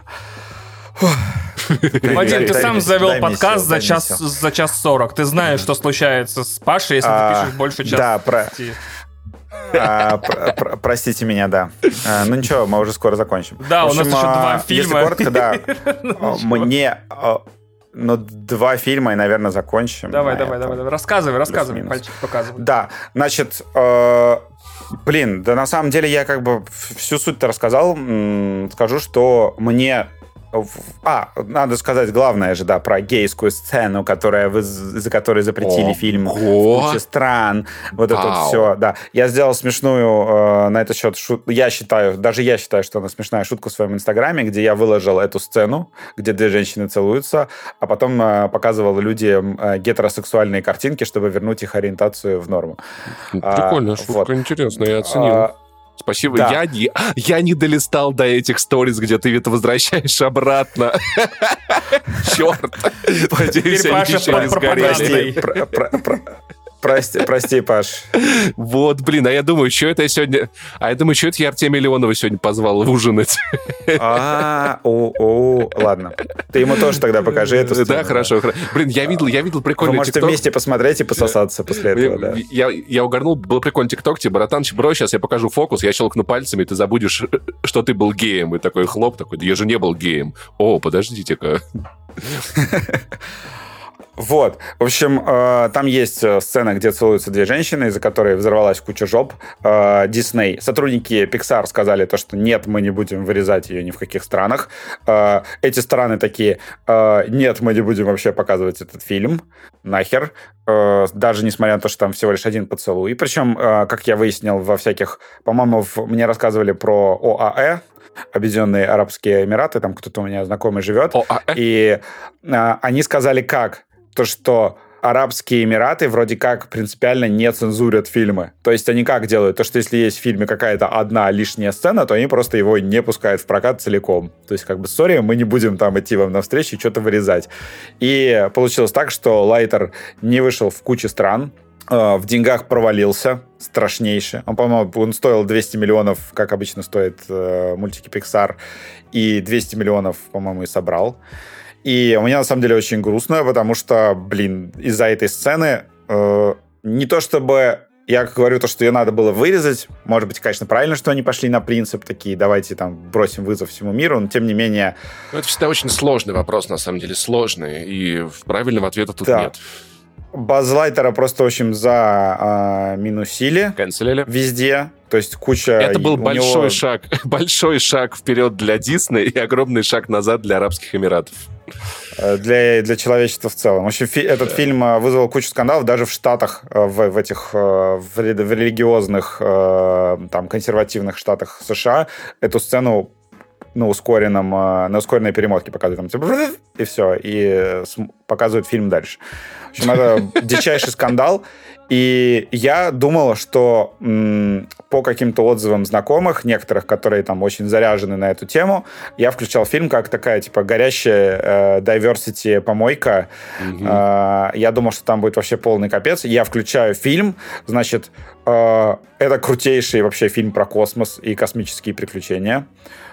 Вадим, ты сам завел подкаст за час 40. Ты знаешь, что случается с Пашей, если ты пишешь больше часа. Да, простите меня, да. Ну ничего, мы уже скоро закончим. Да, у нас еще 2 фильма. Если коротко, да. Мне... Ну, 2 фильма и, наверное, закончим. Давай. Рассказывай, пальчик показывай. Да, значит, да на самом деле я как бы всю суть-то рассказал. Скажу, что мне... надо сказать главное же, да, про гейскую сцену, за которой запретили фильм в куче стран. Вот это вот все, да. Я сделал смешную на этот счет шутку. Я считаю, что она смешная шутка в своем инстаграме, где я выложил эту сцену, где 2 женщины целуются, а потом показывал людям гетеросексуальные картинки, чтобы вернуть их ориентацию в норму. Прикольная шутка, интересная, я оценил. Спасибо. Да. Я не долистал до этих сториз, где ты это возвращаешь обратно. Черт. Надеюсь, они еще не сгорели. Прости, Паш. Вот, блин, я думаю, что это я Артемия Леонова сегодня позвал ужинать. Ладно. Ты ему тоже тогда покажи эту сцену. Да, хорошо. Блин, я видел прикольный TikTok. Вы можете вместе посмотреть и пососаться после этого, да. Я угорнул, был прикольный TikTok, типа, братанчик, бро, сейчас я покажу фокус, я щелкну пальцами, ты забудешь, что ты был геем. И такой хлоп, такой, я же не был геем. О, подождите-ка. Вот. В общем, там есть сцена, где целуются 2 женщины, из-за которой взорвалась куча жоп. Disney. Сотрудники Pixar сказали то, что нет, мы не будем вырезать ее ни в каких странах. Эти страны такие, нет, мы не будем вообще показывать этот фильм. Нахер. Даже несмотря на то, что там всего лишь 1 поцелуй. Причем, как я выяснил, во всяких... По-моему, мне рассказывали про ОАЭ, Объединенные Арабские Эмираты, там кто-то у меня знакомый живет. И они сказали как? То, что Арабские Эмираты вроде как принципиально не цензурят фильмы. То есть они как делают? То, что если есть в фильме какая-то одна лишняя сцена, то они просто его не пускают в прокат целиком. То есть как бы, сори, мы не будем там идти вам навстречу и что-то вырезать. И получилось так, что Лайтер не вышел в куче стран, в деньгах провалился страшнейше. Он стоил 200 миллионов, как обычно стоят мультики Pixar, и 200 миллионов, по-моему, и собрал. И у меня, на самом деле, очень грустно, потому что, из-за этой сцены не то чтобы... Я говорю то, что ее надо было вырезать. Может быть, конечно, правильно, что они пошли на принцип такие, давайте там бросим вызов всему миру, но тем не менее... Это всегда очень сложный вопрос, на самом деле, сложный, и правильного ответа тут нет. Базз Лайтера просто, в общем, заминусили. Канцелили. Везде. То есть куча... Это был большой шаг вперед для Дисней и огромный шаг назад для Арабских Эмиратов. Для человечества в целом. В общем, этот фильм вызвал кучу скандалов даже в Штатах, в религиозных, там, консервативных штатах США. Эту сцену на ускоренной перемотке показывают, там, типа, и все, и показывают фильм дальше. В общем, это дичайший скандал. И я думал, что по каким-то отзывам знакомых, некоторых, которые там очень заряжены на эту тему, я включал фильм как такая, типа, горящая diversity помойка. Я думал, что там будет вообще полный капец. Я включаю фильм, значит, это крутейший вообще фильм про космос и космические приключения.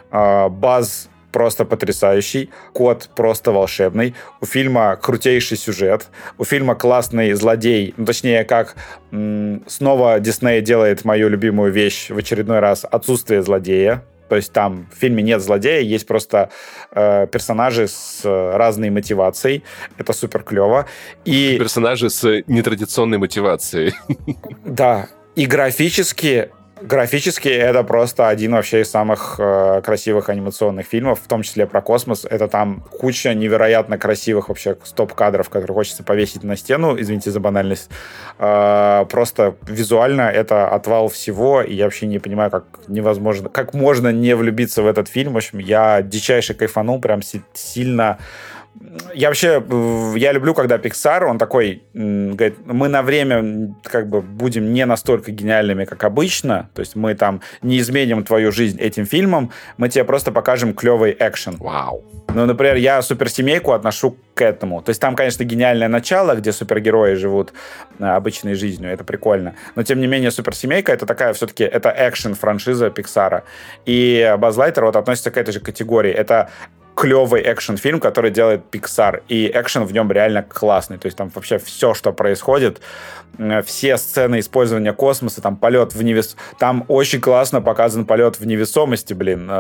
Баз просто потрясающий, код просто волшебный, у фильма крутейший сюжет, у фильма классный злодей, ну, точнее, как снова Дисней делает мою любимую вещь в очередной раз, отсутствие злодея. То есть там в фильме нет злодея, есть просто персонажи с разной мотивацией. Это супер клево. И персонажи с нетрадиционной мотивацией. Да, и графически это просто один вообще из самых красивых анимационных фильмов, в том числе про космос. Это там куча невероятно красивых вообще стоп-кадров, которые хочется повесить на стену, извините за банальность. Просто визуально это отвал всего, и я вообще не понимаю, как можно не влюбиться в этот фильм. В общем, я дичайше кайфанул, прям сильно. Я люблю, когда Pixar, он такой, говорит, мы на время как бы будем не настолько гениальными, как обычно, то есть мы там не изменим твою жизнь этим фильмом, мы тебе просто покажем клевый экшен. Вау. Ну, например, я суперсемейку отношу к этому. То есть там, конечно, гениальное начало, где супергерои живут обычной жизнью, это прикольно. Но, тем не менее, суперсемейка — это такая все-таки, это экшен-франшиза Пиксара. И Базз Лайтер вот относится к этой же категории. Это клевый экшен-фильм, который делает Pixar, и экшен в нем реально классный. То есть там вообще все, что происходит, все сцены использования космоса, там полет в невесомости. Там очень классно показан полет в невесомости,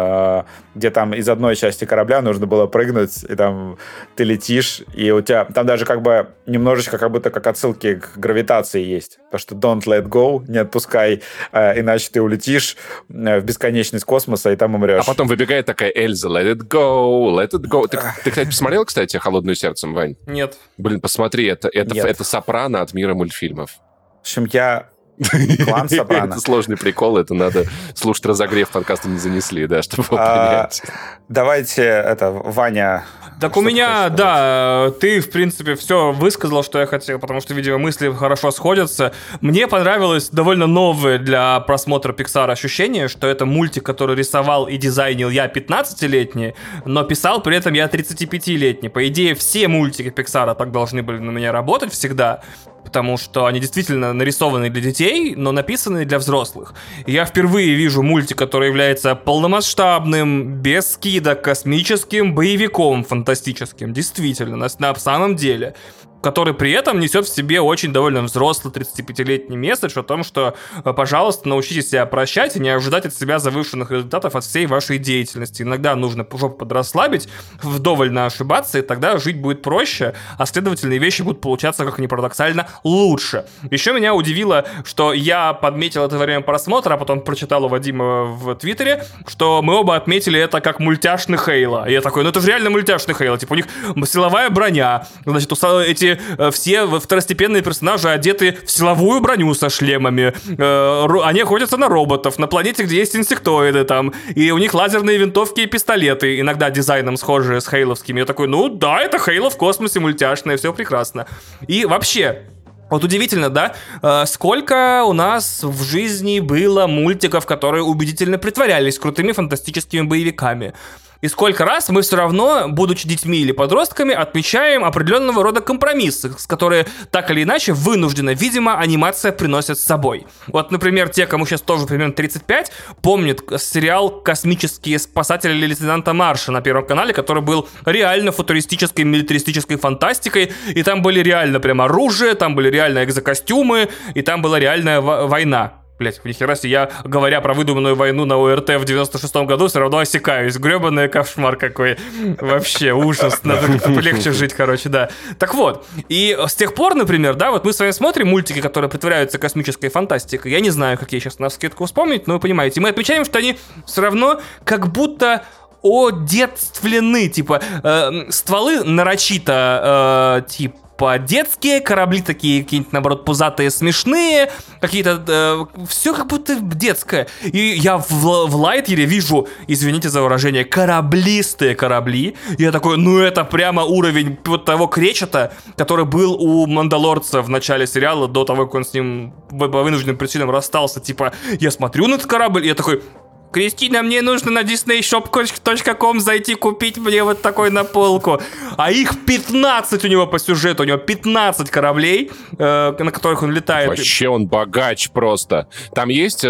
где там из одной части корабля нужно было прыгнуть, и там ты летишь, и у тебя там даже как бы немножечко как будто как отсылки к гравитации есть. То, что don't let go, не отпускай, иначе ты улетишь в бесконечность космоса, и там умрешь. А потом выбегает такая Эльза, let it go, let it go. Ты, кстати, посмотрел, кстати, «Холодную сердцем», Вань? Нет. Блин, посмотри, это «Сопрано» от мира мультфильмов. В общем, я клан «Сопрано». Это сложный прикол, это надо слушать разогрев, подкаста не занесли, да, чтобы его принять. Давайте, Ваня... Так у меня, да, ты, в принципе, все высказал, что я хотел, потому что, видимо, мысли хорошо сходятся. Мне понравилось довольно новое для просмотра Pixar ощущение, что это мультик, который рисовал и дизайнил я 15-летний, но писал при этом я 35-летний. По идее, все мультики Pixar так должны были на меня работать всегда, потому что они действительно нарисованы для детей, но написаны для взрослых. И я впервые вижу мультик, который является полномасштабным, без скидок, космическим боевиком фантастическим, действительно, на самом деле, который при этом несет в себе очень довольно взрослый 35-летний месседж о том, что, пожалуйста, научитесь себя прощать и не ожидать от себя завышенных результатов от всей вашей деятельности. Иногда нужно жопу подрасслабить, вдоволь ошибаться, и тогда жить будет проще, а следовательно, вещи будут получаться, как ни парадоксально, лучше. Еще меня удивило, что я подметил это во время просмотра, а потом прочитал у Вадима в Твиттере, что мы оба отметили это как мультяшный Хейла. И я такой, это же реально мультяшный Хейла. Типа у них силовая броня, значит, эти все второстепенные персонажи одеты в силовую броню со шлемами. Они охотятся на роботов, на планете, где есть инсектоиды там. И у них лазерные винтовки и пистолеты, иногда дизайном схожие с хейловскими. Я такой, да, это Хейла в космосе мультяшное, все прекрасно. И вообще... Вот удивительно, да? Сколько у нас в жизни было мультиков, которые убедительно притворялись крутыми фантастическими боевиками. И сколько раз мы все равно, будучи детьми или подростками, отмечаем определенного рода компромиссы, с которые так или иначе вынужденно, видимо, анимация приносит с собой. Вот, например, те, кому сейчас тоже примерно 35, помнят сериал «Космические спасатели лейтенанта Марша» на Первом канале, который был реально футуристической, милитаристической фантастикой, и там были реально прям оружие, там были реально экзокостюмы, и там была реальная война. Блять, нихера себе, я, говоря про выдуманную войну на ОРТ в 96-м году, все равно осекаюсь. Гребаный кошмар какой. Вообще, ужас. Надо как-то полегче жить, короче, да. Так вот, и с тех пор, например, да, вот мы с вами смотрим мультики, которые притворяются космической фантастикой. Я не знаю, какие сейчас навскидку вспомнить, но вы понимаете. Мы отмечаем, что они все равно как будто... одетствлены, типа, стволы нарочито, по-детски, корабли такие какие-нибудь, наоборот, пузатые, смешные, какие-то... все как будто детское. И я в Лайтьере вижу, извините за выражение, кораблистые корабли. И я такой, ну это прямо уровень вот того кречета, который был у Мандалорца в начале сериала, до того, как он с ним по вынужденным причинам расстался. Типа, я смотрю на этот корабль, и я такой... Кристина, мне нужно на disneyshop.com зайти купить мне вот такой на полку. А их 15 у него по сюжету. У него 15 кораблей, на которых он летает. Вообще он богач просто. Там есть,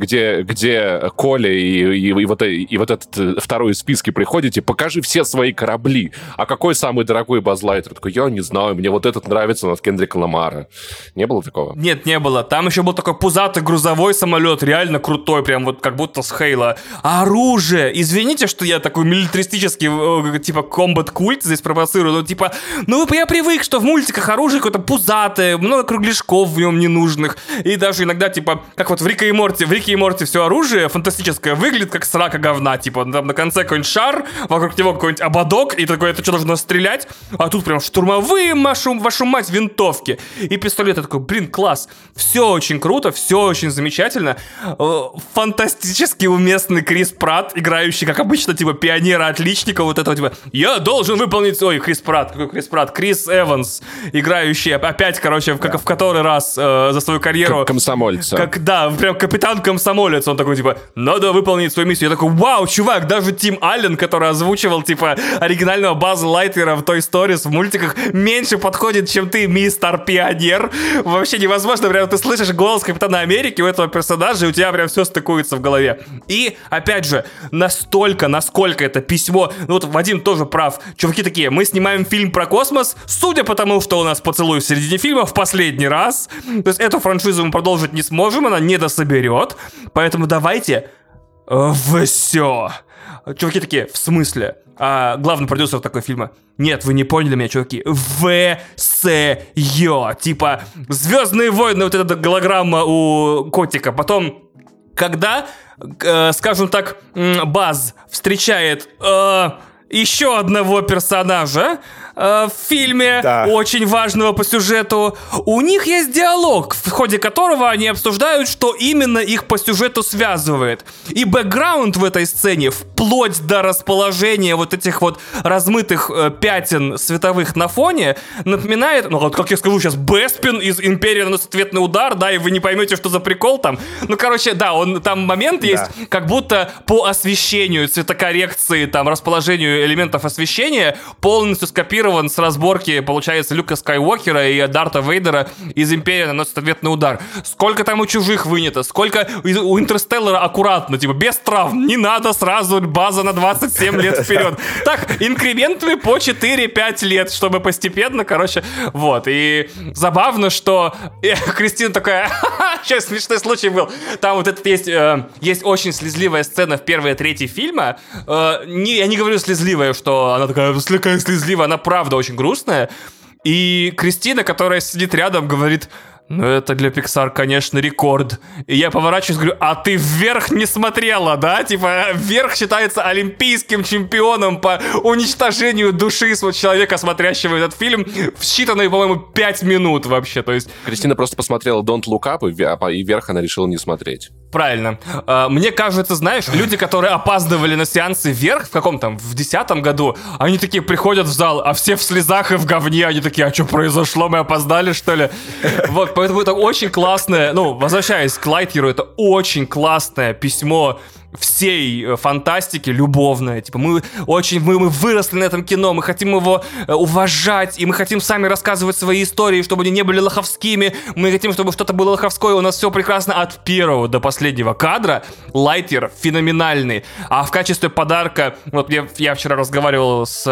где Коля и вот этот второй из списка приходите, покажи все свои корабли. А какой самый дорогой Базз Лайтер? Такой, я не знаю, мне вот этот нравится, он от Кендрика Ламара. Не было такого? Нет, не было. Там еще был такой пузатый грузовой самолет, реально крутой, прям вот как будто с Хейла. Оружие! Извините, что я такой милитаристический, типа, комбат-культ здесь провоцирую, но, типа, я привык, что в мультиках оружие какое-то пузатое, много кругляшков в нем ненужных, и даже иногда, типа, как вот в Рике и Морти все оружие фантастическое выглядит как срака говна, типа, там на конце какой-нибудь шар, вокруг него какой-нибудь ободок, и такое, это что, должно стрелять? А тут прям штурмовые, вашу мать, винтовки. И пистолет, я такой, блин, класс. Все очень круто, все очень замечательно. Фантастически уместный Крис Пратт, играющий, как обычно, типа, пионера-отличника, вот этого, типа, я должен выполнить... Ой, Крис Пратт, какой Крис Пратт? Крис Эванс, играющий опять, короче, в который раз за свою карьеру... Как комсомольца. Да, прям капитан-комсомолец, он такой, типа, надо выполнить свою миссию. Я такой, вау, чувак, даже Тим Аллен, который озвучивал, типа, оригинального Базза Лайтьера в Toy Stories в мультиках, меньше подходит, чем ты, мистер Пионер. Вообще невозможно, прям ты слышишь голос Капитана Америки у этого персонажа, и у тебя прям все стыкуется в голове. И, опять же, настолько, насколько это письмо... Ну вот Вадим тоже прав. Чуваки такие, мы снимаем фильм про космос, судя по тому, что у нас поцелуй в середине фильма в последний раз. То есть эту франшизу мы продолжить не сможем, она не дособерет. Поэтому давайте все. Чуваки такие, в смысле? А главный продюсер такой фильма: нет, вы не поняли меня, чуваки. ВСЙ. Типа, Звездные войны, вот эта голограмма у котика. Потом, когда, скажем так, Базз встречает еще одного персонажа в фильме, да, очень важного по сюжету, у них есть диалог, в ходе которого они обсуждают, что именно их по сюжету связывает. И бэкграунд в этой сцене, вплоть до расположения вот этих вот размытых пятен световых на фоне, напоминает, ну вот как я скажу сейчас, Беспин из «Империя наносит ответный удар», да, и вы не поймете, что за прикол там. Ну, короче, да, там момент есть, как будто по освещению, цветокоррекции, там, расположению элементов освещения полностью скопирован с разборки, получается, Люка Скайуокера и Дарта Вейдера из «Империя наносит ответный удар». Сколько там у «Чужих» вынято, сколько у «Интерстеллара» аккуратно, типа, без травм, не надо сразу База на 27 лет вперед. Так, инкрементами по 4-5 лет, чтобы постепенно, короче, вот. И забавно, что Кристина такая, сейчас смешной случай был. Там вот этот есть очень слезливая сцена в первой трети фильма. Я не говорю слезливая, что она такая слезливая, она правда очень грустная. И Кристина, которая сидит рядом, говорит: ну, это для Pixar, конечно, рекорд. И я поворачиваюсь и говорю: а ты вверх не смотрела, да? Типа, вверх считается олимпийским чемпионом по уничтожению души человека, смотрящего этот фильм, в считанные, по-моему, 5 минут вообще. То есть... Кристина просто посмотрела Don't Look Up, и вверх она решила не смотреть. Правильно. Мне кажется, знаешь, люди, которые опаздывали на сеансы вверх в каком-то, в 2010 году, они такие приходят в зал, а все в слезах и в говне, они такие: а что произошло, мы опоздали, что ли? Вот, поэтому это очень классное, возвращаясь к Лайтьеру, это очень классное письмо всей фантастики, любовное. Типа, мы выросли на этом кино, мы хотим его уважать, и мы хотим сами рассказывать свои истории, чтобы они не были лоховскими, мы хотим, чтобы что-то было лоховское, у нас все прекрасно от первого до последнего кадра. Лайтьер феноменальный. А в качестве подарка, вот я вчера разговаривал с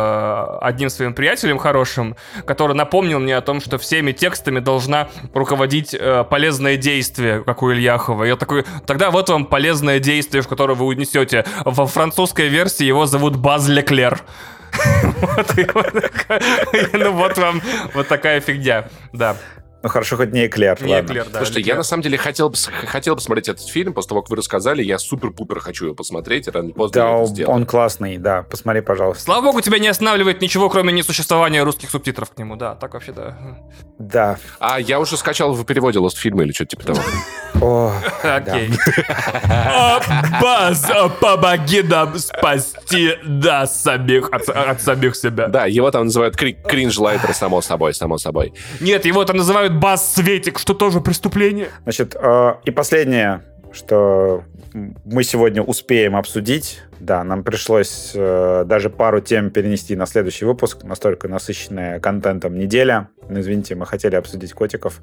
одним своим приятелем хорошим, который напомнил мне о том, что всеми текстами должна руководить полезное действие, как у Ильяхова. Я такой: тогда вот вам полезное действие, в которое вы унесете. Во французской версии его зовут Баз Леклер. Ну вот вам вот такая фигня, да. Ну, хорошо, хоть не эклер. Не эклер, да. Слушайте, я на самом деле хотел посмотреть этот фильм. После того, как вы рассказали, я супер-пупер хочу его посмотреть. Рано или поздно я это сделаю. Он классный, да. Посмотри, пожалуйста. Слава богу, тебя не останавливает ничего, кроме несуществования русских субтитров к нему. Да, так вообще, да. Да. А я уже скачал в переводе Лостфильмы или что-то типа того. О, Окей. Баз, помоги нам спасти нас от самих себя. Да, его там называют кринж-лайтер, само собой. Нет, его там называют бас-светик, что тоже преступление. Значит, и последнее, что мы сегодня успеем обсудить. Да, нам пришлось даже пару тем перенести на следующий выпуск. Настолько насыщенная контентом неделя. Ну, извините, мы хотели обсудить котиков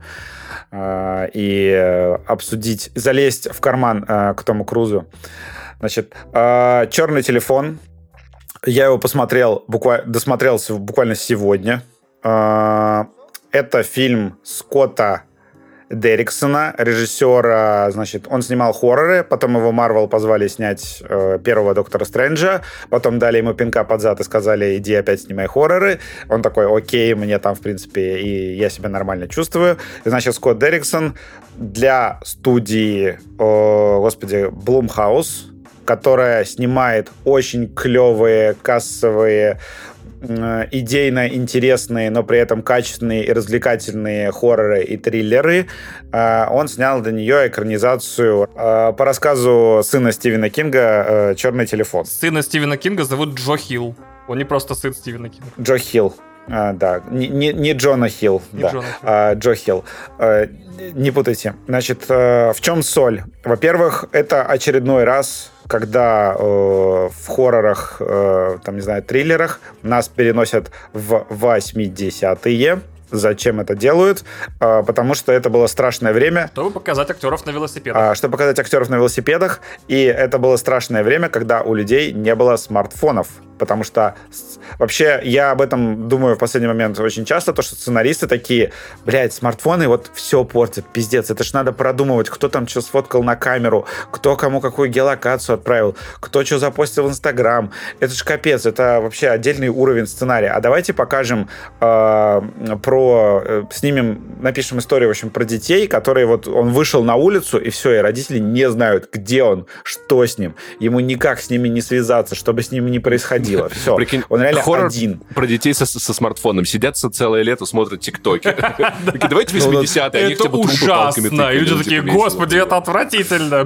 и обсудить, залезть в карман к Тому Крузу. Значит, «Черный телефон». Я его досмотрелся буквально сегодня. Это фильм Скотта Дерриксона, режиссера, значит, он снимал хорроры, потом его Марвел позвали снять первого Доктора Стрэнджа, потом дали ему пинка под зад и сказали, иди опять снимай хорроры. Он такой, окей, мне там, в принципе, и я себя нормально чувствую. И, значит, Скотт Дерриксон для студии, Blumhouse, которая снимает очень клевые, кассовые, идейно интересные, но при этом качественные и развлекательные хорроры и триллеры. Он снял для нее экранизацию по рассказу сына Стивена Кинга «Черный телефон». Сына Стивена Кинга зовут Джо Хилл. Он не просто сын Стивена Кинга. Джо Хилл. Да, не Джона Хилл, Джо Хилл. Не путайте. Значит, в чем соль? Во-первых, это очередной раз, когда в хоррорах, там, не знаю, триллерах нас переносят в 80-е. Зачем это делают? Потому что это было страшное время. Чтобы показать актеров на велосипедах. Чтобы показать актеров на велосипедах. И это было страшное время, когда у людей не было смартфонов. Потому что вообще я об этом думаю в последний момент очень часто, то, что сценаристы такие, блядь, смартфоны вот все портят, пиздец, это ж надо продумывать, кто там что сфоткал на камеру, кто кому какую геолокацию отправил, кто что запостил в Инстаграм. Это ж капец, это вообще отдельный уровень сценария. А давайте покажем напишем историю, в общем, про детей, которые вот он вышел на улицу, и все, и родители не знают, где он, что с ним. Ему никак с ними не связаться, чтобы с ними не происходило. Все. Прикинь, он реально хоррор один. Про детей со смартфоном. Сидят целое лето, смотрят ТикТоки. Давайте 80-е, они хотя бы трупы палками тыкали. И люди такие, господи, это отвратительно.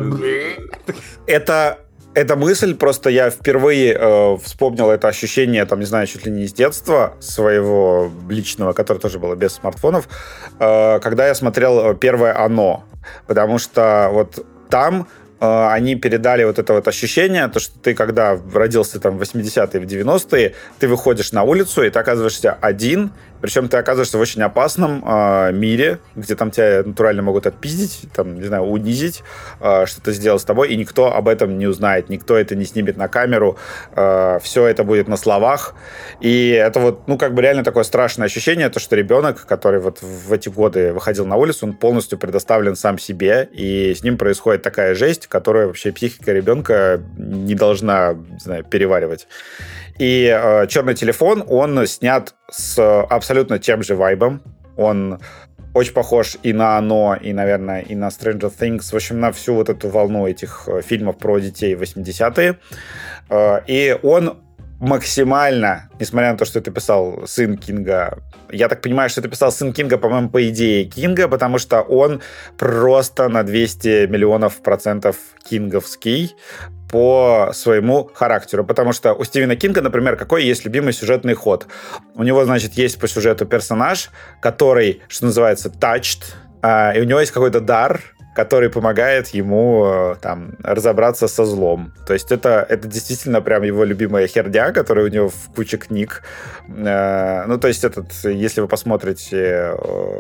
Эта мысль, просто я впервые вспомнил это ощущение, там, не знаю, чуть ли не из детства своего личного, которое тоже было без смартфонов, когда я смотрел первое «Оно». Потому что вот там они передали вот это вот ощущение, то, что ты, когда родился там в 80-е, в 90-е, ты выходишь на улицу, и ты оказываешься один, причем ты оказываешься в очень опасном мире, где там тебя натурально могут отпиздить, там, не знаю, унизить, что-то сделать с тобой, и никто об этом не узнает, никто это не снимет на камеру, все это будет на словах, и это вот, ну, как бы реально такое страшное ощущение, то, что ребенок, который вот в эти годы выходил на улицу, он полностью предоставлен сам себе, и с ним происходит такая жесть, которую вообще психика ребенка не должна, не знаю, переваривать. И «Черный телефон», он снят с абсолютно тем же вайбом. Он очень похож и на «Оно», и, наверное, и на «Stranger Things». В общем, на всю вот эту волну этих фильмов про детей в 80-е. И он максимально, несмотря на то, что это писал сын Кинга, я так понимаю, что это писал сын Кинга, по-моему, по идее Кинга, потому что он просто на 200 миллионов процентов кинговский по своему характеру. Потому что у Стивена Кинга, например, какой есть любимый сюжетный ход? У него, значит, есть по сюжету персонаж, который, что называется, touched, и у него есть какой-то дар, который помогает ему там разобраться со злом. То есть это действительно прям его любимая херня, которая у него в куче книг. Ну, то есть если вы посмотрите,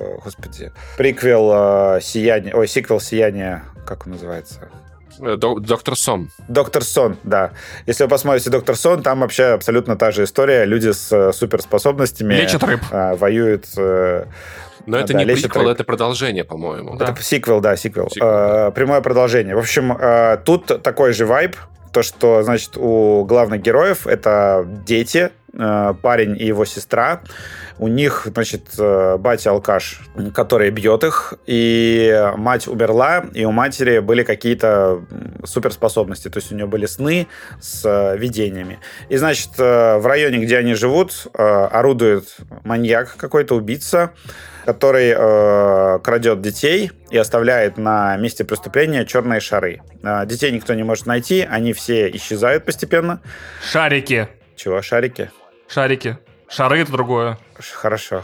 сиквел «Сияние», как он называется? Доктор Сон. Доктор Сон, да. Если вы посмотрите Доктор Сон, там вообще абсолютно та же история. Люди с суперспособностями лечат рыб. Воюют. Но это не приквел, это продолжение, по-моему. Да. Это сиквел. Прямое продолжение. В общем, тут такой же вайб. То, что, значит, у главных героев это дети, парень и его сестра. У них, значит, батя-алкаш, который бьет их, и мать умерла, и у матери были какие-то суперспособности, то есть у нее были сны с видениями. И, значит, в районе, где они живут, орудует маньяк какой-то, убийца, который крадет детей и оставляет на месте преступления черные шары. Детей никто не может найти, они все исчезают постепенно. Шарики. Чего, шарики? Шарики. Шары — это другое. Хорошо.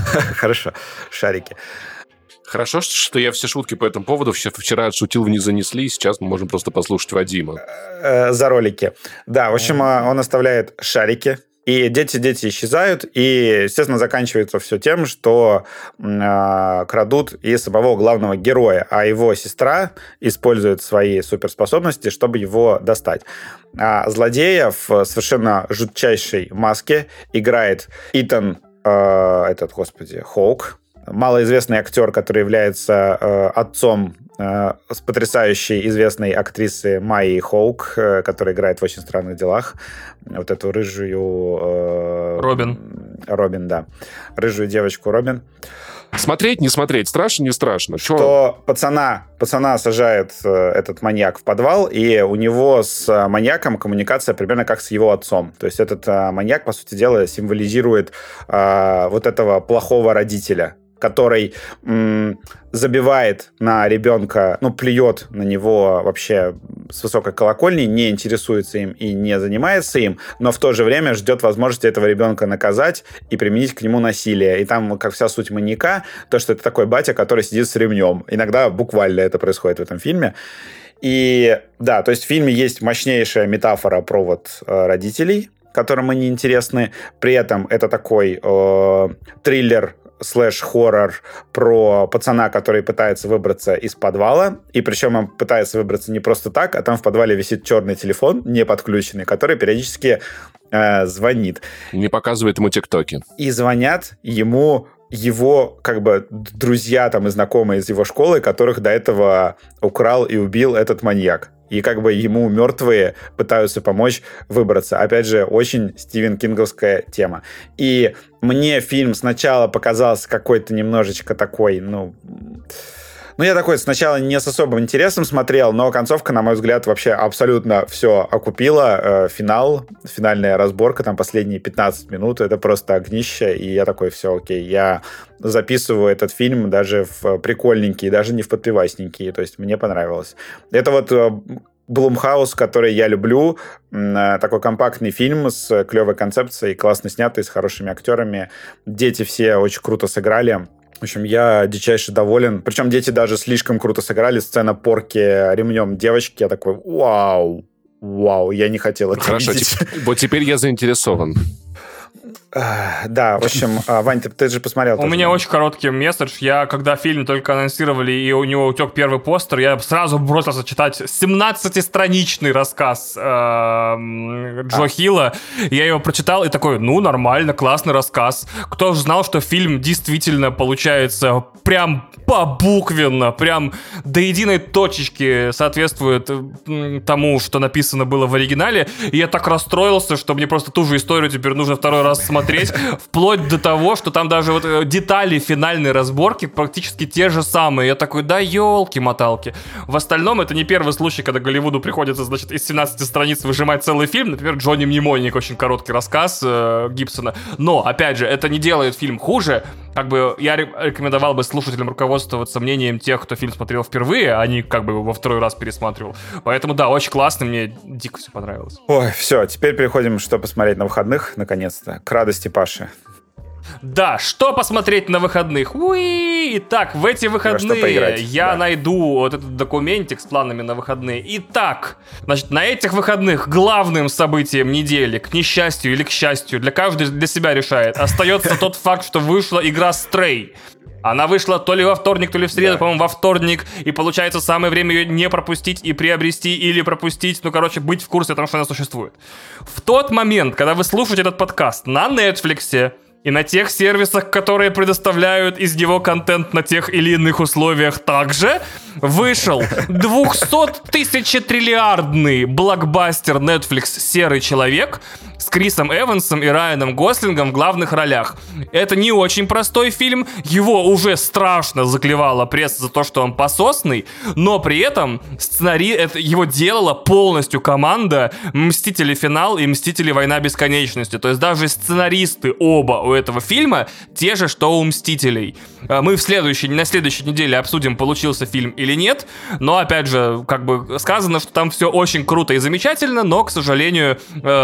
Шарики. Хорошо, что я все шутки по этому поводу вчера отшутил, не занесли, сейчас мы можем просто послушать Вадима. За ролики. Да, в общем, он оставляет шарики, и дети исчезают, и, естественно, заканчивается все тем, что крадут и самого главного героя, а его сестра использует свои суперспособности, чтобы его достать. А злодея в совершенно жутчайшей маске играет Итан, Хоук, малоизвестный актер, который является отцом с потрясающей известной актрисы Майи Хоук, которая играет в «Очень странных делах». Вот эту рыжую... Робин, да. Рыжую девочку Робин. Смотреть, не смотреть, страшно, не страшно? Что пацана сажает этот маньяк в подвал, и у него с маньяком коммуникация примерно как с его отцом. То есть этот маньяк, по сути дела, символизирует вот этого плохого родителя, который забивает на ребенка, плюет на него вообще с высокой колокольни, не интересуется им и не занимается им, но в то же время ждет возможности этого ребенка наказать и применить к нему насилие. И там, как вся суть маньяка, то, что это такой батя, который сидит с ремнем. Иногда буквально это происходит в этом фильме. И да, то есть в фильме есть мощнейшая метафора про родителей, которым они интересны. При этом это такой триллер слэш-хоррор про пацана, который пытается выбраться из подвала. И причем он пытается выбраться не просто так, а там в подвале висит черный телефон, не подключенный, который периодически звонит. Не показывает ему тиктоки. И звонят ему его друзья и знакомые из его школы, которых до этого украл и убил этот маньяк. И ему мертвые пытаются помочь выбраться. Опять же, очень Стивен Кинговская тема. И мне фильм сначала показался какой-то немножечко такой, я такой сначала не с особым интересом смотрел, но концовка, на мой взгляд, вообще абсолютно все окупила. Финальная разборка, последние 15 минут, это просто огнище, и я такой, все, окей, я записываю этот фильм даже в прикольненькие, даже не в подпивасненькие, то есть мне понравилось. Это Блумхаус, который я люблю, такой компактный фильм с клевой концепцией, классно снятый, с хорошими актерами. Дети все очень круто сыграли. В общем, я дичайше доволен. Причем дети даже слишком круто сыграли. Сцена порки ремнем девочки. Я такой, вау, я не хотел это видеть. Вот теперь я заинтересован. Да, в общем, Вань, ты же посмотрел. У меня очень короткий месседж. Когда фильм только анонсировали, и у него утек первый постер, я сразу бросился читать 17-страничный рассказ Джо Хилла. Я его прочитал и такой, нормально, классный рассказ. Кто же знал, что фильм действительно получается прям побуквенно, прям до единой точечки соответствует тому, что написано было в оригинале. И я так расстроился, что мне просто ту же историю теперь нужно второй раз смотреть, вплоть до того, что там даже детали финальной разборки практически те же самые. Я такой, да елки-моталки. В остальном это не первый случай, когда Голливуду приходится, из 17 страниц выжимать целый фильм. Например, «Джонни Мнемоник», очень короткий рассказ Гибсона. Но, опять же, это не делает фильм хуже. Я рекомендовал бы слушателям руководствоваться мнением тех, кто фильм смотрел впервые, а не его во второй раз пересматривал. Поэтому, да, очень классно, мне дико все понравилось. Ой, все, теперь переходим, что посмотреть на выходных, наконец-то, к радости Паши. Да, что посмотреть на выходных? Уи! Итак, в эти выходные я найду этот документик с планами на выходные. Итак, значит, на этих выходных главным событием недели, к несчастью или к счастью, каждый для себя решает, остается тот факт, что вышла игра Stray. Она вышла то ли во вторник, то ли в среду, по-моему, во вторник. И получается, самое время ее не пропустить и приобрести или пропустить. Быть в курсе того, что она существует. В тот момент, когда вы слушаете этот подкаст на Netflix и на тех сервисах, которые предоставляют из него контент на тех или иных условиях, также вышел 200-тысячетриллиардный блокбастер Netflix «Серый человек» с Крисом Эвансом и Райаном Гослингом в главных ролях. Это не очень простой фильм, его уже страшно заклевала пресса за то, что он пососный, но при этом его делала полностью команда «Мстители. Финал» и «Мстители. Война бесконечности». То есть даже сценаристы оба у этого фильма те же, что у «Мстителей». Мы на следующей неделе обсудим, получился фильм или нет, но, опять же, как бы сказано, что там все очень круто и замечательно, но, к сожалению,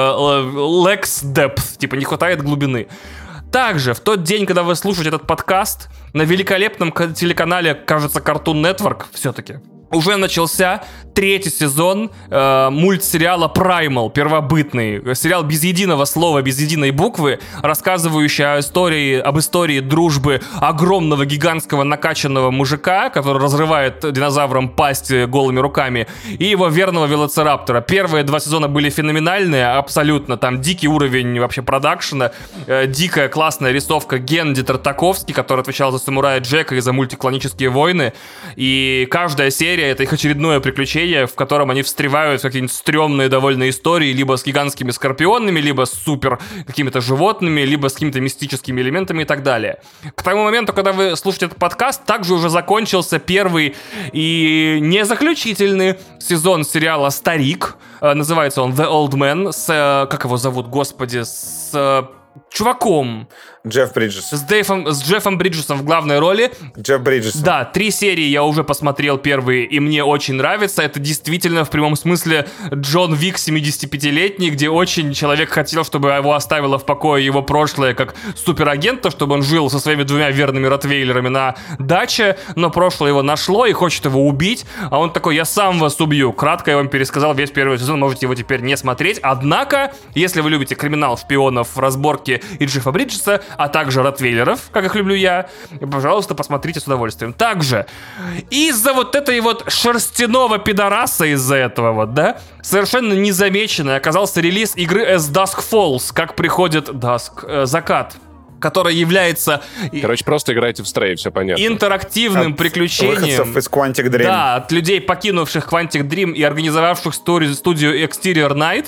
lacks depth, типа не хватает глубины. Также в тот день, когда вы слушаете этот подкаст, на великолепном телеканале, кажется, Cartoon Network все-таки, уже начался 3-й сезон мультсериала Primal, первобытный. Сериал без единого слова, без единой буквы, рассказывающий об истории дружбы огромного гигантского накачанного мужика, который разрывает динозаврам пасть голыми руками, и его верного велоцираптора. Первые 2 сезона были феноменальные, абсолютно. Там дикий уровень вообще продакшена, дикая классная рисовка Генди Тартаковский, который отвечал за Самурая Джека и за мультик «Клонические войны». И каждая серия — это их очередное приключение, в котором они встревают в какие-нибудь стрёмные довольно истории, либо с гигантскими скорпионами, либо с супер какими-то животными, либо с какими-то мистическими элементами и так далее. К тому моменту, когда вы слушаете этот подкаст, также уже закончился первый и не заключительный сезон сериала «Старик». Называется он «The Old Man» с... как его зовут, господи? С... чуваком. Джефф Бриджес. С Джеффом Бриджесом в главной роли. Джефф Бриджес. Да, 3 серии я уже посмотрел первые, и мне очень нравится. Это действительно в прямом смысле Джон Вик 75-летний, где очень человек хотел, чтобы его оставило в покое его прошлое как суперагента, чтобы он жил со своими 2 верными ротвейлерами на даче, но прошлое его нашло и хочет его убить, а он такой: я сам вас убью. Кратко я вам пересказал весь первый сезон, можете его теперь не смотреть. Однако, если вы любите криминал, шпионов, разборки и Джеффа Бриджеса, а также ротвейлеров, как их люблю я, пожалуйста, посмотрите с удовольствием. Также из-за вот этой вот шерстяного пидораса, из-за этого вот, да, совершенно незамеченный оказался релиз игры As Dusk Falls, как приходит закат, которая является... Короче, просто играйте в Stray, все понятно. Интерактивным приключением. Выходцев из Quantic Dream. Да, от людей, покинувших Quantic Dream и организовавших студию Exterior Night,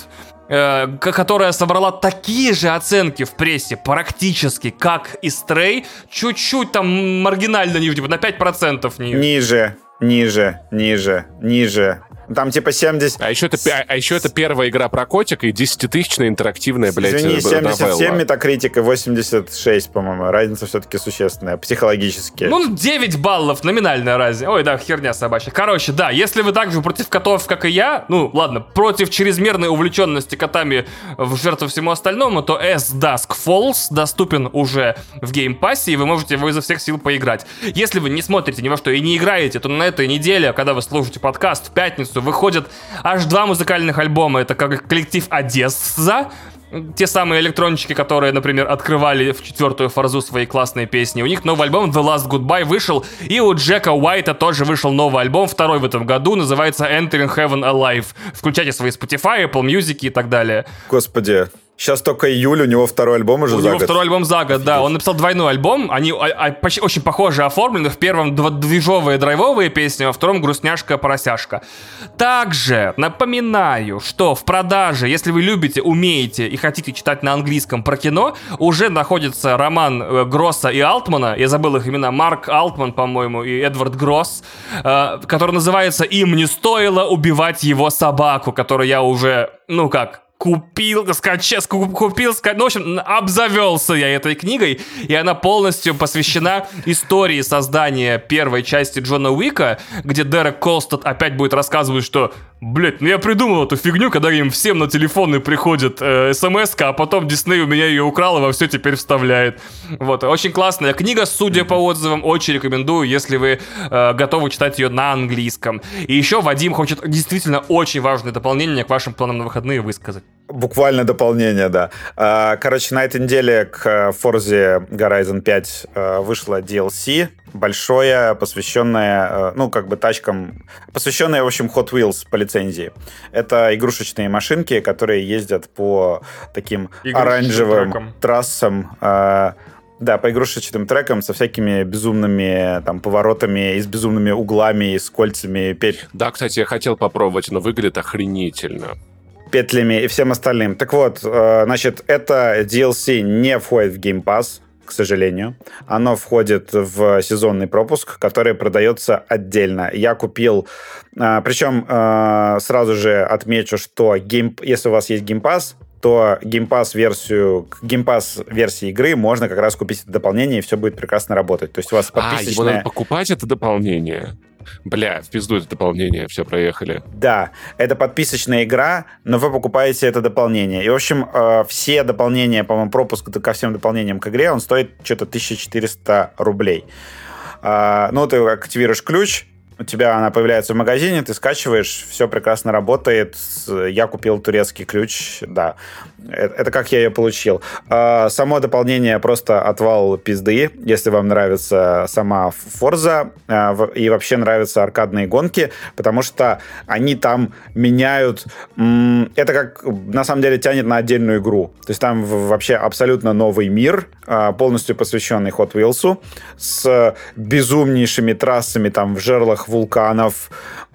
которая собрала такие же оценки в прессе практически, как и Stray, чуть-чуть там маргинально ниже, типа на 5% ниже. Ниже. Там типа 70... А еще это первая игра про котика и 10-тысячная интерактивная, блядь, Извини, 77 новелла. Метакритик и 86, по-моему. Разница все-таки существенная, психологически. 9 баллов, номинальная разница. Ой, да, херня собачья. Короче, да, если вы так же против котов, как и я, против чрезмерной увлеченности котами в жертву всему остальному, то As Dusk Falls доступен уже в Game Pass, и вы можете его изо всех сил поиграть. Если вы не смотрите ни во что и не играете, то на этой неделе, когда вы слушаете подкаст, в пятницу выходят аж 2 музыкальных альбома. Это как коллектив Одесса, те самые электрончики, которые, например, открывали в 4-ю форзу свои классные песни. У них новый альбом The Last Goodbye вышел, и у Джека Уайта тоже вышел новый альбом, 2-й в этом году, называется Entering Heaven Alive. Включайте свои Spotify, Apple Music и так далее. Господи. Сейчас только июль, у него 2-й альбом уже за год. У него 2-й альбом за год, да. Он написал 2-й альбом, они очень похоже оформлены. В первом движовые драйвовые песни, во втором грустняшка-поросяшка. Также напоминаю, что в продаже, если вы любите, умеете и хотите читать на английском про кино, уже находится роман Гросса и Алтмана, я забыл их имена, Марк Алтман, по-моему, и Эдвард Гросс, который называется «Им не стоило убивать его собаку», который я уже, купил, в общем, обзавелся я этой книгой, и она полностью посвящена истории создания первой части Джона Уика, где Дерек Колстед опять будет рассказывать, что, я придумал эту фигню, когда им всем на телефоны приходит смс-ка, а потом Дисней у меня ее украл и во все теперь вставляет. Вот, очень классная книга, судя по отзывам, очень рекомендую, если вы готовы читать ее на английском. И еще Вадим хочет действительно очень важное дополнение к вашим планам на выходные высказать. Буквально дополнение, да. Короче, на этой неделе к Forza Horizon 5 вышло DLC большое, посвященное, тачкам, посвященное, в общем, Hot Wheels по лицензии. Это игрушечные машинки, которые ездят по таким оранжевым трассам, да, по игрушечным трекам со всякими безумными поворотами и с безумными углами, и с кольцами. Да, кстати, я хотел попробовать, но выглядит охренительно. петлями и всем остальным. Так вот, значит, это DLC не входит в Game Pass, к сожалению. Оно входит в сезонный пропуск, который продается отдельно. Я купил... Причем сразу же отмечу, что если у вас есть Game Pass, то Game Pass версии игры можно как раз купить это дополнение, и все будет прекрасно работать. То есть у вас подписочная... его надо покупать, это дополнение? Бля, в пизду это дополнение, все, проехали. Да, это подписочная игра, но вы покупаете это дополнение. И, в общем, все дополнения, по-моему, пропуск ко всем дополнениям к игре, он стоит что-то 1400 рублей. Ну, ты активируешь ключ, у тебя она появляется в магазине, ты скачиваешь, все прекрасно работает. Я купил турецкий ключ, да. Это как я ее получил. Само дополнение просто отвал пизды, если вам нравится сама Forza и вообще нравятся аркадные гонки, потому что они там меняют... Это как, на самом деле, тянет на отдельную игру. То есть там вообще абсолютно новый мир, полностью посвященный Hot Wheels, с безумнейшими трассами там в жерлах вулканов,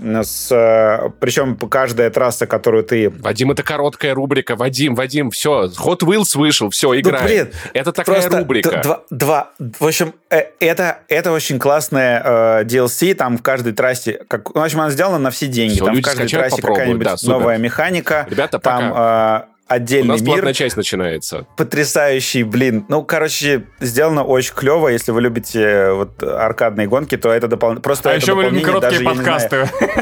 причем каждая трасса, которую ты... Вадим, это короткая рубрика. Вадим, все, Hot Wheels вышел, все, играй. Ну, блин, это такая рубрика. В общем, это очень классная DLC, там в каждой трассе... в общем, она сделана на все деньги. Все, там люди в каждой скачают, трассе попробуют, какая-нибудь да, новая механика. Ребята, там, пока. Отдельный У нас мир. платная часть начинается. Потрясающий, блин. Ну, короче, сделано очень клево. Если вы любите вот аркадные гонки, то это дополнение. Просто это еще мы любим короткие подкасты.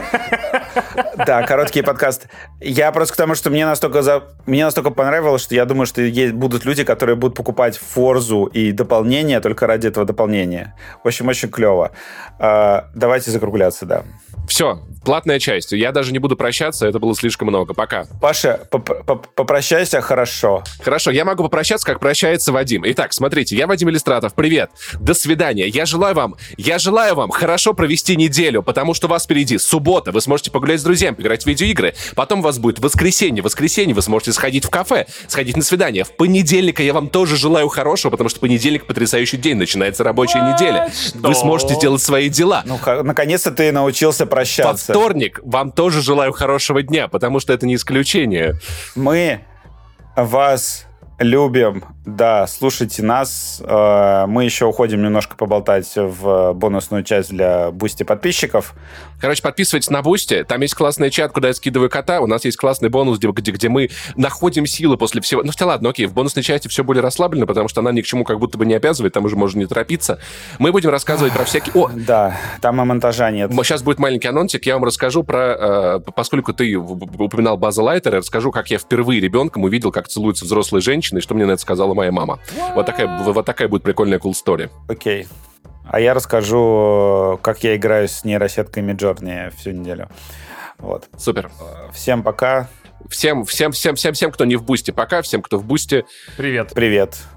Да, короткие подкасты. Я просто к тому, что мне настолько понравилось, что я думаю, что будут люди, которые будут покупать Форзу и дополнение только ради этого дополнения. В общем, очень клево. Давайте закругляться, да. Все, платная часть. Я даже не буду прощаться, это было слишком много. Пока. Паша, попрощайся хорошо. Хорошо, я могу попрощаться, как прощается Вадим. Итак, смотрите, я Вадим Иллистратов. Привет. До свидания. Я желаю вам хорошо провести неделю, потому что у вас впереди суббота. Вы сможете погулять с друзьями, поиграть в видеоигры. Потом у вас будет воскресенье. В воскресенье вы сможете сходить в кафе, сходить на свидание. В понедельник я вам тоже желаю хорошего, потому что понедельник потрясающий день. Начинается рабочая неделя. Вы сможете делать свои дела. Ну, наконец-то ты научился прощаться. Во вторник вам тоже желаю хорошего дня, потому что это не исключение. Мы вас любим. Да, слушайте нас. Мы еще уходим немножко поболтать в бонусную часть для Бусти подписчиков. Короче, подписывайтесь на Бусти. Там есть классный чат, куда я скидываю кота. У нас есть классный бонус, где мы находим силы после всего. Ну, хотя ладно, окей, в бонусной части все более расслаблено, потому что она ни к чему как будто бы не обязывает, там уже можно не торопиться. Мы будем рассказывать про всякие... Да, там и монтажа нет. Сейчас будет маленький анонсик, я вам расскажу про... Поскольку ты упоминал База Лайтера, расскажу, как я впервые ребенком увидел, как целуются взрослые женщины, и что мне на это сказала моя мама. Вот такая будет прикольная cool story. Окей. А я расскажу, как я играю с нейросеткой Midjourney всю неделю. Вот. Супер. Всем пока. Всем, кто не в Бусти, пока. Всем, кто в Бусти. Привет. Привет.